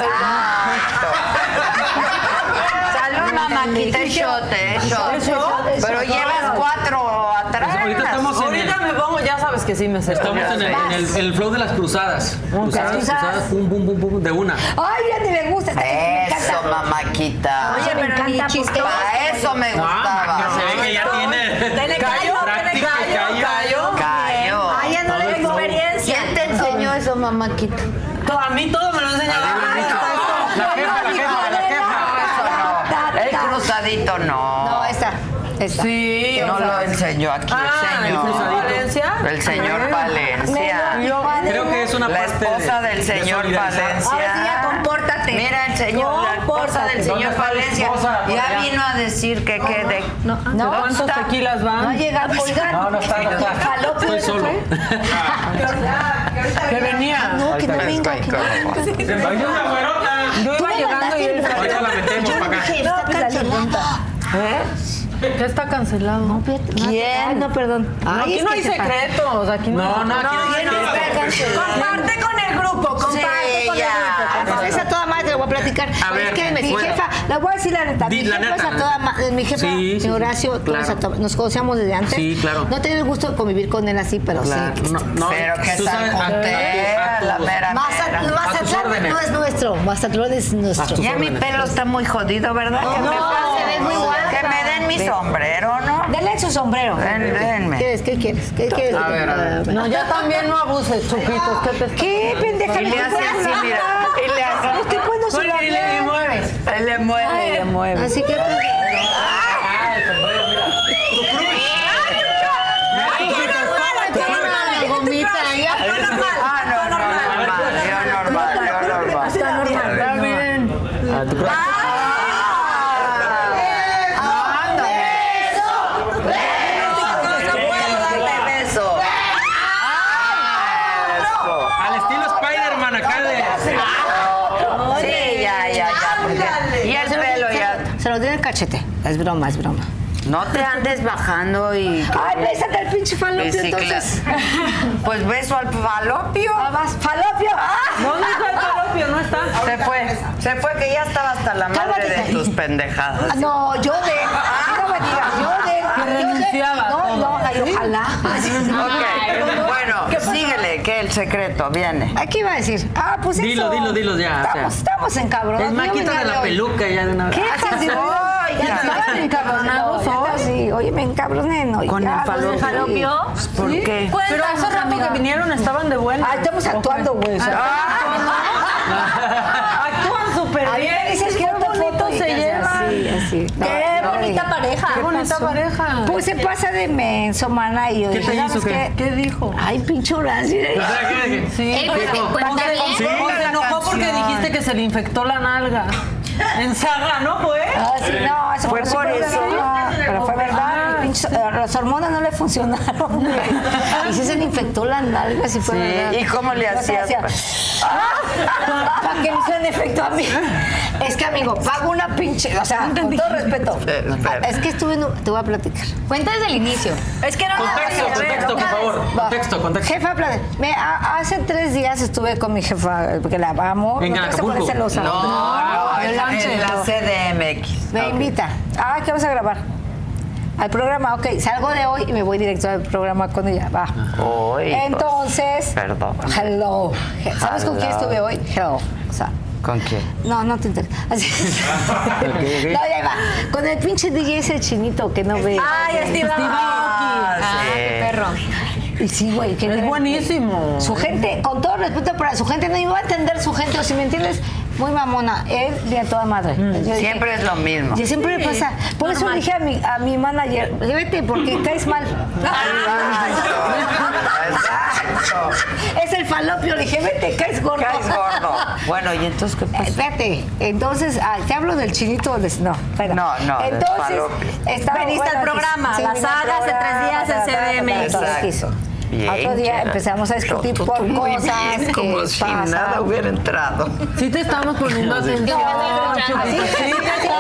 Salud, mamáquita, es shot, shot. Pero llevas 4 atrás. Pues ahorita estamos en Ahorita el, me pongo, ya sabes que sí me sé. estamos en el flow de las cruzadas. Cruzadas, pum, pum, pum, pum, de una. Ay, ya ni me gusta. Me Eso, encanta. mamáquita. Oye, me encanta porque... Para eso me gustaba. Se ve que ya tiene práctica, Callo. Ay, ya no le digo. ¿Quién te enseñó eso, mamáquita? A mí todo me lo enseñaba. La jefa. El cruzadito no. No, esta. Sí. No lo enseñó aquí el señor. Valencia. El señor Valencia. Creo que es una La parte esposa de- del de señor solidarizar. Valencia. Ahora sí ya compórtate. Mira el señor, la esposa del señor ¿Dónde está la Valencia. esposa? Por Ya allá. vino a decir que quede. No, ¿Cuántos está? tequilas van? no llega, oigan. No está. Falopio, Estoy solo. Que venía. No, que no venga. que no Yo iba llegando y él Ahorita la metemos para acá. venga. Está cancelado. ¿Qué está cancelado? No, fíjate. ¿Quién? Ay, no, perdón. Aquí es no que hay se pa- secretos. Aquí no. No, aquí no hay secreto. Comparte con el grupo, comparte con el grupo. Es a toda madre, te lo voy a platicar. A ver, es que mi bueno. jefa, le voy a decir la neta, Di mi la jefa es neta. a toda madre, mi jefa, Sí, mi sí, Horacio, sí, todos claro. a toda- nos conocíamos desde antes. Sí, claro. No tenía el gusto de convivir con él así, pero Claro. sí. No, Pero que tú sabes, salmontea, la mera mera. Mazatlán órdenes. no es nuestro, Mazatlán es nuestro. tus Ya mi órdenes. pelo está muy jodido, ¿verdad? Que me no, pasen- se ve muy guapa. Que me den mi sombrero, ¿no? Denle su sombrero. Denme. ¿Qué quieres? ¿Qué quieres? A ver. No, ya también no abuses, Chupitos. ¿Qué te ¿Qué, pendeja? Y le hace así, mira. Y le hace. Es que cuando se la Y le mueves. Él le mueve, le mueve. Así que... Ah, no, normal. Está normal. Beso. Al estilo Spider-Man acá de. Sí, ya. porque- Y el pelo ya. Se lo tiene el cachete. Es broma, es broma. No te andes bajando y. Ay, bésate al pinche falopio, Bicicleta. entonces. Pues beso al falopio. Vas, falopio. ¿Dónde está el falopio? No está. Se fue que ya estaba hasta la madre de tus pendejadas. No, yo de. No me digas, yo de. Que renunciaba. No, ay, ojalá. Ok, bueno, síguele, que el secreto viene. ¿Qué iba a decir? Ah, pues Dilo, eso. dilo ya. o sea. Estamos encabronados. Es más, Yo quítate venía la hoy. peluca ya de una vez. ¿Qué haces hoy? Ya estaban encabronados hoy. Sí, oye, me encabroné hoy. ¿Con el falopio? falopio? ¿Por qué? Pero hace rato que vinieron estaban de buena. Ah, estamos actuando, güey. Actúan súper A mí bien. me dices, Qué foto, bonito foto, y se que llevan. así. Qué bonita pareja. Qué bonita pareja. Pues se pasa de menso, mana, y yo ¿Qué dije, te ¿sabes hizo, qué? ¿Qué dijo? Ay, pinche Horacio. O sea, ¿qué? Sí. Ey, pero dijo. cuéntale bien. Sí. Se enojó porque dijiste que se le infectó la nalga. En Saga, ¿no fue? Ah, sí, no, eso Fue por eso. Pero fue verdad. Las hormonas no le funcionaron. güey. Y sí se le infectó la nalga, si fue verdad. ¿Y cómo le hacías? Para que me hicieran efecto a mí. Es que, amigo, pago una pinche... O sea, con todo respeto. Es que estuve en... Te voy a platicar. Cuenta desde el inicio. Es que no... Contexto, por favor. Contexto. Jefa, hace 3 días estuve con mi jefa, porque la amo. En no Acapulco. se pone celosa. No, el lunch, en la CDMX. Me invita. ¿Qué vas a grabar? Al programa, ok, salgo de hoy y me voy directo al programa con ella, va. Entonces, perdón. Hello. ¿Sabes con quién estuve hoy? Hello. O sea, ¿con quién? no te interesa. Así. Okay. No, ya va. Con el pinche DJ ese chinito que no ve. Ay, Steve Aoki. Qué perro. Y sí, güey. Que Es buenísimo. Su gente, con todo respeto para su gente, no iba a entender su gente, o si me entiendes, muy mamona. Él de a toda madre. Yo Siempre es lo mismo. Y siempre me pasa. Por eso le dije a mi manager, vete porque caes mal. Exacto. Es el falopio. Le dije, vete, caes gordo. Caes gordo. Bueno, ¿y entonces qué pasa? Espérate. Entonces, te hablo del chinito. No, espera. No, del entonces, falopio. Veniste al programa, la saga hace 3 días en CDMX. Exacto. Bien, Otro día Chela. empezamos a discutir Tú por muy cosas bien, que como si pasan. nada hubiera entrado. Sí te estamos poniendo atención. Así, Sí,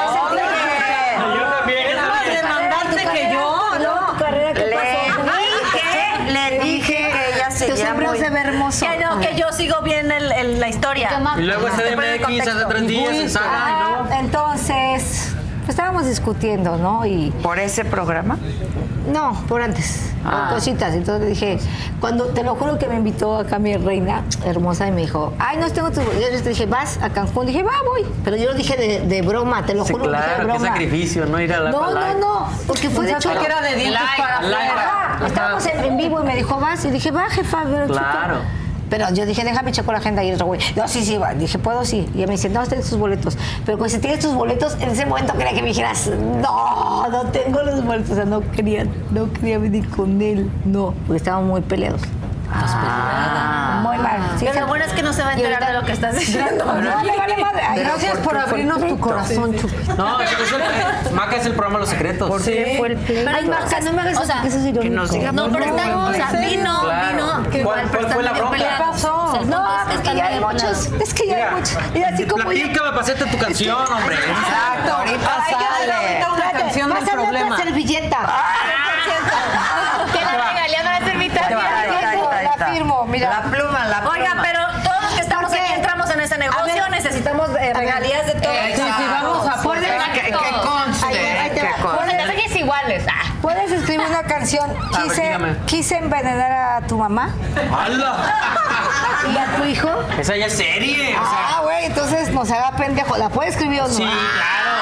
Yo es más demandante que yo, ¿no? Tu carrera, ¿qué pasó? Le dije que ella Tu seguía siempre muy... se ve hermoso. Que no, que yo sigo bien la historia. Y luego CDMX hace 3 días en Saga y luego... Entonces, pues, estábamos discutiendo, ¿no? Y ¿Por ese programa? no, por antes, por cositas. Entonces le dije, te lo juro que me invitó acá mi reina hermosa y me dijo, ay, no tengo tus boletos. Yo te dije, ¿vas a Cancún? Dije, voy. Pero yo lo dije de broma, te lo Sí, juro. Dije de claro, qué broma. sacrificio, ¿no? Ir a la No, porque fue de hecho. Que era de dientes para afuera. Estábamos en vivo y me dijo, vas. Y dije, va, jefa, pero Claro. Pero yo dije, déjame checo la agenda y otro güey. No, sí, va. Dije, ¿puedo? Sí. Y ella me dice, no, tienes tus boletos. Pero cuando si tienes tus boletos, en ese momento quería que me dijeras, no tengo los boletos. O sea, no quería venir con él. No, porque estábamos muy peleados. Muy mal. Sí, Pero lo bueno es que no se va a enterar de lo que estás diciendo. No, me vale madre. Ay, Gracias por abrirnos tu corazón, Chupi. No, Maca es el programa Los Secretos. ¿Por qué fue el pleito? Ay, Marca, no me hagas eso, porque eso es irónico. Que nos diga No, pero está, o sea, vino. ¿Cuál fue la bronca? ¿Qué pasó? No, es que ya hay muchos. Es que ya hay muchos. Y así como yo. Platícame, pasete tu canción, hombre. Exacto, ahorita sale. Una canción del Pásame problema. otra servilleta. Que la regalía no la servita. La firmo, mira. La pluma. Oiga, pero todos los que estamos aquí entramos en ese negocio, necesitamos regalías de todo. Sí, vamos a poner. Que conste. Ahí te va. Que conste. Mensajes iguales. ¿Puedes escribir una canción? dígame. Quise envenenar a tu mamá ¡Hala! y a tu hijo. Esa ya es serie. O sea, Güey, entonces nos haga pendejo. ¿La puedes escribir o no? sí, claro.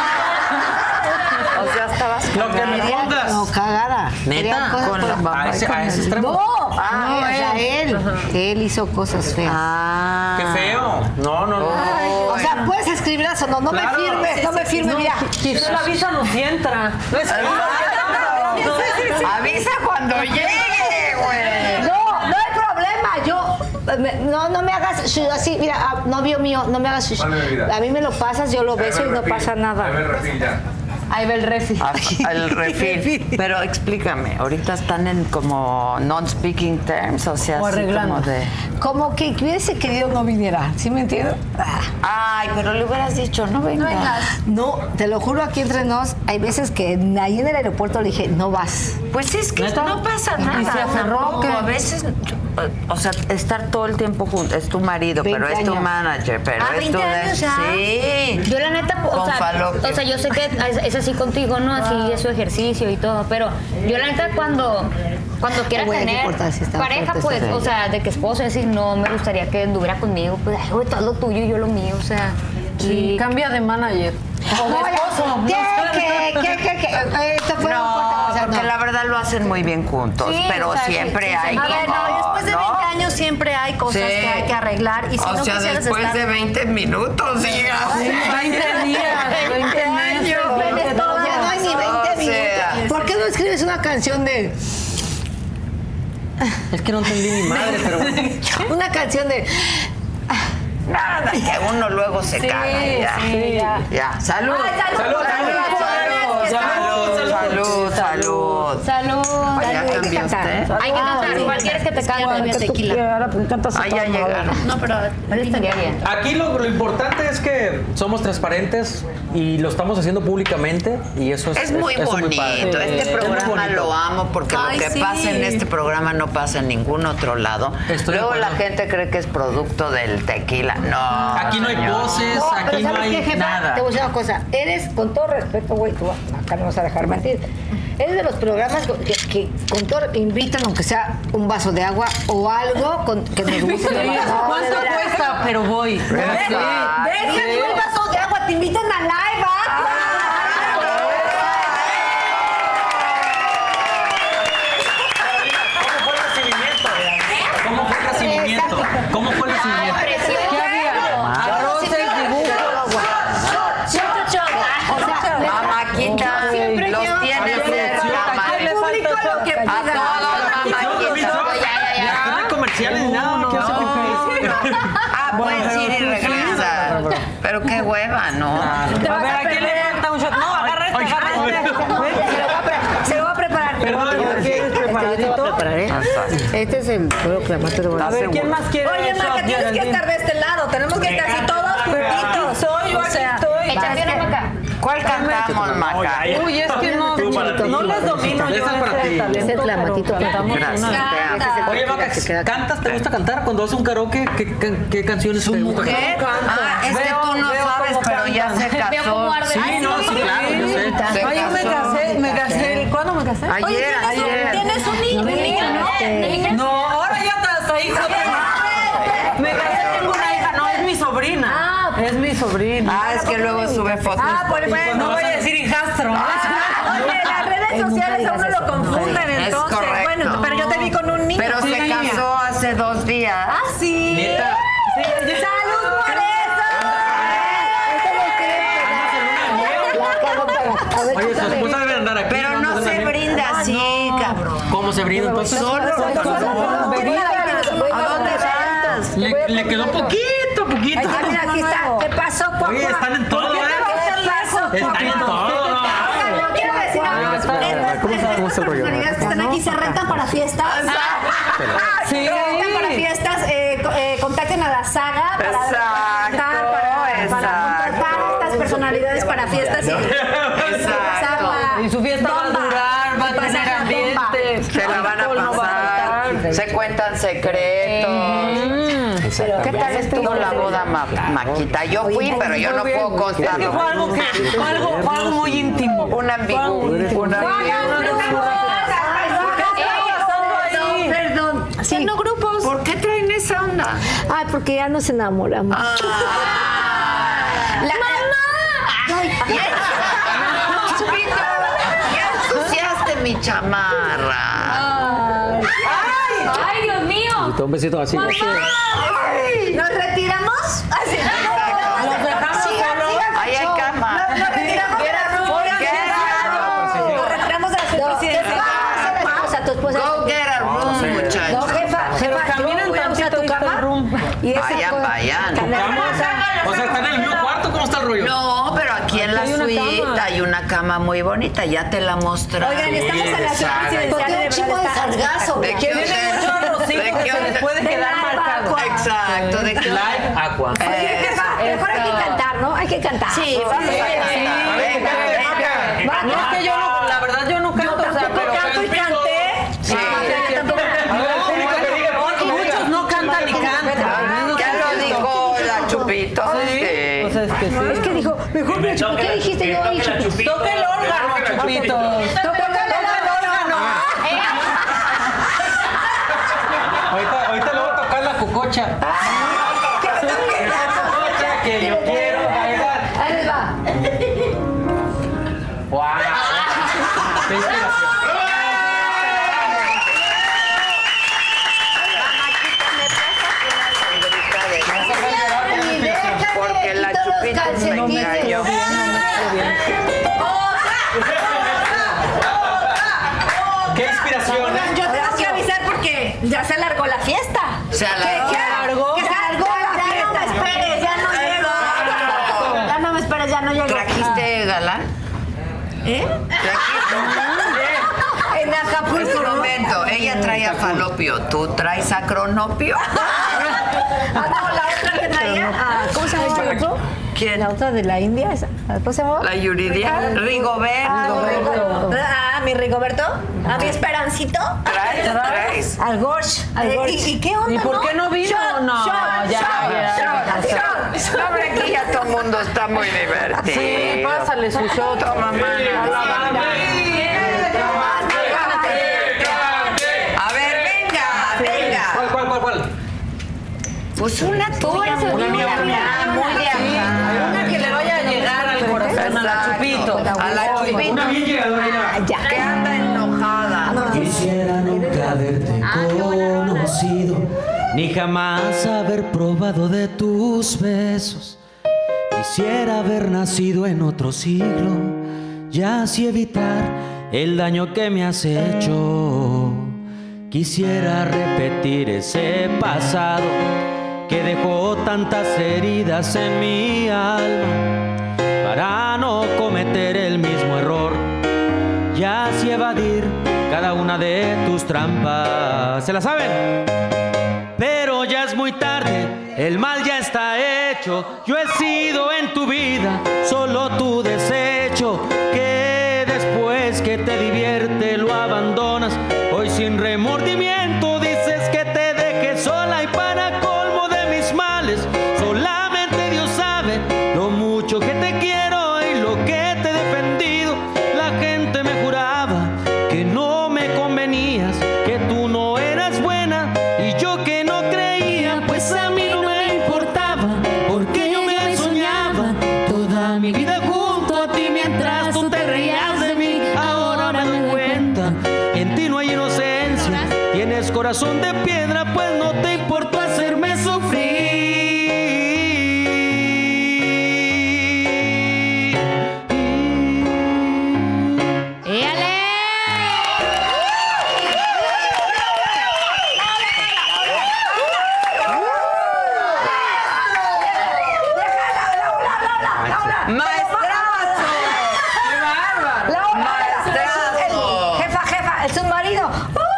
O sea, estabas Lo que me pongas. No, cagada. Querían ¿Neta? cosas Con por- la mamá. A ese extremo. No, o sea, él hizo cosas feas. Qué feo. No. O sea, puedes escribirlas o no. No Claro. me firmes, no me firmes, mira. Quizás la visa nos entra. Avisa cuando llegue, güey. No hay problema. No me hagas así, mira, novio mío, no me hagas. A mí me lo pasas, yo lo beso y no pasa nada. Ahí va el refi. El refil. Pero explícame, ahorita están en como non-speaking terms, o sea, O así arreglando. como de... Como que hubiese querido no viniera, ¿sí me entiendes? Ay, pero le hubieras dicho, no vengas. No, te lo juro, aquí entre nos, hay veces que ahí en el aeropuerto le dije, no vas. Pues es que ¿Neta? no pasa nada. Y se aferró, tampoco. ¿qué? A veces, o sea, estar todo el tiempo junto, es tu marido, 20 pero es tu años. manager, pero Ah, es 20 tu... años ya. Sí. Yo la neta, Con falopio. o sea, yo sé que es así contigo, ¿no? Así es su ejercicio y todo, pero yo la neta cuando quiera Güey, hay que tener cortar, si está pareja, fuerte pues, este o sea, de que esposo, es decir, no me gustaría que anduviera conmigo, pues, ay, güey, todo lo tuyo y yo lo mío, o sea, Sí, cambia de manager. O de esposo. ¿Qué? Esto fue No, o sea, porque no. la verdad lo hacen muy bien juntos, Sí, pero o sea, siempre sí, hay A ver, no, como, después de 20 años siempre hay cosas Sí. que hay que arreglar. Y si O no sea, quisieras después estar... de 20 minutos, hija. 20 días, 20 meses. Ya no hay ni 20 O sea. minutos. ¿Por qué no escribes una canción de... Es que no entendí ni madre, pero bueno. Una canción de... Nada, que uno luego se caga ya. Ya. Salud. Ay, salud, Salud. salud, Salud. Salud. Salud. ¿Ya cambiaste? Hay que cantar. ¿Cuál quieres que te cante? Tequila. Ah, ya llegaron. No, pero estaría bien. Aquí lo importante es que somos transparentes y lo estamos haciendo públicamente y eso es muy eso bonito. muy padre. Este programa lo amo porque Ay, lo que sí. pasa en este programa no pasa en ningún otro lado. Estoy de Luego la acuerdo. gente cree que es producto del tequila. No. Aquí no hay señor. voces, pero aquí no ¿sabes hay qué, jefa? nada. Te voy a decir una cosa. Eres, con todo respeto, güey, tú acá no vas a dejar mentir. Eres de los programas que con todo invitan, aunque sea un vaso de agua o algo que nos guste. ¿Cuánto cuesta? Pero voy. Exacto. Déjame un vaso de agua, te invitan a live, ¿Cómo fue el recibimiento? ¿Cómo fue el recibimiento? ¿Qué había? Arroces, dibujos. Mamáquita, los tienes cerca. ¿Qué le falta? A todos, mamáquita. No hay comerciales ni nada, no quiero hacer mi face. Puedes ir y regresar. Pero qué hueva, ¿no? A ver, ¿a quién le falta un shot? No, agarra este, agarra este. Se lo voy a preparar. Perdón, ¿Quieres preparadito? Este es el clamato de A ver, ¿quién más quiere Oye, el Maca, shot, tienes que Geraldine? estar de este lado. Tenemos que estar así todos juntitos. Soy yo, aquí estoy. Échate una Maca. ¿Cuál cantamos, Maca? Uy, es que no, no les domino yo Esa es para ese ti. talento, Es el clamatito. pero cantamos Gracias. una. Oye, Maca, ¿cantas? ¿Te gusta cantar? Cuando haces un karaoke, ¿qué canciones te gusta ¿Mujer? cantar? Ah, es que Veo- tú no veo sabes, cómo pero ya cantan. se Veo cómo casó. arde. Sí, no, sí, claro, yo sé. Se Ay, yo me casé. ¿Cuándo me casé? Ayer, ayer. Tienes un niño, ¿no? No, ahora ya hasta hijo tengo. Me casé, tengo una hija. No, es mi sobrina. Es mi sobrina. Ah, es que luego sube fotos. No voy a decir hijastro. Oye, las redes sociales a uno lo confunden, Es entonces. correcto. Bueno, pero yo te vi con un niño. Pero Sí. se casó hace 2 días. Ah, sí. Neta. ¡Salud por eso! Oye, su esposa debe andar aquí. Pero no se brinda así, cabrón. ¿Cómo se brinda entonces? Solo. ¿A dónde vas? Le quedó poquito. Mira, aquí está. ¿Qué pasó, Cuac? Oye, están en todo, ¿eh? Están en todo. Quiero decir algo. ¿Cómo está el rollo? Personalidades que están aquí se rentan para fiestas. Sí. Se rentan para fiestas. Contacten a la saga para Exacto, contratar a estas personalidades para fiestas. Exacto. Y su fiesta va a durar, va a tener ambiente. Se la van a alcohol no va pasar. faltar. Se cuentan secretos. ¿Qué tal estuvo la boda, Maquita? Yo fui, pero yo no puedo Es que fue contarlo. algo muy íntimo. Un ambiguo. Perdón. Sí. No grupos. ¿Por qué traen esa onda? Ay, porque ya nos enamoramos. Ya ensuciaste mi chamarra. ¡Ay, Dios mío! Un besito así. ¿Nos retiramos? Así. Nos dejamos solo. Ahí hay cama. Nos retiramos de la Nos retiramos de la presidencia. A tu esposa. Go get a room, No, muchachos. jefa, Pero jefa, caminan yo voy a usar tantito tu y está el cama. room. Y esa Vayan, cosa- vayan. O sea, ¿están en el mismo cuarto? ¿Cómo está el rollo? No, pero aquí en la Hay una suite cama. hay una cama muy bonita. Ya te la mostré. Oigan, estamos en la ciudad presidencial. Porque un chingo de sargazo. ¿De qué Tiene hotel? mucho arrocito ¿De que qué se les hotel? puede quedar marcado. Exacto. ¿De qué Live Aqua. Mejor hay que cantar, ¿no? Hay que cantar. Sí, vamos a cantar. Venga, venga. No, es que yo no, la verdad yo no canto, o sea, pero Canto y canté. Sí. muchos no cantan ni cantan. Ya lo dijo la Chupito. Sí. Pues es que sí. Es que dijo, mejor me chupito. ¿Qué dijiste yo? Toca el órgano, Chupito. Toca el órgano. Ahorita le voy a tocar la cococha. La cococha que yo quiero bailar. Ahí les va. ¡Wow! ¡Qué inspiración! Porque la Chupito me cayó. ¡Qué inspiración! Yo tengo que avisar porque ya se alargó la fiesta. Se alargó. Que se alargó la fiesta. Ya no me esperes, ya no llego. Ya no me esperes, ya no llego. ¿Trajiste galán? ¿Eh? ¿Trajiste? En acronopio. ¿Tú traes acronopio? No, la otra que traía. ¿Cómo se llama el otro? ¿Quién? La otra de la India, esa. ¿Cómo se llama? La Yuridia. Rigoberto. Mi Rigoberto. A mi Esperancito. ¿Traes? Al Gorsh. ¿Y qué onda? ¿Y por qué no vino? No, hombre, aquí ya todo el mundo está muy divertido. Sí, pásale su shot. Toma, mano. A ver, venga. ¿Cuál? Pues una tuya, Una mía. muy de acá. Una que le vaya a llegar al corazón a la Chupito. A la Chupito. Una bien llegadora. Que anda enojada. Quisiera nunca haberte conocido, ni jamás haber probado de tus besos. Quisiera haber nacido en otro siglo, y así evitar el daño que me has hecho. Quisiera repetir ese pasado que dejó tantas heridas en mi alma, para no cometer el mismo error y así evadir cada una de tus trampas. ¿Se la saben? Pero ya es muy tarde, el mal ya está hecho. Yo he sido en tu vida solo tu desecho, que después que te divierte lo abandonas. Hoy sin remordimiento dices que te dejes sola, y para colmo de mis males solamente Dios sabe lo mucho que te quiero y lo que te he defendido. La gente me juraba que no me convenías, que tú no eras buena, y yo que no creía, pues a mí no me importaba, porque yo me soñaba toda mi vida junto a ti mientras tú te reías de mí. Ahora me doy cuenta, en ti no hay inocencia, tienes corazón de piedra, pues no te importó hacerme sufrir. Jefa, el submarino.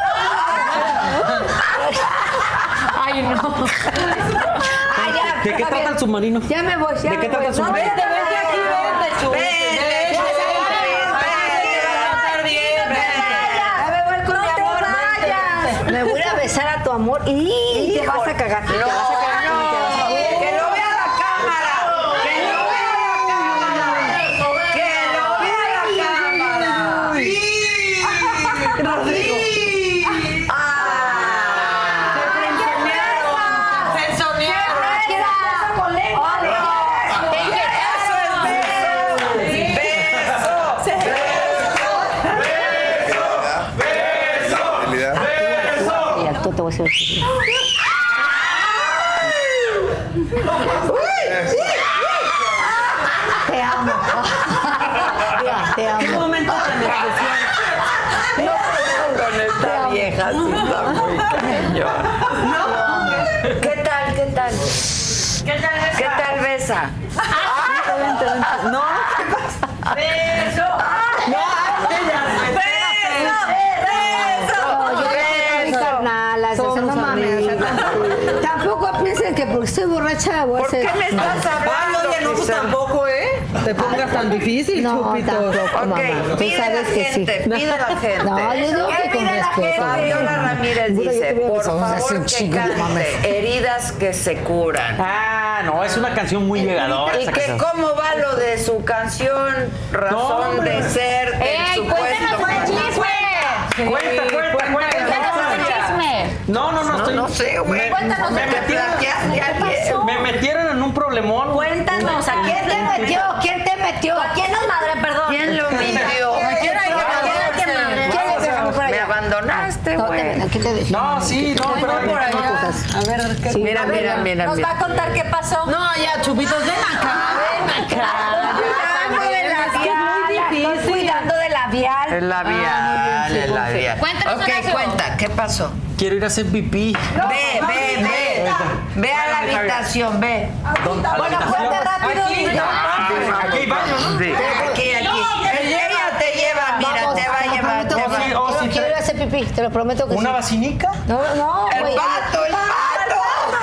Ay, no. Ay, ya. ¿De qué está trata bien. el submarino? Ya me voy, ya ¿De me qué voy. trata el submarino? Vente aquí, Ya me voy con mi amor. Me voy a besar a tu amor y te vas a cagar. Te vas a cagar. Que lo vea la cámara. Que lo vea la cámara. Rodrigo. Tú te voy a decir. Te amo. Te amo. ¿Qué momento tan especial? Con esta vieja, sí está muy cañón. ¿Qué tal? ¿Qué tal besa? No, ¿qué pasa? ¡Beso! ¡No! No mames, o sea, tampoco piensen que porque estoy borracha voy a ¿Por ser. qué me estás hablando? Oye, no, pues tampoco, ¿eh? Te pongas tan difícil, No, Chupito. tampoco, mamá. Ok, Tú pide la sabes que sí. gente, pide la gente. No, yo digo que con respeto. Fabiola Ramírez Mira, yo dice, te voy a por besar, vamos a hacer favor, un que chingo, no cante mames. heridas que se curan. Ah, no, es una canción muy llegadora. ¿Y esa que canción. cómo va lo de su canción Razón No, de Ser, el ¡Ey, supuesto? cuéntanos el chisme! Cuenta. Cuéntanos el chisme. No sé, güey. Cuéntanos Me el plagiaste a alguien. Me metieron en un problemón. Cuéntanos, ¿a quién te metió? ¿Quién te metió? ¿A quién nos madre, perdón? ¿Quién lo mintió? Me abandonaste, güey. ¿Qué te dije? No, sí, no, pero por allá. A ver, ¿qué? Sí. Mira. Nos va a contar qué pasó. No, ya, Chupitos, ven acá. Estoy cuidando de labial. El labial. Cuéntanos, Ok, Horacio. cuenta, ¿qué pasó? quiero ir a hacer pipí. Ve a la habitación, ve. Bueno, cuente rápido. Aquí hay baño, ¿no? Sí. Aquí. Ella te lleva, mira, Vamos, te va a llevar. te te va. sí, o si quiero ir a hacer pipí, te lo prometo que ¿Una sí. vacinica? No, El güey. pato, el pato.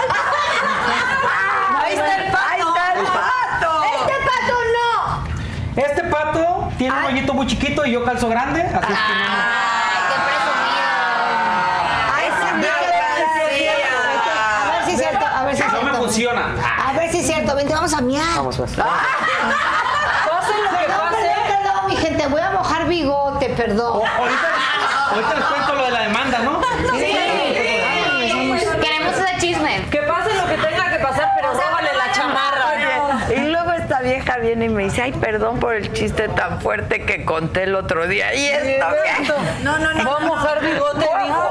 Ahí está el pato. Ahí está el pato. ¡Este pato no! Este pato tiene un hoyito muy chiquito y yo calzo grande, así es que no. Ay, sí, A ver si es cierto, a ver si es No me cierto. funciona. A ver si es cierto, vente, vamos a miar. Vamos, pues. Pase lo que pase. Perdón, mi gente, voy a mojar bigote, perdón. Ahorita les cuento lo de la demanda, ¿no? Queremos ese chisme. Que pase lo que tenga que pasar, pero róbale la chamarra. Y luego esta vieja viene y me dice, ay, perdón por el chiste tan fuerte que conté el otro día. Y esta vieja. No. Voy a mojar bigote,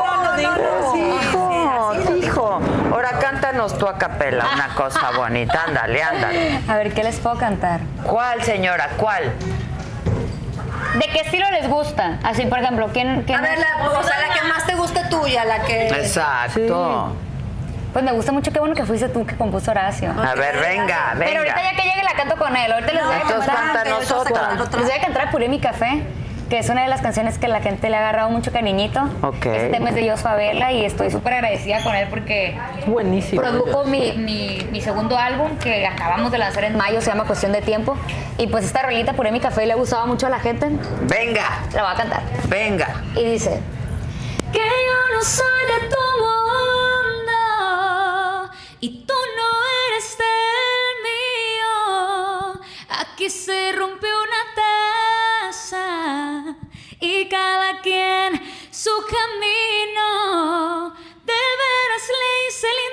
Dijo. Ahora cántanos tú a capela, una cosa bonita. Ándale. A ver, ¿qué les puedo cantar? ¿Cuál, señora? ¿Cuál? ¿De qué estilo les gusta? Así, por ejemplo, ¿quién A ver, la que más te guste tuya, la que... Exacto. Pues me gusta mucho, qué bueno que fuiste tú que compuso Horacio. A ver, venga. Pero ahorita ya que llegue la canto con él. Ahorita les voy a Entonces cantar. cántanos otra. Les voy a cantar Puré mi café, que es una de las canciones que la gente le ha agarrado mucho cariñito. Ok. Este tema es de Jos Favela y estoy súper agradecida con él porque Buenísimo. produjo mi segundo álbum que acabamos de lanzar en mayo, se llama Cuestión de Tiempo. Y pues esta rolita, Puré mi café, le ha gustado mucho a la gente. Venga. La voy a cantar. Venga. Y dice... Que yo no soy de tu mundo y tú no eres del mío. Aquí se rompió una taza y cada quien su camino. De veras le hice el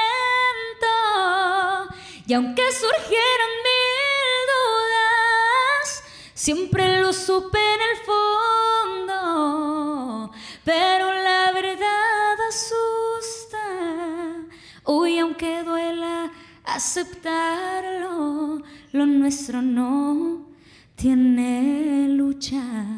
intento y aunque surgieran mil dudas, siempre lo supe en el fondo. Pero la verdad asusta. Uy, aunque duela aceptarlo, lo nuestro no tiene lucha.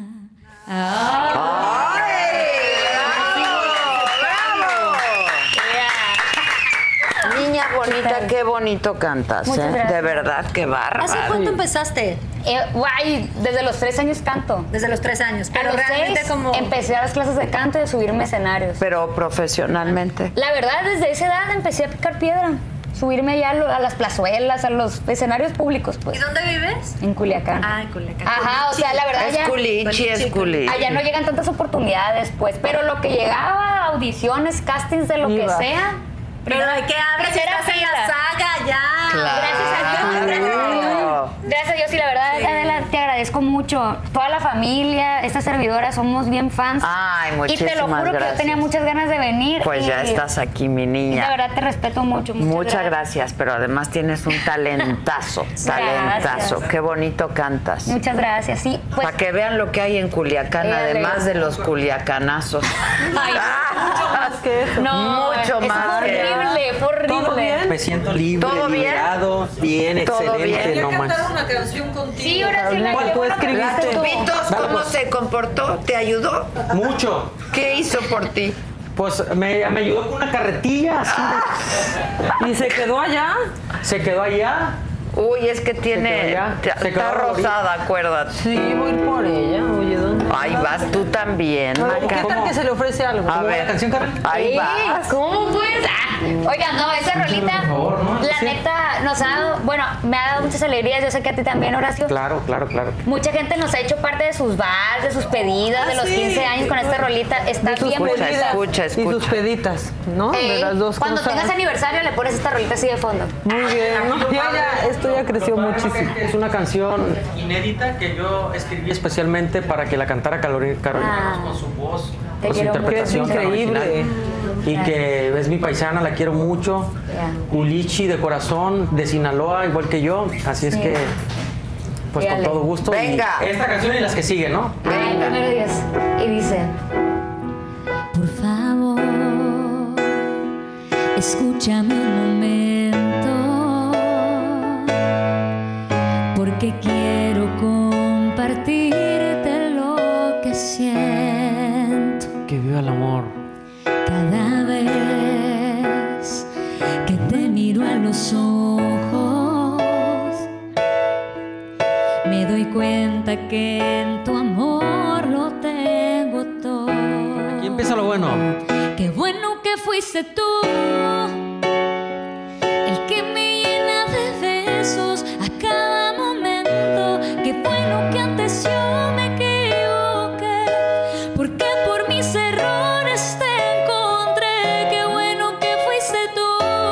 Niña bonita, qué bonito cantas, Muchas gracias. De verdad, qué ¿Hace bárbaro. cuánto empezaste? Guay, desde los 3 años canto. Desde los 3 años. A Pero los realmente 6 como... empecé a las clases de canto y a subirme a escenarios. Pero profesionalmente. La verdad, desde esa edad empecé a picar piedra. Subirme allá a las plazuelas, a los escenarios públicos, pues. ¿Y dónde vives? En Culiacán. Ah, en Culiacán. Ajá, o sea, la verdad Es ya... culichi, es culichi. Allá no llegan tantas oportunidades, pues. Pero lo que llegaba, audiciones, castings de lo que sea... Pero hay que abrir Primera estás en la fila. saga ya. Claro. Gracias a Dios, gracias a Dios. Gracias a Dios y la verdad, Adela, te agradezco mucho. Toda la familia, esta servidora, somos bien fans. Ay, Y muchísimas te lo juro que yo gracias. tenía muchas ganas de venir. Pues y ya estás aquí, mi De niña. verdad te respeto mucho. Muchas gracias, pero además tienes un talentazo, talentazo. Qué bonito cantas. Muchas gracias. Sí, pues Para que vean lo que hay en Culiacán, Dale. además de los culiacanazos. no, mucho es más que- horrible, fue horrible. Me siento libre, ¿Todo bien? liberado, bien, ¿Todo excelente, bien? no más. una canción contigo. Sí, ahora sí la ¿Cuál qué tú bueno que escribiste? fuiste tú. Pitos, Dale, ¿cómo pues. se comportó? ¿Te ayudó? Mucho. ¿Qué hizo por ti? Pues me ayudó con una carretilla, así. ¿Y se quedó allá? Se quedó allá. Uy, es que tiene... quedó allá. Se Está quedó rosada, acuérdate. Sí, voy por ella. Oye, ¿dónde? Ahí vas tú también, ¿O Maca. qué tal que se le ofrece algo? A ¿Cómo va ver, la canción, Carla? ahí vas. ¿Cómo pues? Oigan, no, esa rolita, por favor, ¿no? la Sí. neta, nos ha dado, bueno, me ha dado muchas alegrías, yo sé que a ti también, Horacio. Claro. Mucha gente nos ha hecho parte de sus vals, de sus pedidas, de los 15 años con esta rolita. Está bien Escucha, bonita. escucha, Y sus escucha. peditas, ¿no? De las dos Cuando cosas. tengas aniversario le pones esta rolita así de fondo. Muy bien, ¿no? Esto ya creció muchísimo. Es una canción inédita que yo escribí especialmente para que la cantara Carolina con su voz, Te con su quiero interpretación mucho. tan Es increíble. original. Y que es mi paisana, la quiero mucho. Ya. Culichi de corazón, de Sinaloa, igual que yo. Así es que, pues con Dale. todo gusto. Y Venga. esta canción y las que siguen, ¿no? Ay, primero Dios. Y dice, Por favor, escúchame un momento, porque quiero compartirte lo que siento. Que viva el amor. Cada vez que te miro a los ojos, me doy cuenta que en tu amor a lo bueno. Qué bueno que fuiste tú, el que me llena de besos a cada momento. Qué bueno que antes yo me equivoqué, porque por mis errores te encontré. Qué bueno que fuiste tú,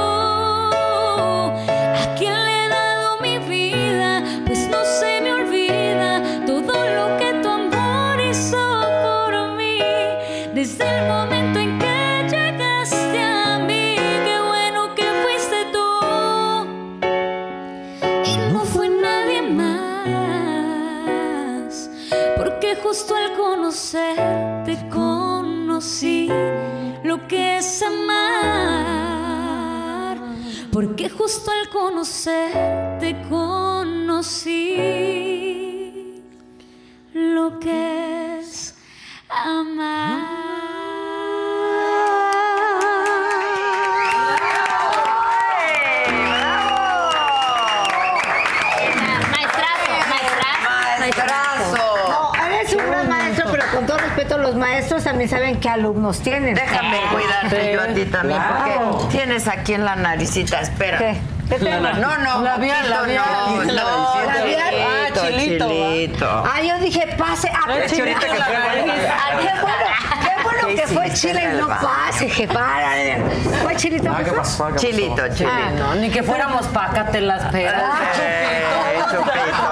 a quien le he dado mi vida, pues no se me olvida todo lo que tu amor hizo por mí. Desde el momento en que llegaste a mí, qué bueno que fuiste tú, y no fue nadie más, porque justo al conocerte conocí lo que es amar, porque justo al conocerte conocí lo que es amar. No, eres un gran maestro, pero con todo respeto, los maestros también saben qué alumnos tienen. Déjame cuidarte yo a ti también, porque tienes aquí en la naricita, espera. ¿Qué? ¿Qué tengo? No, Labial. labial. Chilito. Ah, yo dije pase. Ah, pero Chilito que fue. qué bueno que fue Chile y no pase, que para. ¿Fue Chilito? ¿Qué pasó? Chilito. No, ni que fuéramos pácate las peras. Chupito.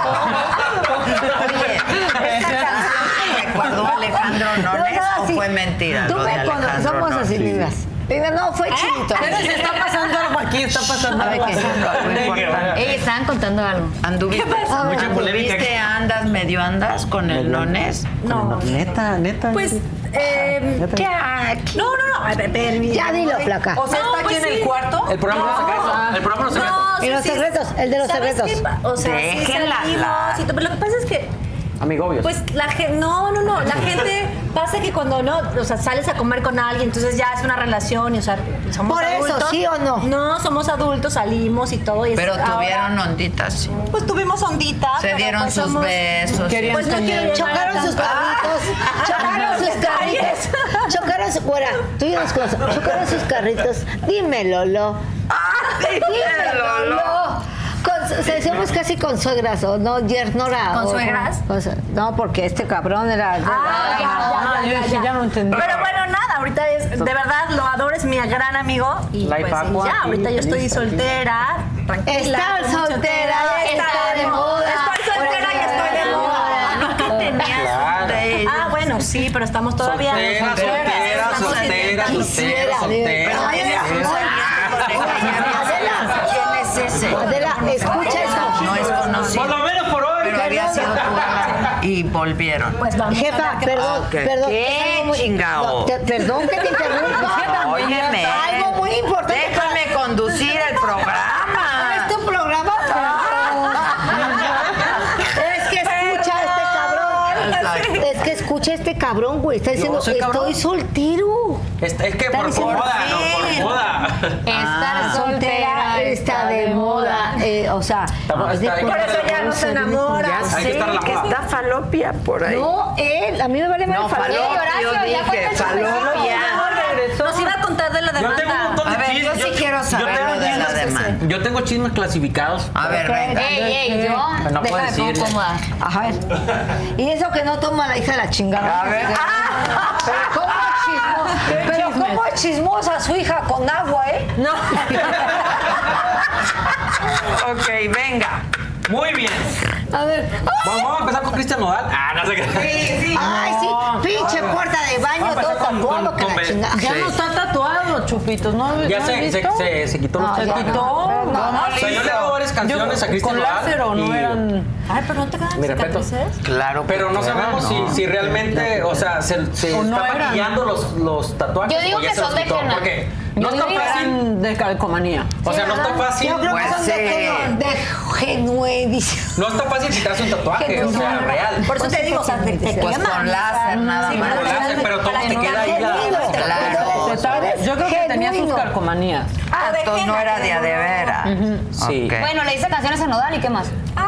Oye, esa canción recordó a Alejandro Nones o fue mentira. Tú lo de me Alejandro somos Nones? así, digas. Diga, no, fue Chilito. Pero se está pasando algo aquí, está pasando algo. Algo importante. Estaban contando algo. ¿Anduviste medio andas con el Nones? No. Neta. Pues, ¿Qué aquí? no, a ver, permíteme. Ya dilo, flaca. O sea, No, está aquí pues en sí. el cuarto. El programa no es secreto. El programa no es secreto. Y los secretos, el de los ¿sabes secretos. qué? O sea, sí Déjenla salimos hablar. y todo, pero lo que pasa es que Amigobios. pues la gente, no, la gente pasa que cuando no, o sea, sales a comer con alguien, entonces ya es una relación y, o sea, somos Por eso, adultos. ¿sí o no? No, somos adultos, salimos y todo. Y Pero ahora, tuvieron onditas, sí. pues tuvimos ondita. Se pero, dieron pues, sus somos- besos. Querían Pues no quiero Chocaron sus carritos. Chocaron sus carritos. Chocaron sus. Fuera, tú y las cosas. Chocaron sus carritos. Dime, Lolo. Dime, Lolo. Somos casi consuegras, ¿o no? Yernora. ¿Consuegras? No, porque este cabrón era. Ya no entendí. Pero bueno, nada, ahorita es, de verdad, lo adoro, es mi gran amigo. Y Life pues Aqua, y ya, ahorita yo estoy feliz, soltera, tranquila. Estar con mucho soltera tiempo. está de moda. Estoy soltera y estoy de moda. No, que tenías Claro. de Ah, bueno, sí, pero estamos todavía. Soltera. Quisiera, Pero tenías un Adela. ¿Quién es ese? Adela, escucha eso. No es conocido. Por lo menos por hoy. Pero había sido tu y volvieron. Pues vamos. Jefa, perdón, Ok. perdón. ¿Qué, es algo muy- chingao? No, perdón que te interrumpa. Óyeme. Algo muy importante. Déjame conducir el programa. ¿Es tu programa? Es que escucha a este cabrón. Es que escucha a este cabrón, güey. Está diciendo, soy cabrón. estoy soltero. Es que por diciendo, moda, no por moda. Estar Soltera está de moda. O sea, Estamos- es de está- acuerdo. Por eso ya no se enamora. Ya Hay que sé estar a la que moda. está falopia por ahí. No, él, a mí me vale No, más falopia. falopio, Horacio, ya dije, cuenta el falopia. Nos iba a contar de la Yo tengo un demanda. montón de A ver, chismes. yo sí quiero saber tengo lo de la chismes que demanda. sé. Yo tengo chismes clasificados. A ver, venga. Ey, yo. No puedo Déjame decir. pongo cómoda. A ver. Y eso que no toma la hija de la chingada. A ver. Pero cómo es chismosa su hija con agua, ¿eh? No. Ok, venga. Muy bien. A ver. Vamos a empezar con Cristian Nodal. No sé qué. Ay, sí, pinche puerta de baño, Vamos a todo empezar con- tatuado que con- la chingada. Ya no está tatuado, Chupitos, ¿no? Ya ¿no has se visto? quitó los No, ya tatuajes. no. ¿Cómo O sea, yo le hago varias canciones a Cristian ¿Con láser o no y- eran...? Ay, pero no te quedan Mi respeto. cicatrices. Claro. Pero no que sabemos no. si realmente, o sea, se O no está eran. maquillando los tatuajes. Yo digo o ya que se los son de quitó, henna. porque Yo no está digo que fácil. eran de calcomanía. O sea, no está fácil. Yo creo que Pues son sí. de genuedísimo. No está fácil quitarse un tatuaje, o sea, real. Por eso te digo, o sea, te Pues queman. con láser nada Sí, más. Con láser, pero todo te queda ahí la... Claro. Yo creo que tenía sus Genuino. calcomanías. Ah, entonces no era de a de veras. Sí. Ok. Bueno, le hice canciones a Nodal y qué más. Ah,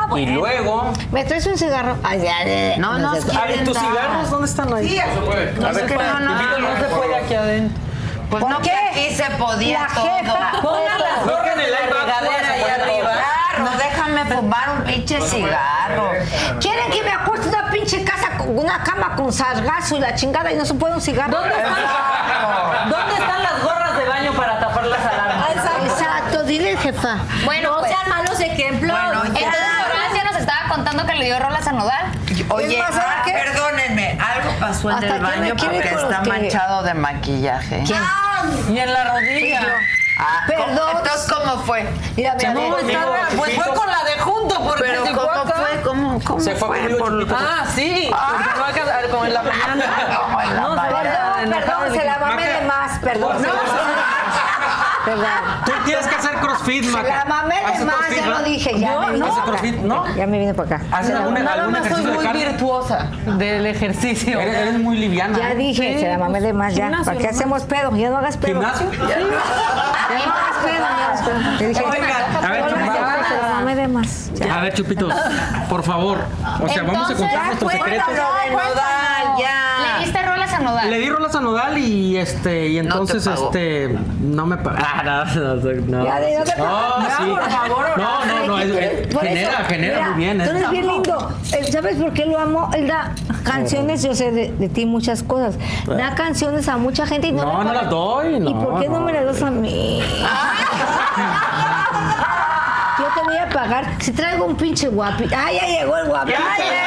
Y luego... ¿Me traes un cigarro? Ay, ya. No, no, A ver, ¿tus cigarros dónde están ahí? Sí, a ver, no se puede aquí adentro. Pues ¿Por no, qué? que aquí se podía La todo. jefa. No, que en el regadera ahí arriba. Claro, déjame fumar un pinche cigarro. ¿Quieren que me acueste en una pinche casa con una cama con sargazo y la chingada y no se puede un cigarro? ¿Dónde están las gorras de baño para tapar las alarmas? Exacto, dile, jefa. Bueno, No pues, sean malos ejemplos. Bueno, entonces Horacio nos estaba contando que le dio rolas a Nodal. Oye, Es más, ¿sabes qué? perdónenme, algo pasó en Hasta el que me baño quiere porque con los está que- manchado de maquillaje. ¿Quién? Y en la rodilla. Perdón. Entonces, ¿cómo fue? Mira, mira, mira. Pues fue con la de junto, porque Pero se ¿cómo fue acá. fue? ¿Cómo Se fue conmigo, Chupito. Ah, sí. Porque no acá, como en la mañana. Como en la No, se va mañana. a enojar Perdón, de se la que- mamé de más, perdón. Perdón. Tú tienes que hacer crossfit, Se Maca. la mamé de ¿Haces más, crossfit, ya no? lo dije, ya me vine ¿Haces para acá. crossfit? ¿No? Ya me vine para acá. ¿Haces algún Nada más soy ejercicio de muy cardio? virtuosa del ejercicio. Eres muy liviana. Ya dije, se la mamé de más, ya. Gimnasio, ¿Para qué nomás. hacemos pedo? Ya no hagas pedo. ¿Gimnasio? Ya no hagas pedo, ya hagas pedo. Te dije, A ver, Chupito. se la mamé de más. Ya. A ver, Chupito, por favor. O sea, vamos a Entonces, contar nuestros secretos. de Nodal, ya. Le diste rolas a Nodal. Le di rolas a Nodal y entonces pagó. no me pagó. No. Ya, de- no te No, sí. por favor, No, Por eso, genera mira, muy bien. Tú eres bien lindo. ¿Sabes por qué lo amo? Él da canciones, yo sé de ti muchas cosas. Da canciones a mucha gente y no No, le no pagas. las doy, no, ¿Y por qué no no. me las das a mí? Yo te voy a pagar. Si traigo un pinche guapi. ¡Ah, ya llegó el guapi!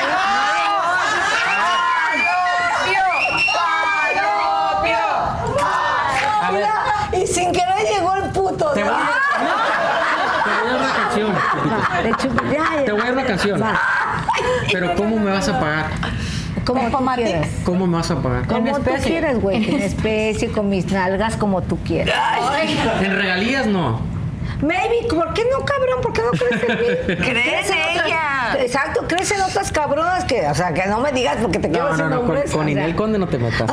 A ver, Y sin querer llegó el puto. te voy a dar una canción, Chupito. Te voy a dar una canción. Pero ¿cómo me vas a pagar? Como tú quieras. ¿Cómo me vas a pagar? Como tú quieras, güey. En especie, con mis nalgas, como tú quieras. En regalías no. Maybe, ¿por qué no, cabrón? ¿Por qué no crees en mí? Crees en otras- ella. Exacto, crees en otras cabronas que, o sea, que no me digas porque te quiero No, sin no, nombres. con o sea. Inel Conde no te metas.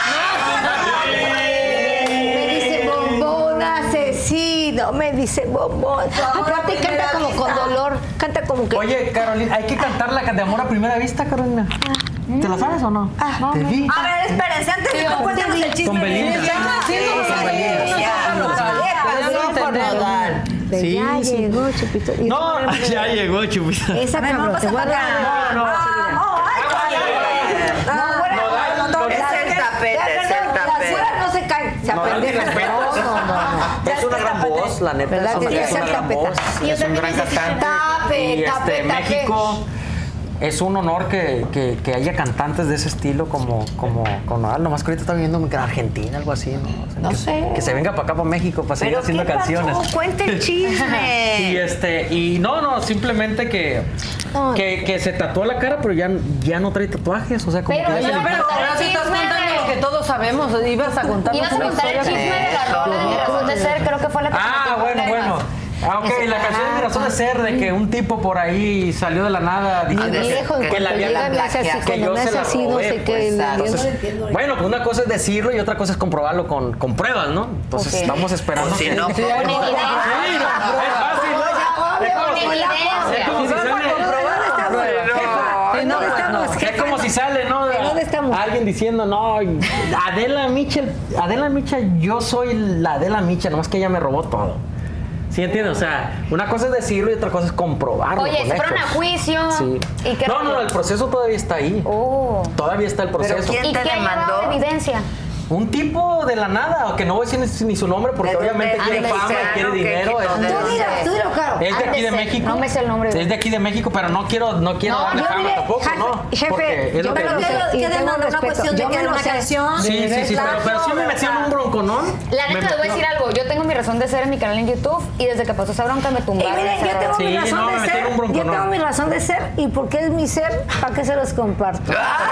Me dice bombón asesino, me dice bombón. Aparte canta como con dolor, canta como que... Oye, Carolina, hay que cantar la de Amor a Primera Vista, Carolina. ¿Te la sabes o no? Te vi. A ver, espérense, antes de que cuéntenos el chisme. Con Belinda. De Sí, ya sí. llegó, Chupito. Y No, ya llegó, Chupita. esa cabrón, te voy a dar... No. Es el tapete, es el Las tapete. suelas no se caen, se apendejan. No. Es una gran voz, la neta. ¿Verdad? Es una Tienes que gran ser voz. tapeta. Es un gran cantante. Tape, Y tape. México es un honor que haya cantantes de ese estilo como Nodal. Nomás que ahorita está viviendo en Argentina, algo así, ¿no? O sea, No que, sé. Que se venga para acá, para México, para seguir ¿Pero haciendo qué pasó? canciones. Cuenta el chisme. Y no, simplemente que se tatuó la cara, pero ya no trae tatuajes, o sea, como Pero que ya se ya, le- pero Ahora sí estás contando lo que todos sabemos. Ibas a contar Ibas a contar el chisme de la rola de Mi Razón de Ser, creo que fue la que Ah, metió bueno. problemas. Ah, ok, la canción de Mi Razón de Ser, de que un tipo por ahí salió de la nada diciendo Mi viejo, en que cuanto la había llega me hace así, plagiado, que cuando yo me se hace la así, no robé, sé pues, qué. entonces, bueno, pues una cosa es decirlo y otra cosa es comprobarlo con pruebas, ¿no? Entonces Ok. estamos esperando. O si que- no, Sí, con no, es fácil, ¿no? Es como si- Evidencia. es como si sale- Es como si sale, ¿no? dónde estamos? Alguien diciendo, no, Adela Micha, yo soy la Adela Micha, nomás que ella me robó todo. ¿Sí entiendes? O sea, una cosa es decirlo y otra cosa es comprobarlo. Oye, con se fueron hechos. a juicio. Sí. ¿Y qué No, rollo? el proceso todavía está ahí. Oh. Todavía está el proceso. ¿quién ¿Y te qué ha demandó? llevado de evidencia? Un tipo de la nada, que no voy a decir ni su nombre porque ¿De obviamente dónde? quiere Ah, fama, mexicano, quiere que dinero. quitó Es de de- Tú dilo, claro. es de aquí de Ándese. México. No me sé el nombre. Es de aquí de México, pero no quiero No, darle yo fama diré, tampoco, ¿no? jefe, Porque es yo lo que me lo dice. sé. ¿Qué Y tengo demanda? Una respeto. cuestión de Yo que me era lo una sé. canción. Sí, pero sí me metieron un bronconón. La neta, Me te voy a decir algo. Yo tengo Mi Razón de Ser en mi canal en YouTube y desde que pasó esa bronca me Y tumbaron. miren, esa yo rola. tengo Sí, mi razón no, me de metieron ser. un bronconón. Yo tengo mi razón de ser y porque es mi ser, ¿para qué se los comparto?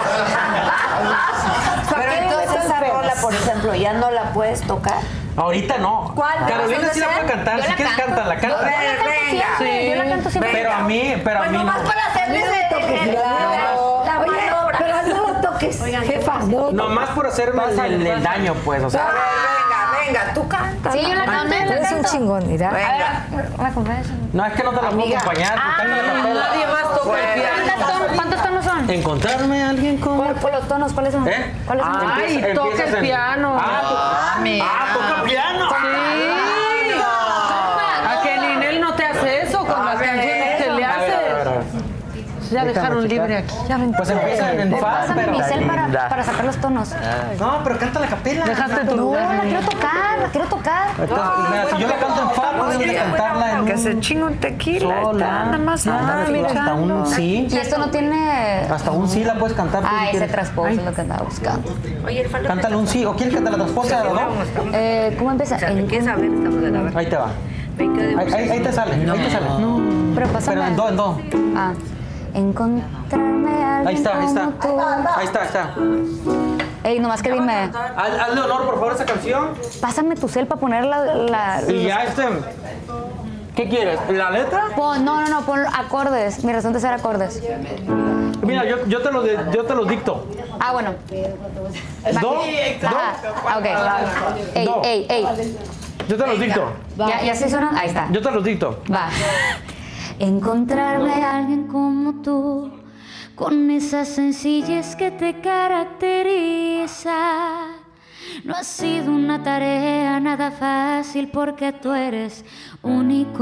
Pero entonces esa rola, por ejemplo, ¿ya no la puedes tocar? Ahorita no. ¿Cuál? Carolina sí la puede cantar. Yo Si la quieres, canto. cántala, Yo cántala. la canto Venga. siempre. Yo la canto siempre. Pero a mí Pues no. nomás para hacerles la Oye, maniobra. pero no lo toques, jefa. No, Nomás por hacerme el daño, pues, o sea. Venga, tú canta. Sí, yo la canto, yo la Eres un canto. chingón, mira. Venga. ¿Me acompañas? No, es que no te la puedo acompañar. Cántale la capela. Nadie más toca el piano. ¿Cuántos tonos son? Encontrarme a alguien como... ¿Por los tonos? ¿Cuáles son? ¿Eh? ¿Cuáles son? Ay, Empiezas toca el en- piano. toca piano. Sí. A que Ninel no te hace eso con las canciones que le hace. Ya dejaron libre aquí. Ya ven. Pues empiezan en fa, Pásame pero... mi cel para sacar los tonos. No, pero canta la capela. Dejaste tu No, lugar. la quiero tocar. Entonces, mira, si yo la canto en fa, puedes cantarla en Que se un chinga un tequila. sol, Nada más hasta un sí. Y esto no tiene... Hasta un sí la puedes cantar tú si ese quieres. transposo es lo que andaba buscando. Cántale un sí. ¿O quieres cantar la transposa? ¿No? ¿Cómo empieza? Ahí te va. Ahí te sale. Ahí te sale. Pero pásame... Pero en do, en do. Ah. Encontrarme a alguien Ahí está, ahí está. como tú. Ahí está, ahí está. Ey, nomás que dime... Hazle honor, por favor, a esa canción. Pásame tu cel para poner la... Y ya ¿qué quieres? ¿La letra? No, pon acordes. Mi razón de ser acordes. Mira, yo te lo dicto. Ah, bueno. Do, Ajá, ok. Do. Ey. yo te los dicto. ¿Ya se suena? Ahí está. Yo te los dicto. Va. Encontrarme a alguien como tú, con esa sencillez que te caracteriza. No ha sido una tarea nada fácil porque tú eres único.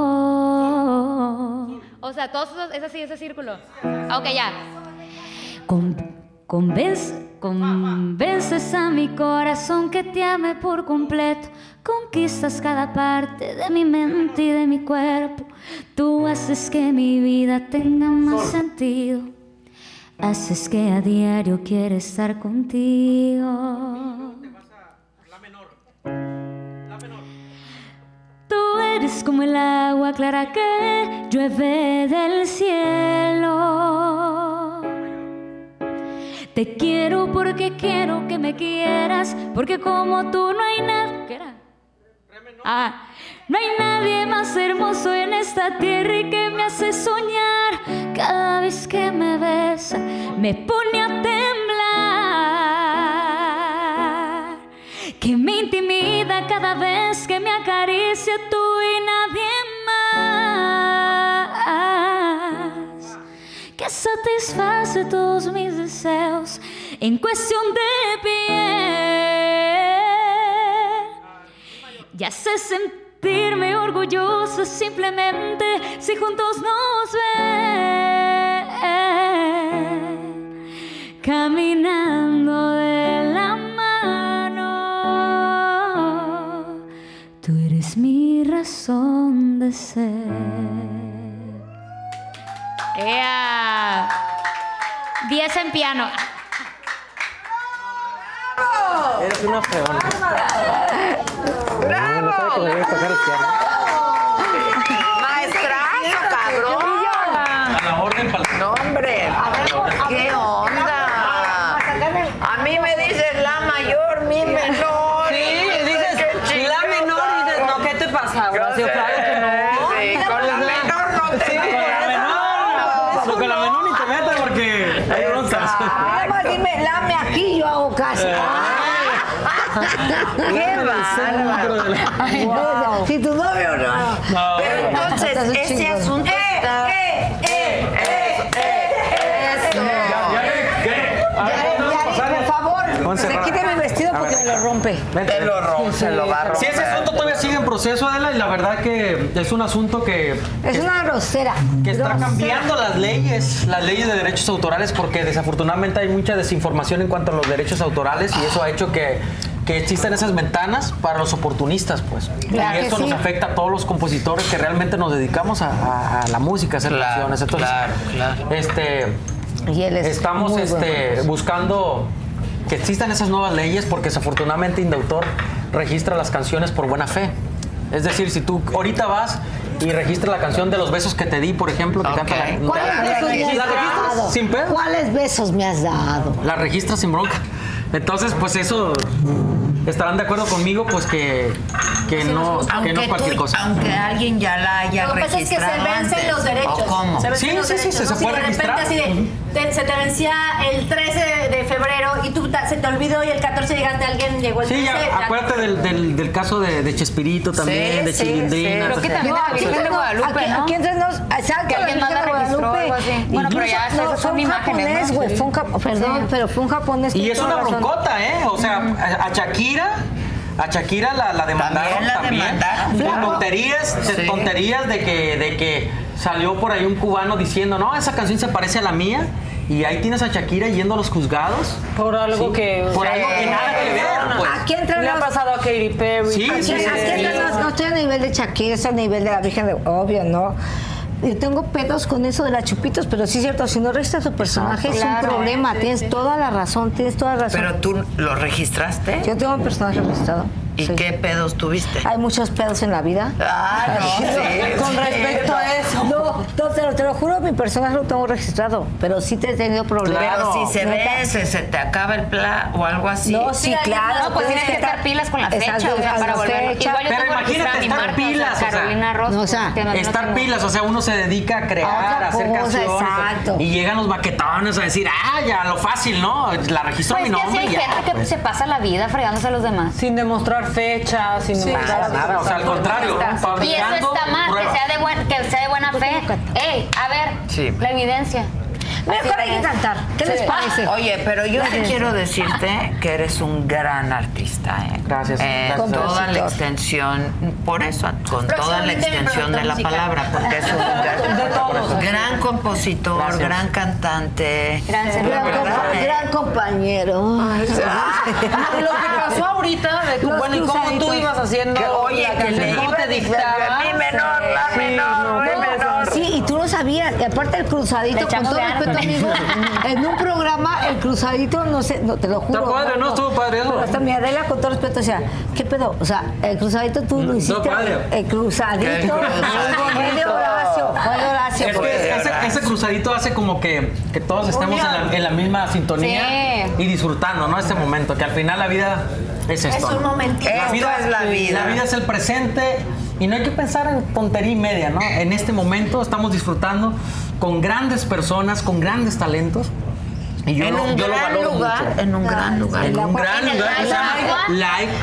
O sea, todos es así, ese círculo. Ok, ya. Convences a mi corazón que te ame por completo. Conquistas cada parte de mi mente y de mi cuerpo. Tú haces que mi vida tenga más sentido. Haces que a diario quiera estar contigo. Tú eres como el agua clara que llueve del cielo. Te quiero porque quiero que me quieras, porque como tú no hay nada. ¿Qué era? No hay nadie más hermoso en esta tierra y que me hace soñar. Cada vez que me besa, me pone a temblar. Que me intimida cada vez que me acaricia tú y nadie más. Que satisface todos mis deseos en cuestión de piel. Y hace sentirme orgullosa simplemente si juntos nos ven caminando de la mano. Tú eres mi razón de ser. 10 en piano. Eres una freona. ¡Bravo! No sabe que me voy a tocar el piano. ¡Maestrazo, cabrón! A la orden para... No, hombre. ¿Qué onda? A mí me dices la mayor, mi menor. Sí, dices la menor y dices, no, ¿qué te pasa, Horacio? Claro que no. Sí, con la menor no te Con la menor ni te metas porque hay broncas. Nada más dime, lame aquí, yo hago caso. ¡Qué bárbaro! Wow. Si tu novio no. Pero entonces, ese asunto está... Por favor, se quite mi vestido porque me lo rompe. Te lo rompe, se lo va a romper. Si ese asunto todavía sigue en proceso, Adela, y la verdad que es un asunto que Es una grosera. está cambiando las leyes de derechos autorales, porque desafortunadamente hay mucha desinformación en cuanto a los derechos autorales y eso ha hecho que existan esas ventanas para los oportunistas, pues. Claro Y que eso sí. nos afecta a todos los compositores que realmente nos dedicamos a la música, a hacer canciones. Entonces, Y él es estamos muy bueno. buscando que existan esas nuevas leyes, porque desafortunadamente Indautor registra las canciones por buena fe. Es decir, si tú ahorita vas y registras la canción de Los besos que te di, por ejemplo, que canta la... ¿Cuáles besos me has ¿La registras dado? sin pedo? ¿Cuáles besos me has dado? La registras sin bronca. Entonces, pues eso, estarán de acuerdo conmigo, pues que que no cualquier cosa. Aunque alguien ya la haya Lo que pasa es que registrado se vencen antes. los derechos. ¿O cómo? Se vencen Sí, los sí, sí, derechos, se ¿no? puede Si de repente registrar. así se te vencía el 13 de febrero y tú se te olvidó y el 14 llegaste, alguien llegó el 13. Sí, ya, acuérdate del caso de Chespirito también, de Chilindrina. Creo que también de la Virgen de Guadalupe, ¿no? Aquí entre nos, exacto, Que alguien la más la Virgen de registró o Guadalupe. algo así. Bueno, pero ya Incluso, esas son fue un imágenes, japonés, ¿no? güey, perdón, pero fue un japonés. Y tiene es toda una razón. broncota, ¿eh? O sea, a Shakira la demandaron también. Por tonterías de que salió por ahí un cubano diciendo, no, esa canción se parece a la mía. Y ahí tienes a Shakira yendo a los juzgados. Por algo que... Por algo que nada que ver, pues. Aquí entre Le ha nos, pasado a Katy Perry. Sí, sí, sí. no estoy a nivel de Shakira, estoy a nivel de la Virgen de... Obvio, ¿no? Yo tengo pedos con eso de las chupitos, pero sí es cierto, si no registras tu personaje es un problema. Tienes toda la razón, Pero tú lo registraste. Yo tengo un personaje registrado. ¿Y sí. qué pedos tuviste? Hay muchos pedos en la vida. Ah, no, sí. Con respecto a eso. No, te lo juro, mi personaje lo tengo registrado, pero sí te he tenido problemas. Pero si se Neta. vence, se te acaba el plan o algo así. No, sí, claro. No, pues tienes que estar pilas con la fecha, Exacto, o sea, para la volver. fecha. Igual yo Pero tengo registrada imagínate mi estar marca, pilas, o sea, Carolina Ross. no, o sea, que no Estar tengo. pilas, o sea, uno se dedica a crear, otra a hacer cosa, canciones. exacto. Y llegan los baquetones a decir, ya, lo fácil, ¿no? La registro Pues mi que sí nombre hay y ya. gente que pues. se pasa la vida fregándose a los demás. Sin demostrar fechas, sin demostrar... Nada, o sea, al contrario, Y eso fabricando está mal, pruebas. que sea de buena fe. Ey, a ver, Sí. la evidencia. Mejor hay que cantar. ¿Qué les parece? Oye, pero yo sí quiero decirte que eres un gran artista, ¿eh? Gracias. Con toda Compositor. la extensión, por eso, con toda la Próximamente mi extensión de la productor palabra, porque es un gran compositor, Gracias. gran cantante. Gracias. Gran compañero. Lo que pasó ahorita, de Los bueno, y cómo tú cruzaditos. ibas haciendo Oye, la que canción, le cómo iba te dictaba. mi menor, la Sí, menor, no, mi no, menor. Sí, y tú lo sabías. Y aparte el cruzadito, Le con echamos todo ganas. respeto, amigo, en un programa, el cruzadito, no sé, no, te lo juro. Está padre, ¿no? Estuvo padre eso. Pero hasta mi Adela, con todo respeto, o sea, ¿qué pedo? O sea, el cruzadito tú lo hiciste. padre. El cruzadito. El cruzadito. Fue de Horacio, fue de Horacio. Es que ese cruzadito hace como que todos estemos en la misma sintonía Sí. y disfrutando, ¿no? Este momento, que al final la vida es esto. Es un ¿no? momentito. Esto es la vida. La vida es el presente y no hay que pensar en tontería y media, ¿no? En este momento estamos disfrutando con grandes personas, con grandes talentos. Y yo, En un yo lo gran valoro lugar, mucho. en un gran lugar. En un gran en el lugar. que se llama Live. Live.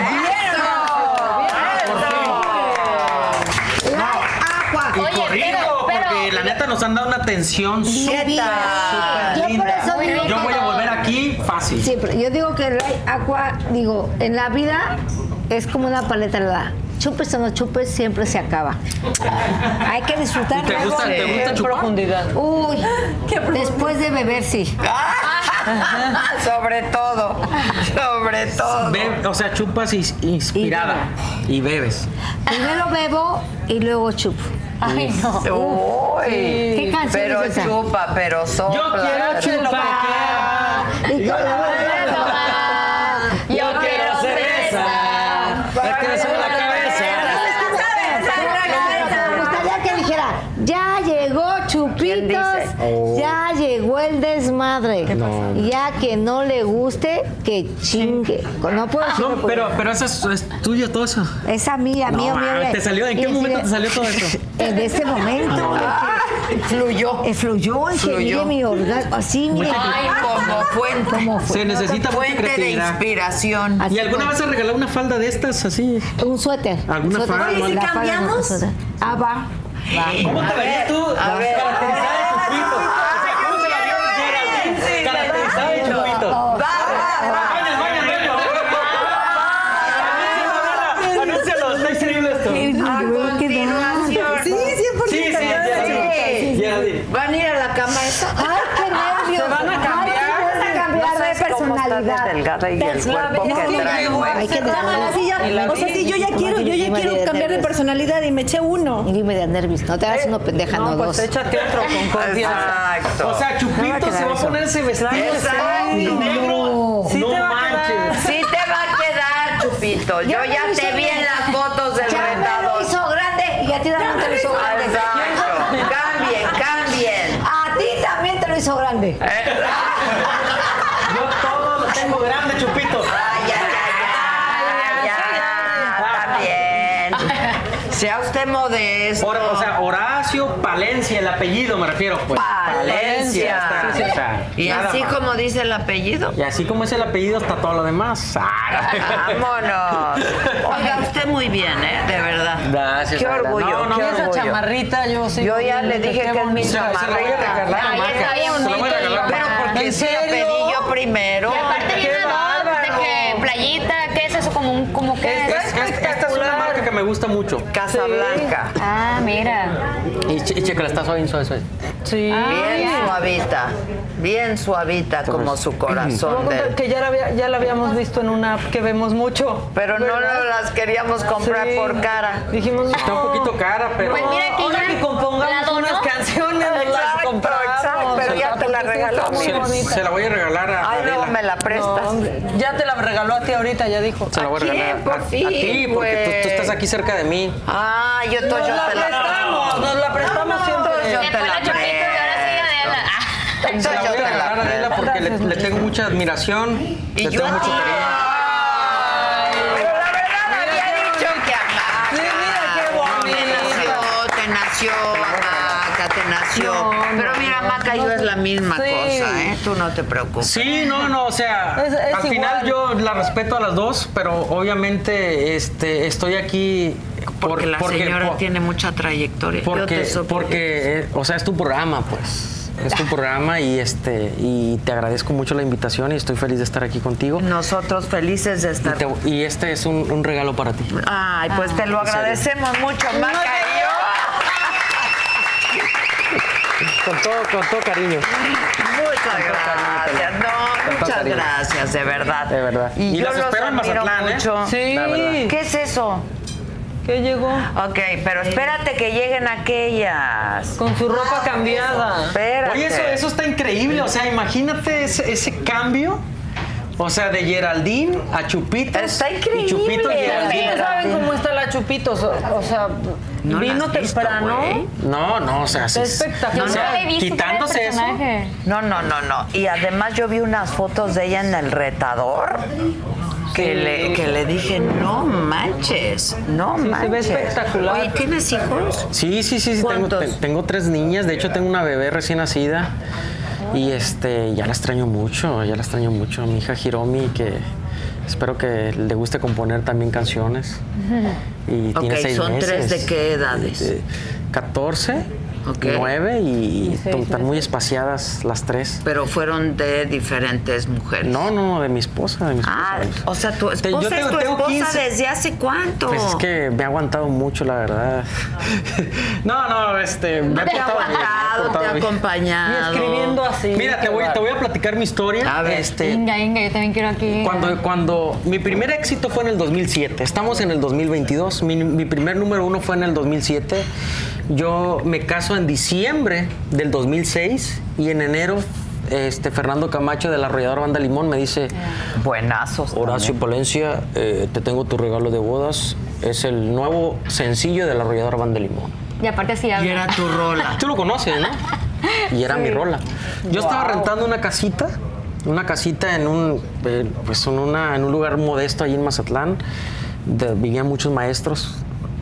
Y Oye, corrido, pero- porque la neta nos han dado una atención súper Yo por linda. eso digo Yo que- voy a volver aquí fácil. Sí, pero yo digo que el agua, digo, en la vida es como una paleta helada. Chupes o no chupes, siempre se acaba. Hay que disfrutar. ¿Y te gusta, luego. te gusta chupar? Profundidad. Uy, después de beber, sí. Sobre todo, sobre todo. O sea, chupas inspirada y bebes. Primero bebo y luego chupo. Ay, no. Uy, ¿Qué canción pero es esa? chupa, pero sopla. Yo quiero chupar. Y con la Yo quiero cerveza. Es que me sube la cabeza. Me gustaría que dijera, ya llegó Chupitos, ya llegó el desmadre. Ya que no le guste, que chingue. No puedo decirlo No, porque- pero eso es tuyo todo eso. Esa mía, mío. ¿te salió? ¿En qué momento te salió todo eso? En ese momento. Fluyó. Fluyó, en que mire mi orgasmo. Así, mire. Ay, como fuente. Como Se necesita mucha Fuente de creatividad. inspiración. Así ¿Y alguna fue. vez has regalado una falda de estas así? Un suéter. ¿Alguna Un suéter. falda? Oye, ¿y si La falda, cambiamos? un suéter. Ah, va. ¿Cómo te verías tú caracterizada de chupito? O sea, ¿cómo se la vio Geraldine caracterizada de chupito? Anúncialo, está increíble esto. A continuación. Sí, 100%. Sí, Geraldine. ¿Van a ir a la cama esa? Ay, qué nervios. Se van a cambiar. Ay, se van a cambiar de personalidad. delgada y el cuerpo que trae. Hay que O sea, sí, yo ya quiero cambiar de personalidad y me eché uno. Y me da nervios. No te hagas uno pendeja, no, No, pues dos. échate otro con confianza. Exacto. O sea, Chupito se va a poner ese vestido Exacto. negro. Sí No te va a manches. Sí te va a quedar, Chupito. Yo ya te vi en las fotos del Ya me lo rentador. hizo grande y a ti también te lo hizo grande. Exacto. Cambien. A ti también te lo hizo grande. Yo todo lo tengo grande, Chupito. Ya. Está bien. bien. Sea usted modesto. O sea, Horacio Palencia, el apellido me refiero, pues. Palencia. Está, o sea, Y nada así más. como dice el apellido. Y así como es el apellido, está todo lo demás. Vámonos. Oiga, usted muy bien, de verdad. Gracias. Qué Adela. orgullo, No, qué Esa orgullo. chamarrita, yo sí. Yo ya le dije que es mi Se la voy a chamarrita. regalar a Ahí Maca. está bien Se la voy a bonito, regalar a Pero Maca. porque ¿En se la serio? pedí yo primero. Y aparte ¡Qué viene dos, de bárbaro! que playita, ¿qué es eso? Como que Esta es una marca que me gusta mucho. Casablanca. Ah, mira. Y chécala, está suave, suave. Sí. Bien suavita. Bien suavita como su corazón. Voy a contar que ya la habíamos visto en una app que vemos mucho. Pero no ¿verdad? nos las queríamos comprar Sí. por cara. Dijimos, no. Está un poquito cara, pero... Pues mira que Ahora ya que compongamos la donó. unas canciones, nos las Exacto, compramos. exacto, pero ya te la regaló. Muy bonita. Se la voy a regalar a Ay, no, Adela. me la prestas. No, ya te la regaló a ti ahorita, ya dijo. Se la voy a ¿A quién? regalar Por a fin, ti, porque tú güey. estás aquí cerca de mí. Ah, yo Nos la te la prestamos, nos la prestamos siempre. Yo Se te fue la la Chupito y ahora sí Adela. Se Entonces la yo voy te a la regalar a Adela porque le tengo mucha admiración. Y le yo tengo a mucho ti. cariño. Pero la verdad había dicho que amaba. Sí, mira qué bonito. Te nació, Maca, te nació. No, no, Pero mira, Maca, yo es la misma Sí. cosa, ¿eh? Tú no te preocupes. Sí, no, o sea, Es al final igual. yo la respeto a las dos, pero obviamente estoy aquí Porque la señora tiene mucha trayectoria. Yo te porque o sea, es tu programa, pues. Es tu programa y y te agradezco mucho la invitación y estoy feliz de estar aquí contigo. Nosotros felices de estar. Y este es un regalo para ti. Ay, pues te lo agradecemos mucho, Maca y yo. Con todo cariño. Muchas gracias. No, muchas cariño. gracias, de verdad. De verdad. Y yo las los espero en admiro Mazatlán, mucho. Sí. La verdad. ¿Qué es eso? ¿Qué llegó? Ok, pero espérate que lleguen aquellas. Con su ropa cambiada. Espérate. Oye, eso está increíble. O sea, imagínate ese cambio. O sea, de Geraldine a Chupitos. Está increíble. Y Chupitos Ustedes Geraldine. saben cómo está la Chupitos. O sea, ¿No la vino has visto, temprano. güey? No, o sea, sí. Espectacular. O sea, No la he visto quitándose el eso. personaje. No. Y además yo vi unas fotos de ella en el retador que le dije, no manches, no Sí, se ve manches. espectacular. Oye, ¿tienes hijos? Sí. ¿Cuántos? Tengo 3 niñas. De hecho, tengo una bebé recién nacida. Y ya la extraño mucho. Mi hija Hiromi, que espero que le guste componer también canciones. Y tiene 6 son meses. 3 de qué edades. 14, Ok. 9 y están muy espaciadas las 3. Pero fueron de diferentes mujeres. No, de mi esposa. Ah, o sea, tu esposa Yo es tu tengo esposa 15. desde hace cuánto. Pues es que me ha aguantado mucho, la verdad. me ha te ha portado bien, me ha aguantado, portado te ha bien. Y acompañado. escribiendo así. Mira, te voy a platicar mi historia. A ver. Venga, yo también quiero aquí. Cuando mi primer éxito fue en el 2007, estamos en el 2022, mi primer número 1 fue en el 2007, yo me caso en diciembre del 2006 y en enero Fernando Camacho de la arrolladora Banda Limón me dice, Buenazos. Horacio Palencia, te tengo tu regalo de bodas, es el nuevo sencillo de la arrolladora Banda Limón. Y aparte sí Y habla. era tu rola. Tú lo conoces, ¿no? Y era mi rola. Yo estaba rentando una casita en un lugar modesto ahí en Mazatlán. Vivían muchos maestros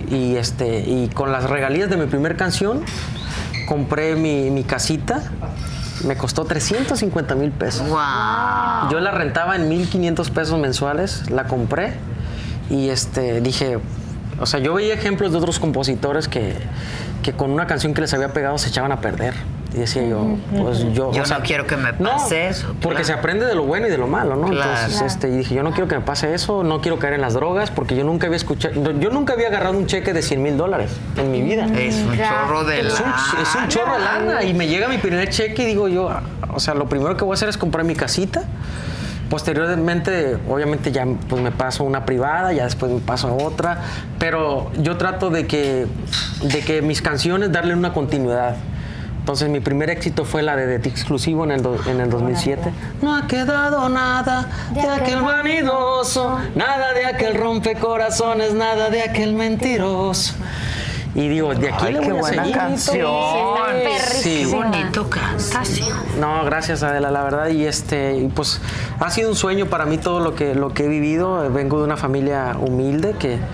y con las regalías de mi primer canción compré mi casita. Me costó 350,000 pesos. Wow. Yo la rentaba en 1,500 pesos mensuales, la compré y dije, o sea, yo veía ejemplos de otros compositores que con una canción que les había pegado se echaban a perder. Y decía yo, pues yo... Yo o sea, no quiero que me pase eso. Porque claro. se aprende de lo bueno y de lo malo, ¿no? Claro. Entonces, y dije, yo no quiero que me pase eso, no quiero caer en las drogas, porque yo nunca había agarrado un cheque de $100,000 en mi vida. Es un chorro de Es un chorro de lana. Y me llega mi primer cheque y digo yo, o sea, lo primero que voy a hacer es comprar mi casita. Posteriormente, obviamente ya pues me paso a una privada, ya después me paso a otra, pero yo trato de que mis canciones darle una continuidad. Entonces mi primer éxito fue la de Ti Exclusivo en el 2007. No ha quedado nada de aquel vanidoso, nada de aquel rompecorazones, nada de aquel mentiroso. Y digo, de aquí le qué voy a buena seguir. canción. Sí. Qué bonito cantas, hijo. No, gracias Adela, la verdad. Y pues ha sido un sueño para mí todo lo que he vivido. Vengo de una familia humilde que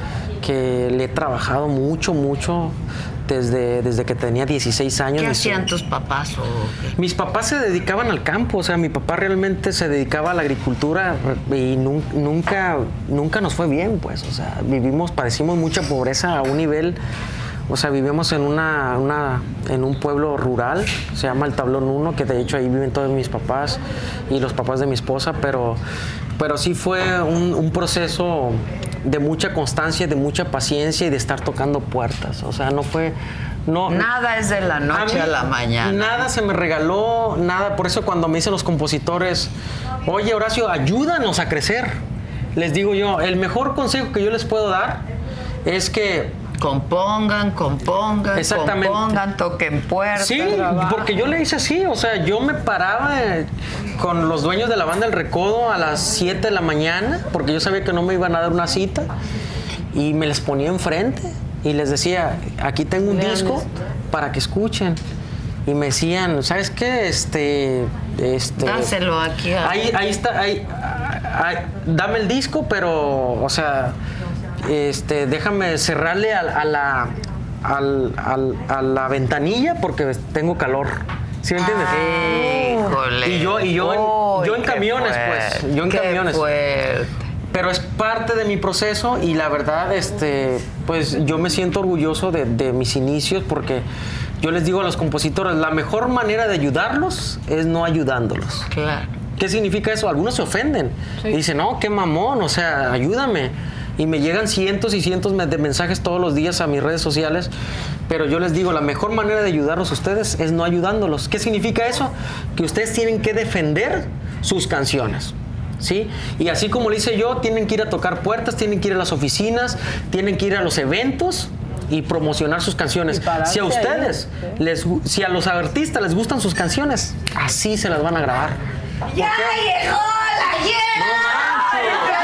que le he trabajado mucho desde que tenía 16 años. ¿Qué hacían tus papás o qué? Mis papás se dedicaban al campo, o sea, mi papá realmente se dedicaba a la agricultura y nunca nos fue bien, pues, o sea, padecimos mucha pobreza a un nivel, o sea, vivimos en en un pueblo rural, se llama El Tablón 1, que de hecho ahí viven todos mis papás y los papás de mi esposa, pero sí fue un proceso de mucha constancia, de mucha paciencia y de estar tocando puertas. O sea, Nada es de la noche a la mañana. Nada se me regaló, nada. Por eso cuando me dicen los compositores, oye, Horacio, ayúdanos a crecer. Les digo yo, el mejor consejo que yo les puedo dar es que compongan, exactamente, toquen puertas. Sí, porque yo le hice así, o sea, yo me paraba con los dueños de la banda El Recodo a las 7 de la mañana, porque yo sabía que no me iban a dar una cita, y me les ponía enfrente y les decía, aquí tengo un disco para que escuchen. Y me decían, ¿sabes qué? Dáselo aquí. Ahí está, dame el disco, pero, o sea, déjame cerrarle a la ventanilla porque tengo calor. ¿Sí me entiendes? Híjole. Y yo en camiones, pues. Yo en camiones. Fuerte. Pero es parte de mi proceso y la verdad, pues yo me siento orgulloso de mis inicios porque yo les digo a los compositores, la mejor manera de ayudarlos es no ayudándolos. Claro. ¿Qué significa eso? Algunos se ofenden. Sí. Y dicen, no, qué mamón, o sea, ayúdame. Y me llegan cientos y cientos de mensajes todos los días a mis redes sociales, pero yo les digo, la mejor manera de ayudarlos a ustedes es no ayudándolos. ¿Qué significa eso? Que ustedes tienen que defender sus canciones, ¿sí? Y así como lo hice yo, tienen que ir a tocar puertas, tienen que ir a las oficinas, tienen que ir a los eventos y promocionar sus canciones. Si a ustedes, si a los artistas les gustan sus canciones, así se las van a grabar. ¡Ya llegó la llena!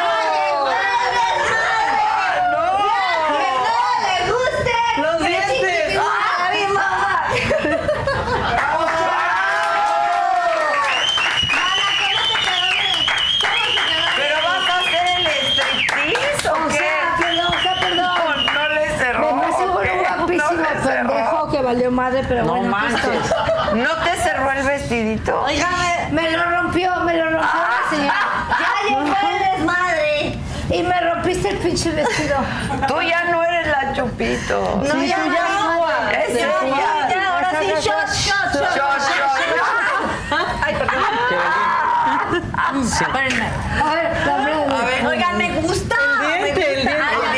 Valió madre, pero no bueno. Manches. ¿No te cerró el vestidito? Oiga, me lo rompió la señora. Ya llegó el desmadre. Y me rompiste el pinche vestido. Tú ya no eres la Chupito. No, sí, ya tú no. Es ella. Ahora sí, shot. Ay, perdón. Espérenme. A ver, oigan, me gusta. El diente.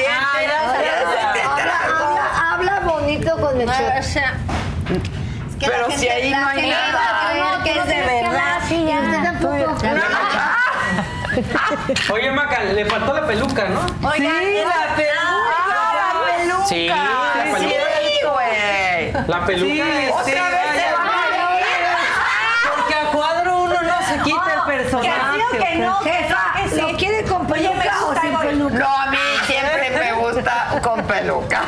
Habla bonito con el shot. O sea, pero si ahí no hay nada. Que es de verdad. Sí, ya. Usted tampoco. Oye, Maca, le faltó la peluca, ¿no? Oigan, sí, la peluca. Sí, la peluca. Sí, güey. La peluca. Sí, otra vez se va a ir. Porque a cuadro uno no se quita el personaje. Que no, jefa. ¿Lo quiere con peluca o sin peluca? No, a mí siempre me gusta con peluca.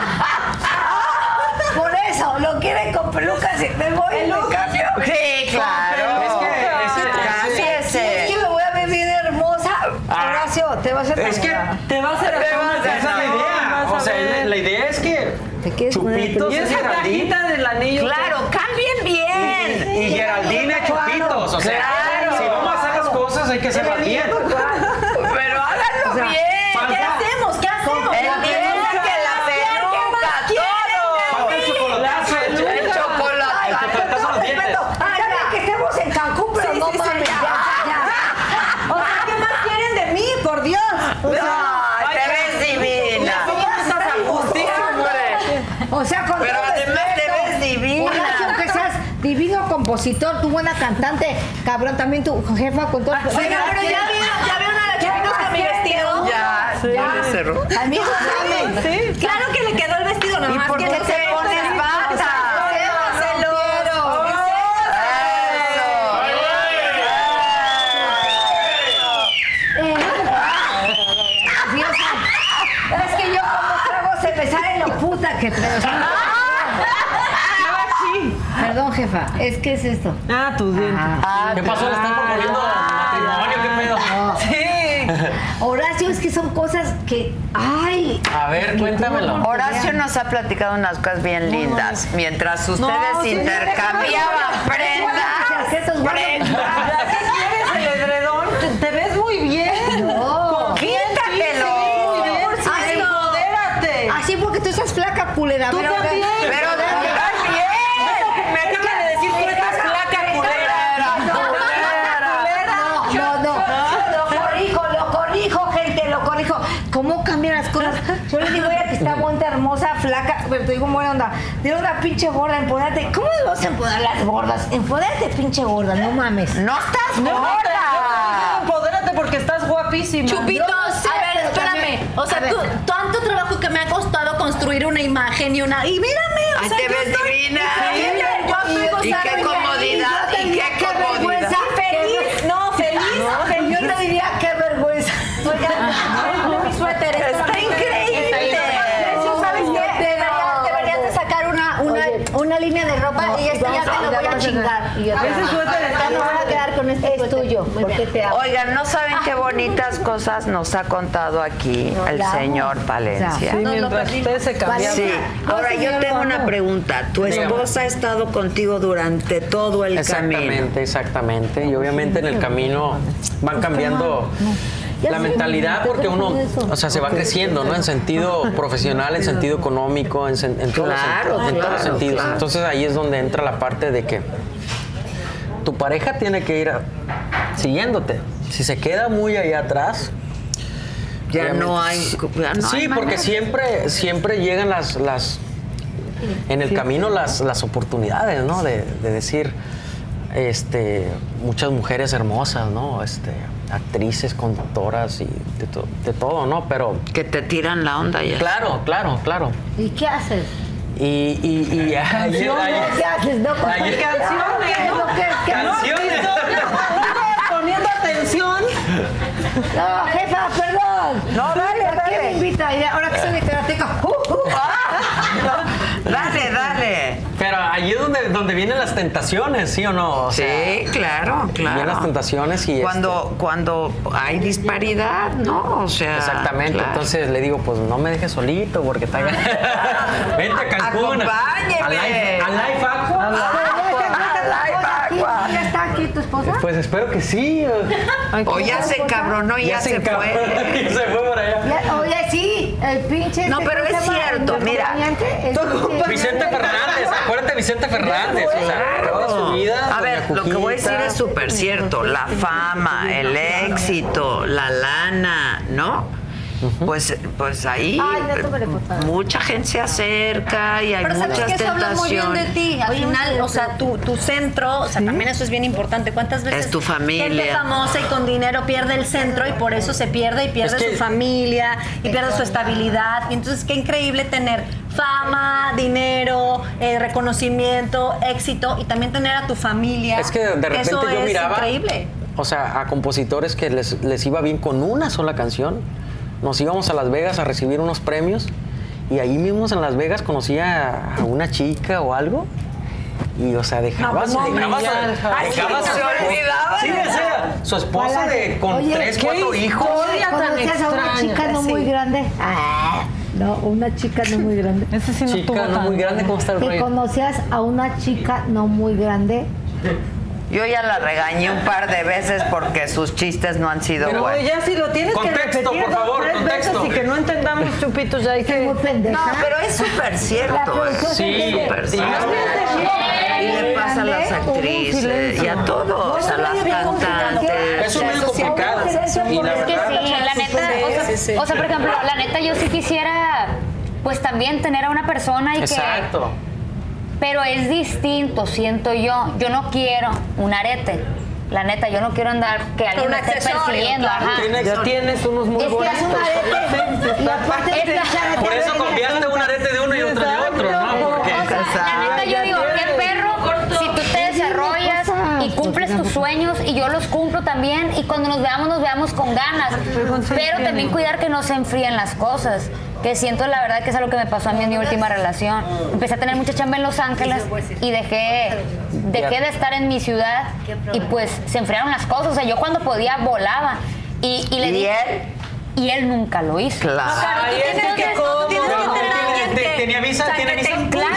Por eso, ¿lo quiere con peluca si me voy en el cambio? Sí, claro. Es que me voy a ver bien hermosa. Horacio, te vas a hacer. Es que te va a hacer. Esa es la idea. O sea, la idea es que Chupitos y esa cajita del anillo. Claro, cambien bien. Y Geraldine Chupitos. O sea, claro. Si vamos a hacer las cosas, hay que hacerlas bien. Pero háganlo bien. ¿Qué hacemos? El día que la peluca, todo. Falta el chocolatazo. El chocolatazo a los dientes. Que estemos en Cancún, pero no mames. O sea, ¿qué más quieren de mí? Por Dios. No, te ves divina. O sea, con pero además te ves divina. Horacio, aunque seas divino compositor, tu buena cantante, cabrón, también tu jefa con todo. Pero ya vieron a la Chupitos con mi vestido. Ya le cerró. Amigos, ¿saben? Sí. Claro que le quedó el vestido, ¿Y nomás por que qué no te se pones bata? Es que yo como trago se me sale lo puta que traigo. Perdón, jefa, es que es esto. Tu diente. ¿Qué pasó? ¿Le están proponiendo matrimonio? ¿Qué pedo? Sí. Horacio, es que son cosas que. ¡Ay! A ver, cuéntamelo. Horacio nos ha platicado unas cosas bien lindas. Mientras ustedes intercambiaban prendas. El edredón, te ves muy bien. No. ¡Quítatelo! Empodérate. Así porque tú estás flaca, culera. Tú también. Pero también. Me acaba de decir tú estás flaca, culera. Lo corrijo, gente, lo corrijo. ¿Cómo cambian las cosas? Yo le digo a ella que está bonita, hermosa, flaca, pero te digo buena onda. Digo una pinche gorda, empodérate. ¿Cómo debemos empoderar las gordas? Empodérate, pinche gorda, no mames. ¡No estás gorda! Empodérate porque estás guapísima. Chupitos, a ver, espérame. también. O sea, tú, tanto trabajo que me ha costado construir una imagen y una. Y mírame, o sea, te yo ves estoy- divina. Y qué comodidad, y qué comodidad. Feliz, no, feliz. Yo te diría qué vergüenza. Oigan, mi suéter está increíble. ¿Sabes qué? Deberías de sacar una línea de ropa y esta ya te lo voy a chingar. Ese suéter está No van a quedar con este es tuyo, porque te amo. Oigan, ¿no saben qué bonitas cosas nos ha contado aquí el señor Palencia? Sí, mientras ustedes se cambiaban. Sí. Ahora yo tengo una pregunta. Tu esposa ha estado contigo durante todo el camino. Exactamente. Y obviamente en el camino van cambiando la mentalidad porque uno, o sea, se va creciendo, ¿no? En sentido profesional, en sentido económico, en todos los sentidos. Claro. Entonces ahí es donde entra la parte de que tu pareja tiene que ir siguiéndote. Si se queda muy allá atrás, Ya no hay. sí, porque siempre llegan las en el camino las oportunidades, ¿no? De decir, muchas mujeres hermosas, ¿no? Actrices, conductoras y de todo, ¿no? Pero que te tiran la onda ya. Claro. ¿Y qué haces? Y Canciones. ¿Qué haces? No, Canciones. Poniendo atención. No, jefa, perdón. No, dale, ¿A qué me invita? Y ahora que soy de karateca. Dale. Pero ahí es donde vienen las tentaciones, ¿sí o no? O sea, Sí, claro. vienen las tentaciones y cuando hay disparidad, ¿no? O sea, exactamente. claro. Entonces le digo, pues no me dejes solito porque está vente a Cancún. Acompáñeme. A Life Aqua. ¿Ya está aquí tu esposa? Pues espero que sí. O ya se encabronó y ya se fue. Ya se fue por allá. Oye, sí, el pinche. No, pero es cierto, mira. Vicente Fernández, acuérdate Vicente Fernández. O sea, toda su vida. A ver, lo que voy a decir es súper cierto. La fama, el éxito, la lana, ¿no? Pues ahí mucha gente se acerca y hay Pero muchas sabes que eso habla muy bien de tentaciones. ti. Al final, o sea, tu centro, o sea, también eso es bien importante. ¿Cuántas veces Es tu familia. gente famosa y con dinero pierde el centro y por eso se pierde y pierde Es que- su familia y pierde su estabilidad? Y entonces qué increíble tener fama, dinero, reconocimiento, éxito y también tener a tu familia. Es que de repente eso yo es miraba, increíble. o sea, a compositores que les iba bien con una sola canción. Nos íbamos a Las Vegas a recibir unos premios y ahí mismo en Las Vegas conocía a una chica o algo. Y, o sea, dejabas se olvidaba. Sí, o sea, su esposa con 3, 4 hijos. ¿Conocías a una chica no muy grande? No, una chica no muy grande. Ese sí no Chica tuvo no muy grande, ¿cómo está el ¿Te rollo? conocías a una chica no muy grande? Yo ya la regañé un par de veces porque sus chistes no han sido Pero buenos. ya si lo tienes Contexto, que repetir por favor, 2, 3 veces contexto. y que no entendamos, Chupitos, ya hay que... Muy pendeja. No, pero es súper cierto. Sí, Súper cierto. Y le pasa a las actrices y a todos, a las cantantes. Eso es muy complicado. Y la Es que verdad, sí, la neta, o sea, por ejemplo, la neta yo sí quisiera pues también tener a una persona y exacto. pero es distinto, siento yo. Yo no quiero un arete. La neta, yo no quiero andar que alguien Un me esté accesorio, persiguiendo. claro. Ajá. Ya tienes unos muy Es que bonitos. es un arete. Y aparte de Por eso convierte un arete de uno y otro de otro, ¿no? Porque O sea, la neta yo digo, qué perro, si tú te desarrollas y cumples tus sueños y yo los cumplo también y cuando nos veamos con ganas. Pero también cuidar que no se enfríen las cosas. Que siento la verdad que es algo que me pasó a mí en mi última relación. Empecé a tener mucha chamba en Los Ángeles y dejé de estar en mi ciudad y pues se enfriaron las cosas. O sea, yo cuando podía volaba Y le dije, y él nunca lo hizo. Claro. Claro, tú tienes que tener a alguien que... ¿Tenía visa? ¿Tiene visa? Claro.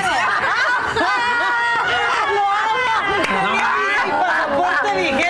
¡Ay, pasaporte vigente!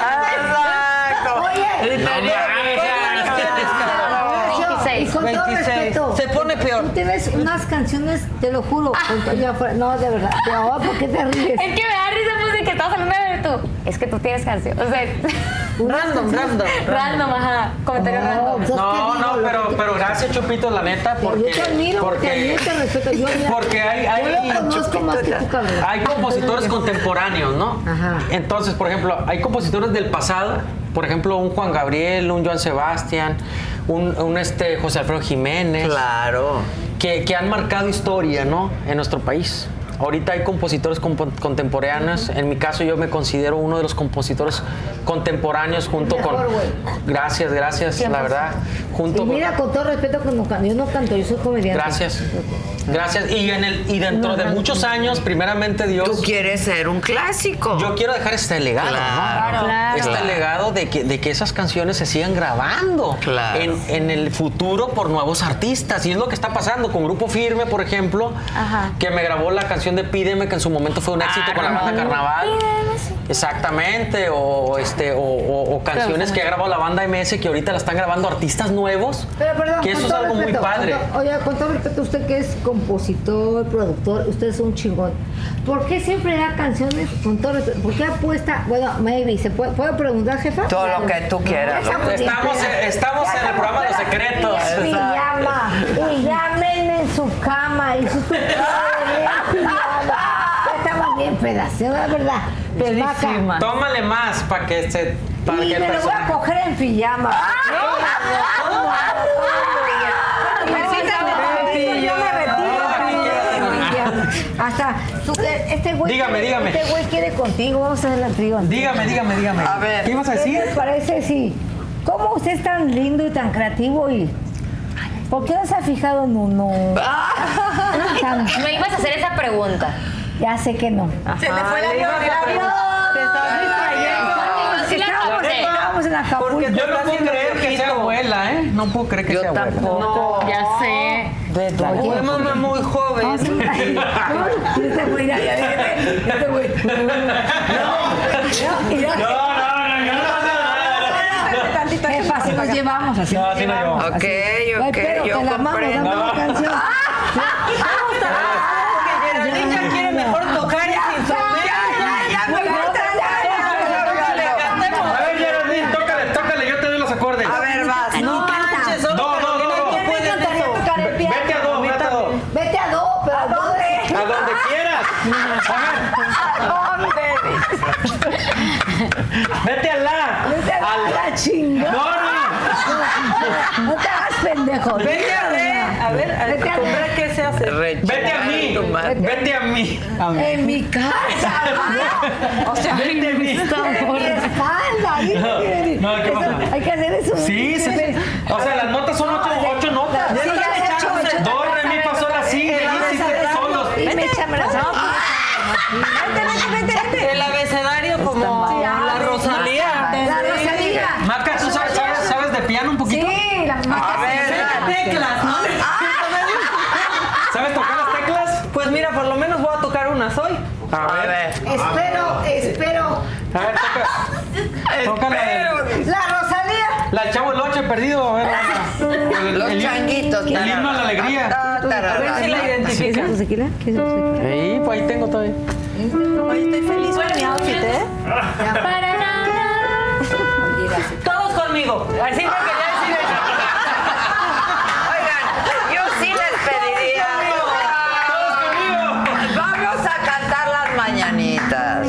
Y con todo 26. respeto, Se pone peor. tú tienes unas canciones, te lo juro, no, de verdad, pero ¿por qué te ríes? Es que me da risa pues de que estás hablando de tú. Es que tú tienes canción. O sea, random, ajá. Comentario random. Pero gracias, Chupito, la neta, porque... Yo te admiro, porque te respeto. Porque yo lo conozco más que tú, cabrón. hay compositores contemporáneos, ¿no? Ajá. Entonces, por ejemplo, hay compositores del pasado, por ejemplo, un Juan Gabriel, un Joan Sebastián, un José Alfredo Jiménez. Claro. Que han marcado historia, ¿no? En nuestro país. Ahorita hay compositores contemporáneos. En mi caso, yo me considero uno de los compositores contemporáneos junto con... Gracias, la verdad. Junto Y mira, con todo respeto, yo no canto, yo soy comediante. Gracias. Y dentro de muchos años, primeramente Dios... Tú quieres ser un clásico. Yo quiero dejar este legado, Claro. Este legado de que esas canciones se sigan grabando en el futuro por nuevos artistas. Y es lo que está pasando con Grupo Firme, por ejemplo, que me grabó la canción de Pídeme, que en su momento fue un éxito con la banda Carnaval. Exactamente. O canciones que ha grabado la banda MS, que ahorita la están grabando artistas nuevos. Pero perdón, que eso es algo muy padre. Oye, con todo respeto, usted que es compositor, productor, usted es un chingón. ¿Por qué siempre da canciones con todo respeto? ¿Por qué apuesta? Bueno, maybe, ¿puedo preguntar, jefa? Todo lo que tú quieras. Estamos en el programa de Los Secretos. Y llamen en su cama y su estamos bien pedaceros, la verdad. Pedísima. Tómale más para que se... Para Y que me lo voy a coger en pijama. Yo me retiro. Hasta este güey. Dígame. Este güey quiere contigo. Vamos a hacer la trío. Dígame. A ver. ¿Qué ibas a decir? ¿Qué te parece si? ¿Cómo usted es tan lindo y tan creativo y por qué no se ha fijado en uno? Me ibas a hacer esa pregunta. Ya sé que no. Se le fue la avión. Te estás distrayendo. Estábamos en Acapulco. Yo no puedo creer que sea abuela, ¿eh? No puedo creer que sea abuela. Tampoco. Ya sé. Fue mamá muy joven. Este güey, este güey. Qué fácil nos llevamos así. No, así no llevamos. Ok, Pero yo te la mamo, comprendo. dame una canción. Que Geraldine ya quiere mejor tocar ese instrumento. A ver, Geraldine, tócale, yo te doy los acordes. A ver, vas. No manches, solo Carolina, tú puedes eso. Vete a dos. Vete a dos, pero ¿a dónde? A donde quieras. Vete a la. Vete a la chingada. No te hagas pendejo. Vete a ver. A ver, ¿qué se hace? Vete a mí. En mi casa. O sea, Vete a mí. en mi espalda. No, ¿qué pasa? Hay que hacer eso. Sí. O sea, las notas son 8 notas. Sí, ya he hecho 8 Do, re, mi, fa, sol, la, si, solos. Y me echa brazos. Vete. El abecedario como la Rosalía. La Rosalía. Maca, ¿tú sabes de piano un poquito? Sí, la A ver, Teclas, ¿no? ¿Sabes tocar las teclas? Pues mira, por lo menos voy a tocar unas hoy. A ver. Espero. A ver, toca La Rosalía. la Chavo el 8 perdido. A ver. los changuitos. El himno a la alegría. A ver si la identificas. ¿Tequila? ¿Qué es eso? Sí, pues ahí tengo todavía. Oye, estoy feliz con mi outfit, ¿eh? Todos conmigo. Así que ya decide. Oigan, yo sí les pediría. Vamos a cantar las mañanitas.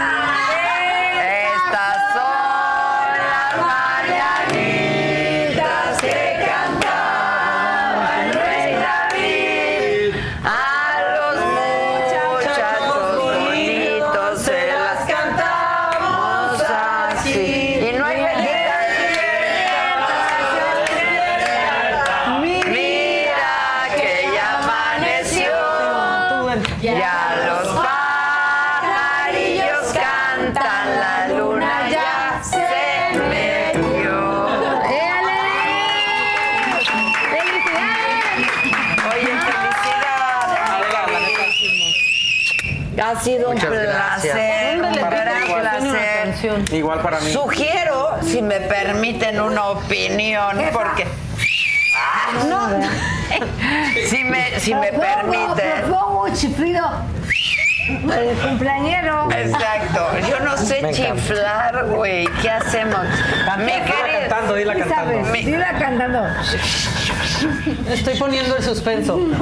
Estas son las mañanitas que cantaba el rey David. A los muchachos bonitos se las cantamos así. Y no hay mira que ya amaneció, ya los pajarillos cantan, la luna ya se metió. Ha sido un Muchas gracias. placer, un gran placer. Igual para mí. Sugiero, si me permiten una opinión, porque... No. Si me permiten. Propongo un chiflido del cumpleañero. Exacto. Yo no sé Me encanta. chiflar, güey. ¿Qué hacemos? Mi Dila querido... cantando, dila cantando. Dila cantando. Estoy poniendo el suspenso. Oye,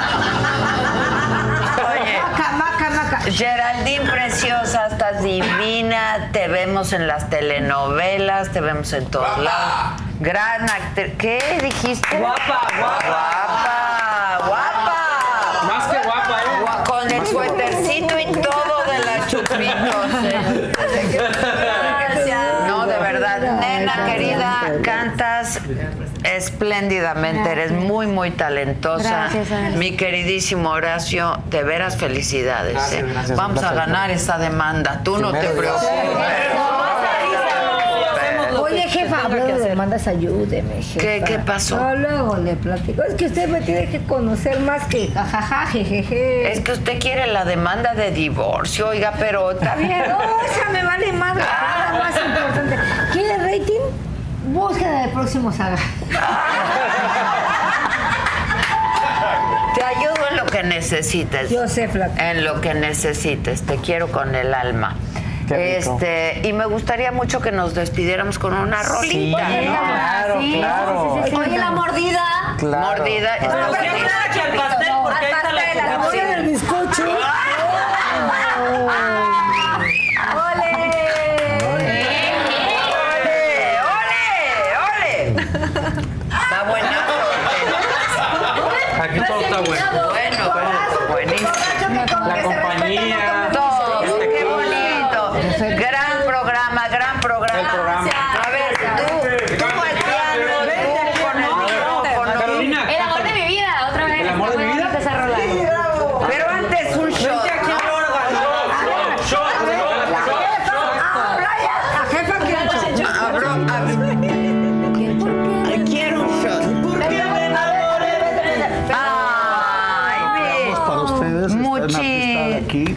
Maca. Geraldine preciosa, estás divina, te vemos en las telenovelas, te vemos en todos lados. Gran actriz. ¿Qué dijiste? Guapa. Más que guapa, ¿eh? Con el suétercito y todo de la Chupitos. No, de verdad, nena querida, cantas espléndidamente, eres muy, muy talentosa. Gracias, Ana. Mi queridísimo Horacio, de veras felicidades. Gracias, Vamos a gracias. ganar esta demanda, tú no te Primero Dios. preocupes. Oye, jefa, hablando de demandas, ayúdeme, jefa. ¿Qué pasó? No, luego le platico. Es que usted me tiene que conocer más que jajaja, jejeje. Es que usted quiere la demanda de divorcio, oiga, pero está bien. No, esa me vale madre. Es la más importante. ¿Quiere rating? Búsqueda del próximo saga. Te ayudo en lo que necesites. Yo sé, flaca. En lo que necesites. Te quiero con el alma. Qué rico. Y me gustaría mucho que nos despidiéramos con una rolita. Claro, claro. Oye, la mordida. Claro. Mordida. Pero siempre aquí al pastel, porque ahí está la pastel, La comida. del bizcocho. ¡Ole! Está buenazo. Aquí todo está bueno. Bueno, buenísimo. La compañía. Todo, qué bonito. Gran programa, gran programa. El programa. A ver, tú al piano, tú con el micrófono. Carolina. El amor de mi vida, otra vez. ¿El amor de mi vida? Esa rola. Pero antes un shot. Vente aquí al órgano. La jefa quiere Quiero un shot. Ay, Para ustedes, está en la pista de aquí.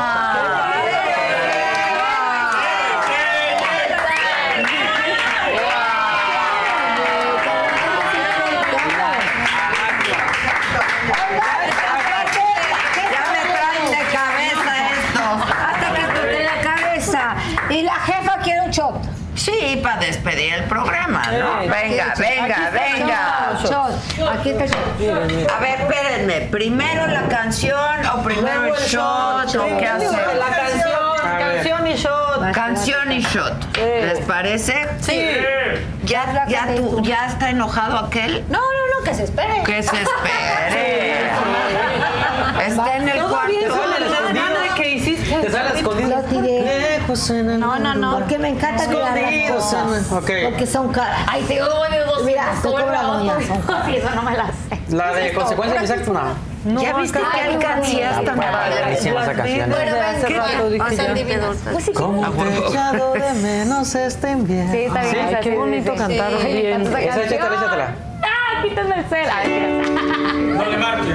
Ya me traen de cabeza esto. hasta que te dé la cabeza. Y la jefa quiere un shot. Sí, para despedir el programa, ¿no? Venga. Shot. Aquí está el shot. A ver, espérenme. ¿Primero la canción o primero el shot? ¿O qué hacemos? La canción y shot. Canción y shot. ¿Les parece? Sí. ¿Ya está enojado aquel? No, que se espere. Que se espere. Está en el Todo bien cuarto. con el desmadre que hiciste. Te sale escondido. Lo tiré. Lejos en el No. Porque me encanta tirar las cosas. Ok. Porque son caras. Ay, te odio dos. Mira, te cobra doña. Son caras. Sí, eso no me la sé. La de consecuencia de mis actos, no. ¿Ya viste qué alcancías tan padres? Buenísima esa canción. Desde hace rato dije yo. ¿Cómo te he echado de menos este invierno? Sí, está bien. Ay, qué bonito cantar bien. Esa, échatela. Ah, quítame el cel. A ver, No le marques.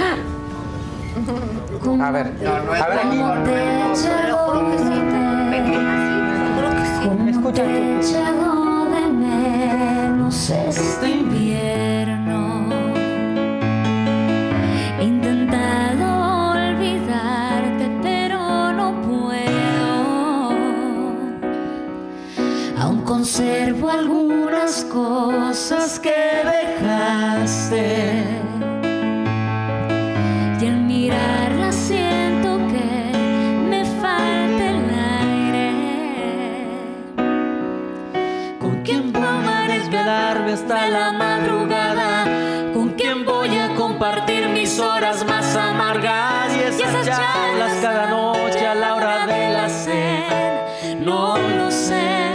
A ver aquí. Escucha tú. Echado de menos este invierno. He intentado olvidarte, pero no puedo. Aún conservo algunas cosas que dejaste. Y al mirarla siento que me falta el aire. ¿Con quién puedo desvelarme hasta la madrugada? ¿Con quién voy a compartir mis horas más amargas? Y esas charlas cada noche a la hora de la cena, no lo sé.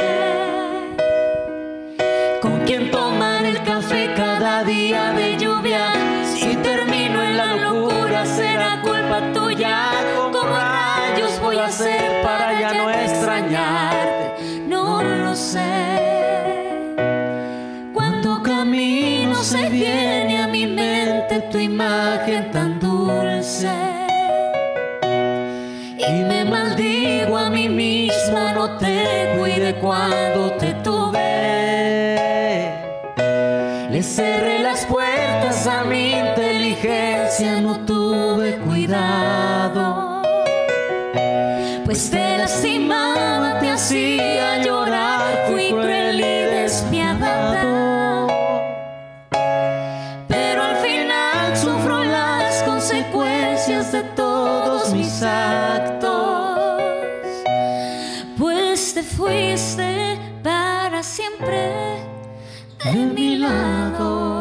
¿Con quién tomar el café cada día de lluvia? Si termino en la locura será culpa tuya. ¿Cómo rayos voy a hacer para ya no extrañarte? No lo sé. Cuando camino se viene a mi mente tu imagen tan dulce. y me maldigo a mí misma, no te cuidé cuando te tuve. Le cerré las puertas a mi inteligencia, no tuve cuidado, pues te lastimaba, te hacía llorar, fui cruel y despiadada. Pero al final sufro las consecuencias de todos mis actos, pues te fuiste para siempre de mi lado.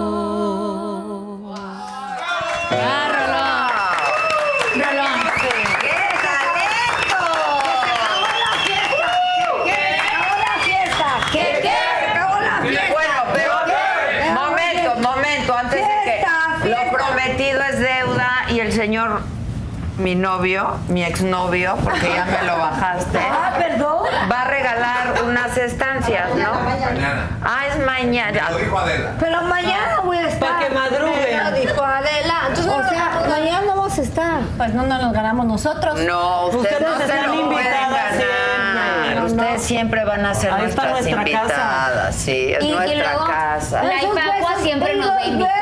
Señor, mi novio, mi exnovio, porque ya me lo bajaste. Ah, perdón. Va a regalar unas estancias, ¿no? Mañana. Ah, es mañana. Lo dijo Adela. Pero mañana voy a estar. Para que madrugue. Lo dijo Adela. Entonces, O sea, mañana no vamos a estar. pues no nos los ganamos nosotros. No, ustedes no se están lo pueden invitadas ganar. siempre. Ustedes siempre van a ser Ahí está nuestras nuestra invitadas. casa. Sí, es Y nuestra luego, casa. la Ifacua siempre nos va a invitar.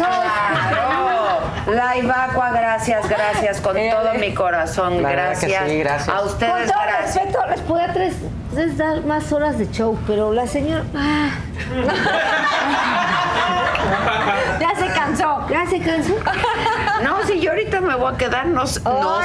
La Ibacua, gracias con todo mi corazón, La verdad que gracias. sí, gracias. A Con ustedes, todo gracias. respeto, les podía dar más horas de show, pero la señora. Ya se cansó. ¿Ya se cansó? No, si yo ahorita me voy a quedar, no sé tú. Tal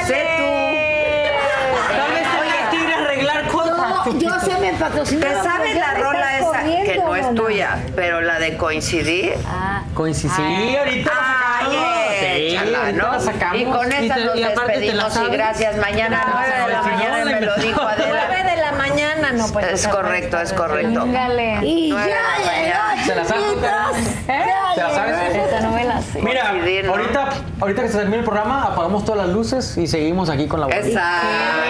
vez tengas que ir a arreglar cosas. No, yo sé, me patrocinó. ¿Te sabes la rola esa que no es mana. tuya, pero la de coincidir? Coincidir. Sí, ahorita Ay, échala, ahorita ¿no? la sacamos. Y con esa nos y aparte te la despedimos y sabes. gracias. Mañana 9 de la mañana me lo dijo Adela. 9 de la mañana, no pues. Es correcto, es correcto. Póngale. Y 9 de la ya mañana. ¿Se la sabes? ¿Se la sabes? Esta novela sí. Mira, Coincidir, ¿no? ahorita que se termine el programa, apagamos todas las luces y seguimos aquí con la bola. Exacto.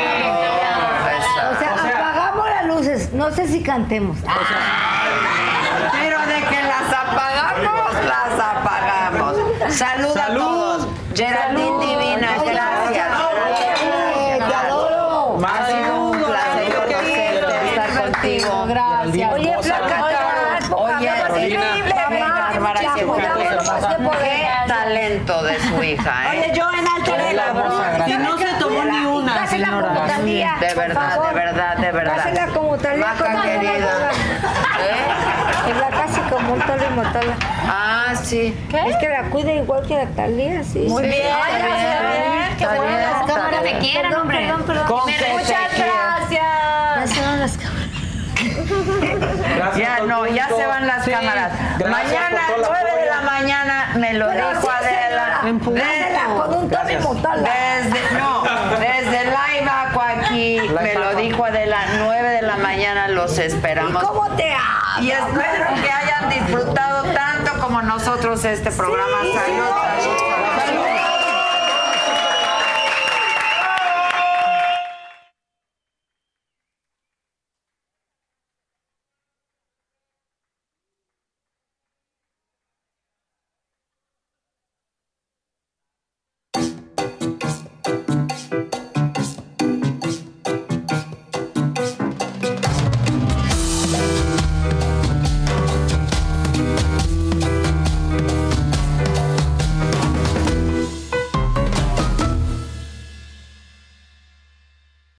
O sea, apagamos las luces. No sé si cantemos. Pero de que las apagamos, las apagamos. Salud a todos. Geraldine Divina, gracias. Te adoro. Ha sido un placer conocerte, estar contigo. Gracias. Oye, flaca, Oye, Bárbara, qué talento de su hija, ¿eh? Oye, yo en alto de la voz. Y no se tomó ni una, señora. De verdad, de verdad, de verdad. Hacela como Talía. Maca querida. Es la casi como un Tali Motola. Ah, sí. Es que la cuida igual que la Talía, sí. Muy bien, Ay, está bien, qué está bueno bien, las está cámaras bien. me quieran, hombre. Con que te Muchas quieran. gracias. Ya se van las cámaras. Ya no, ya se van las cámaras. Mañana, 9 de la mañana, me lo dijo Adela. Con un Tali Motola. Desde Live Aqua aquí, me lo dijo Adela, 9 de la mañana los esperamos. ¿Cómo te amo? Y espero que hayan disfrutado tanto como nosotros este programa. Salud, salud, salud.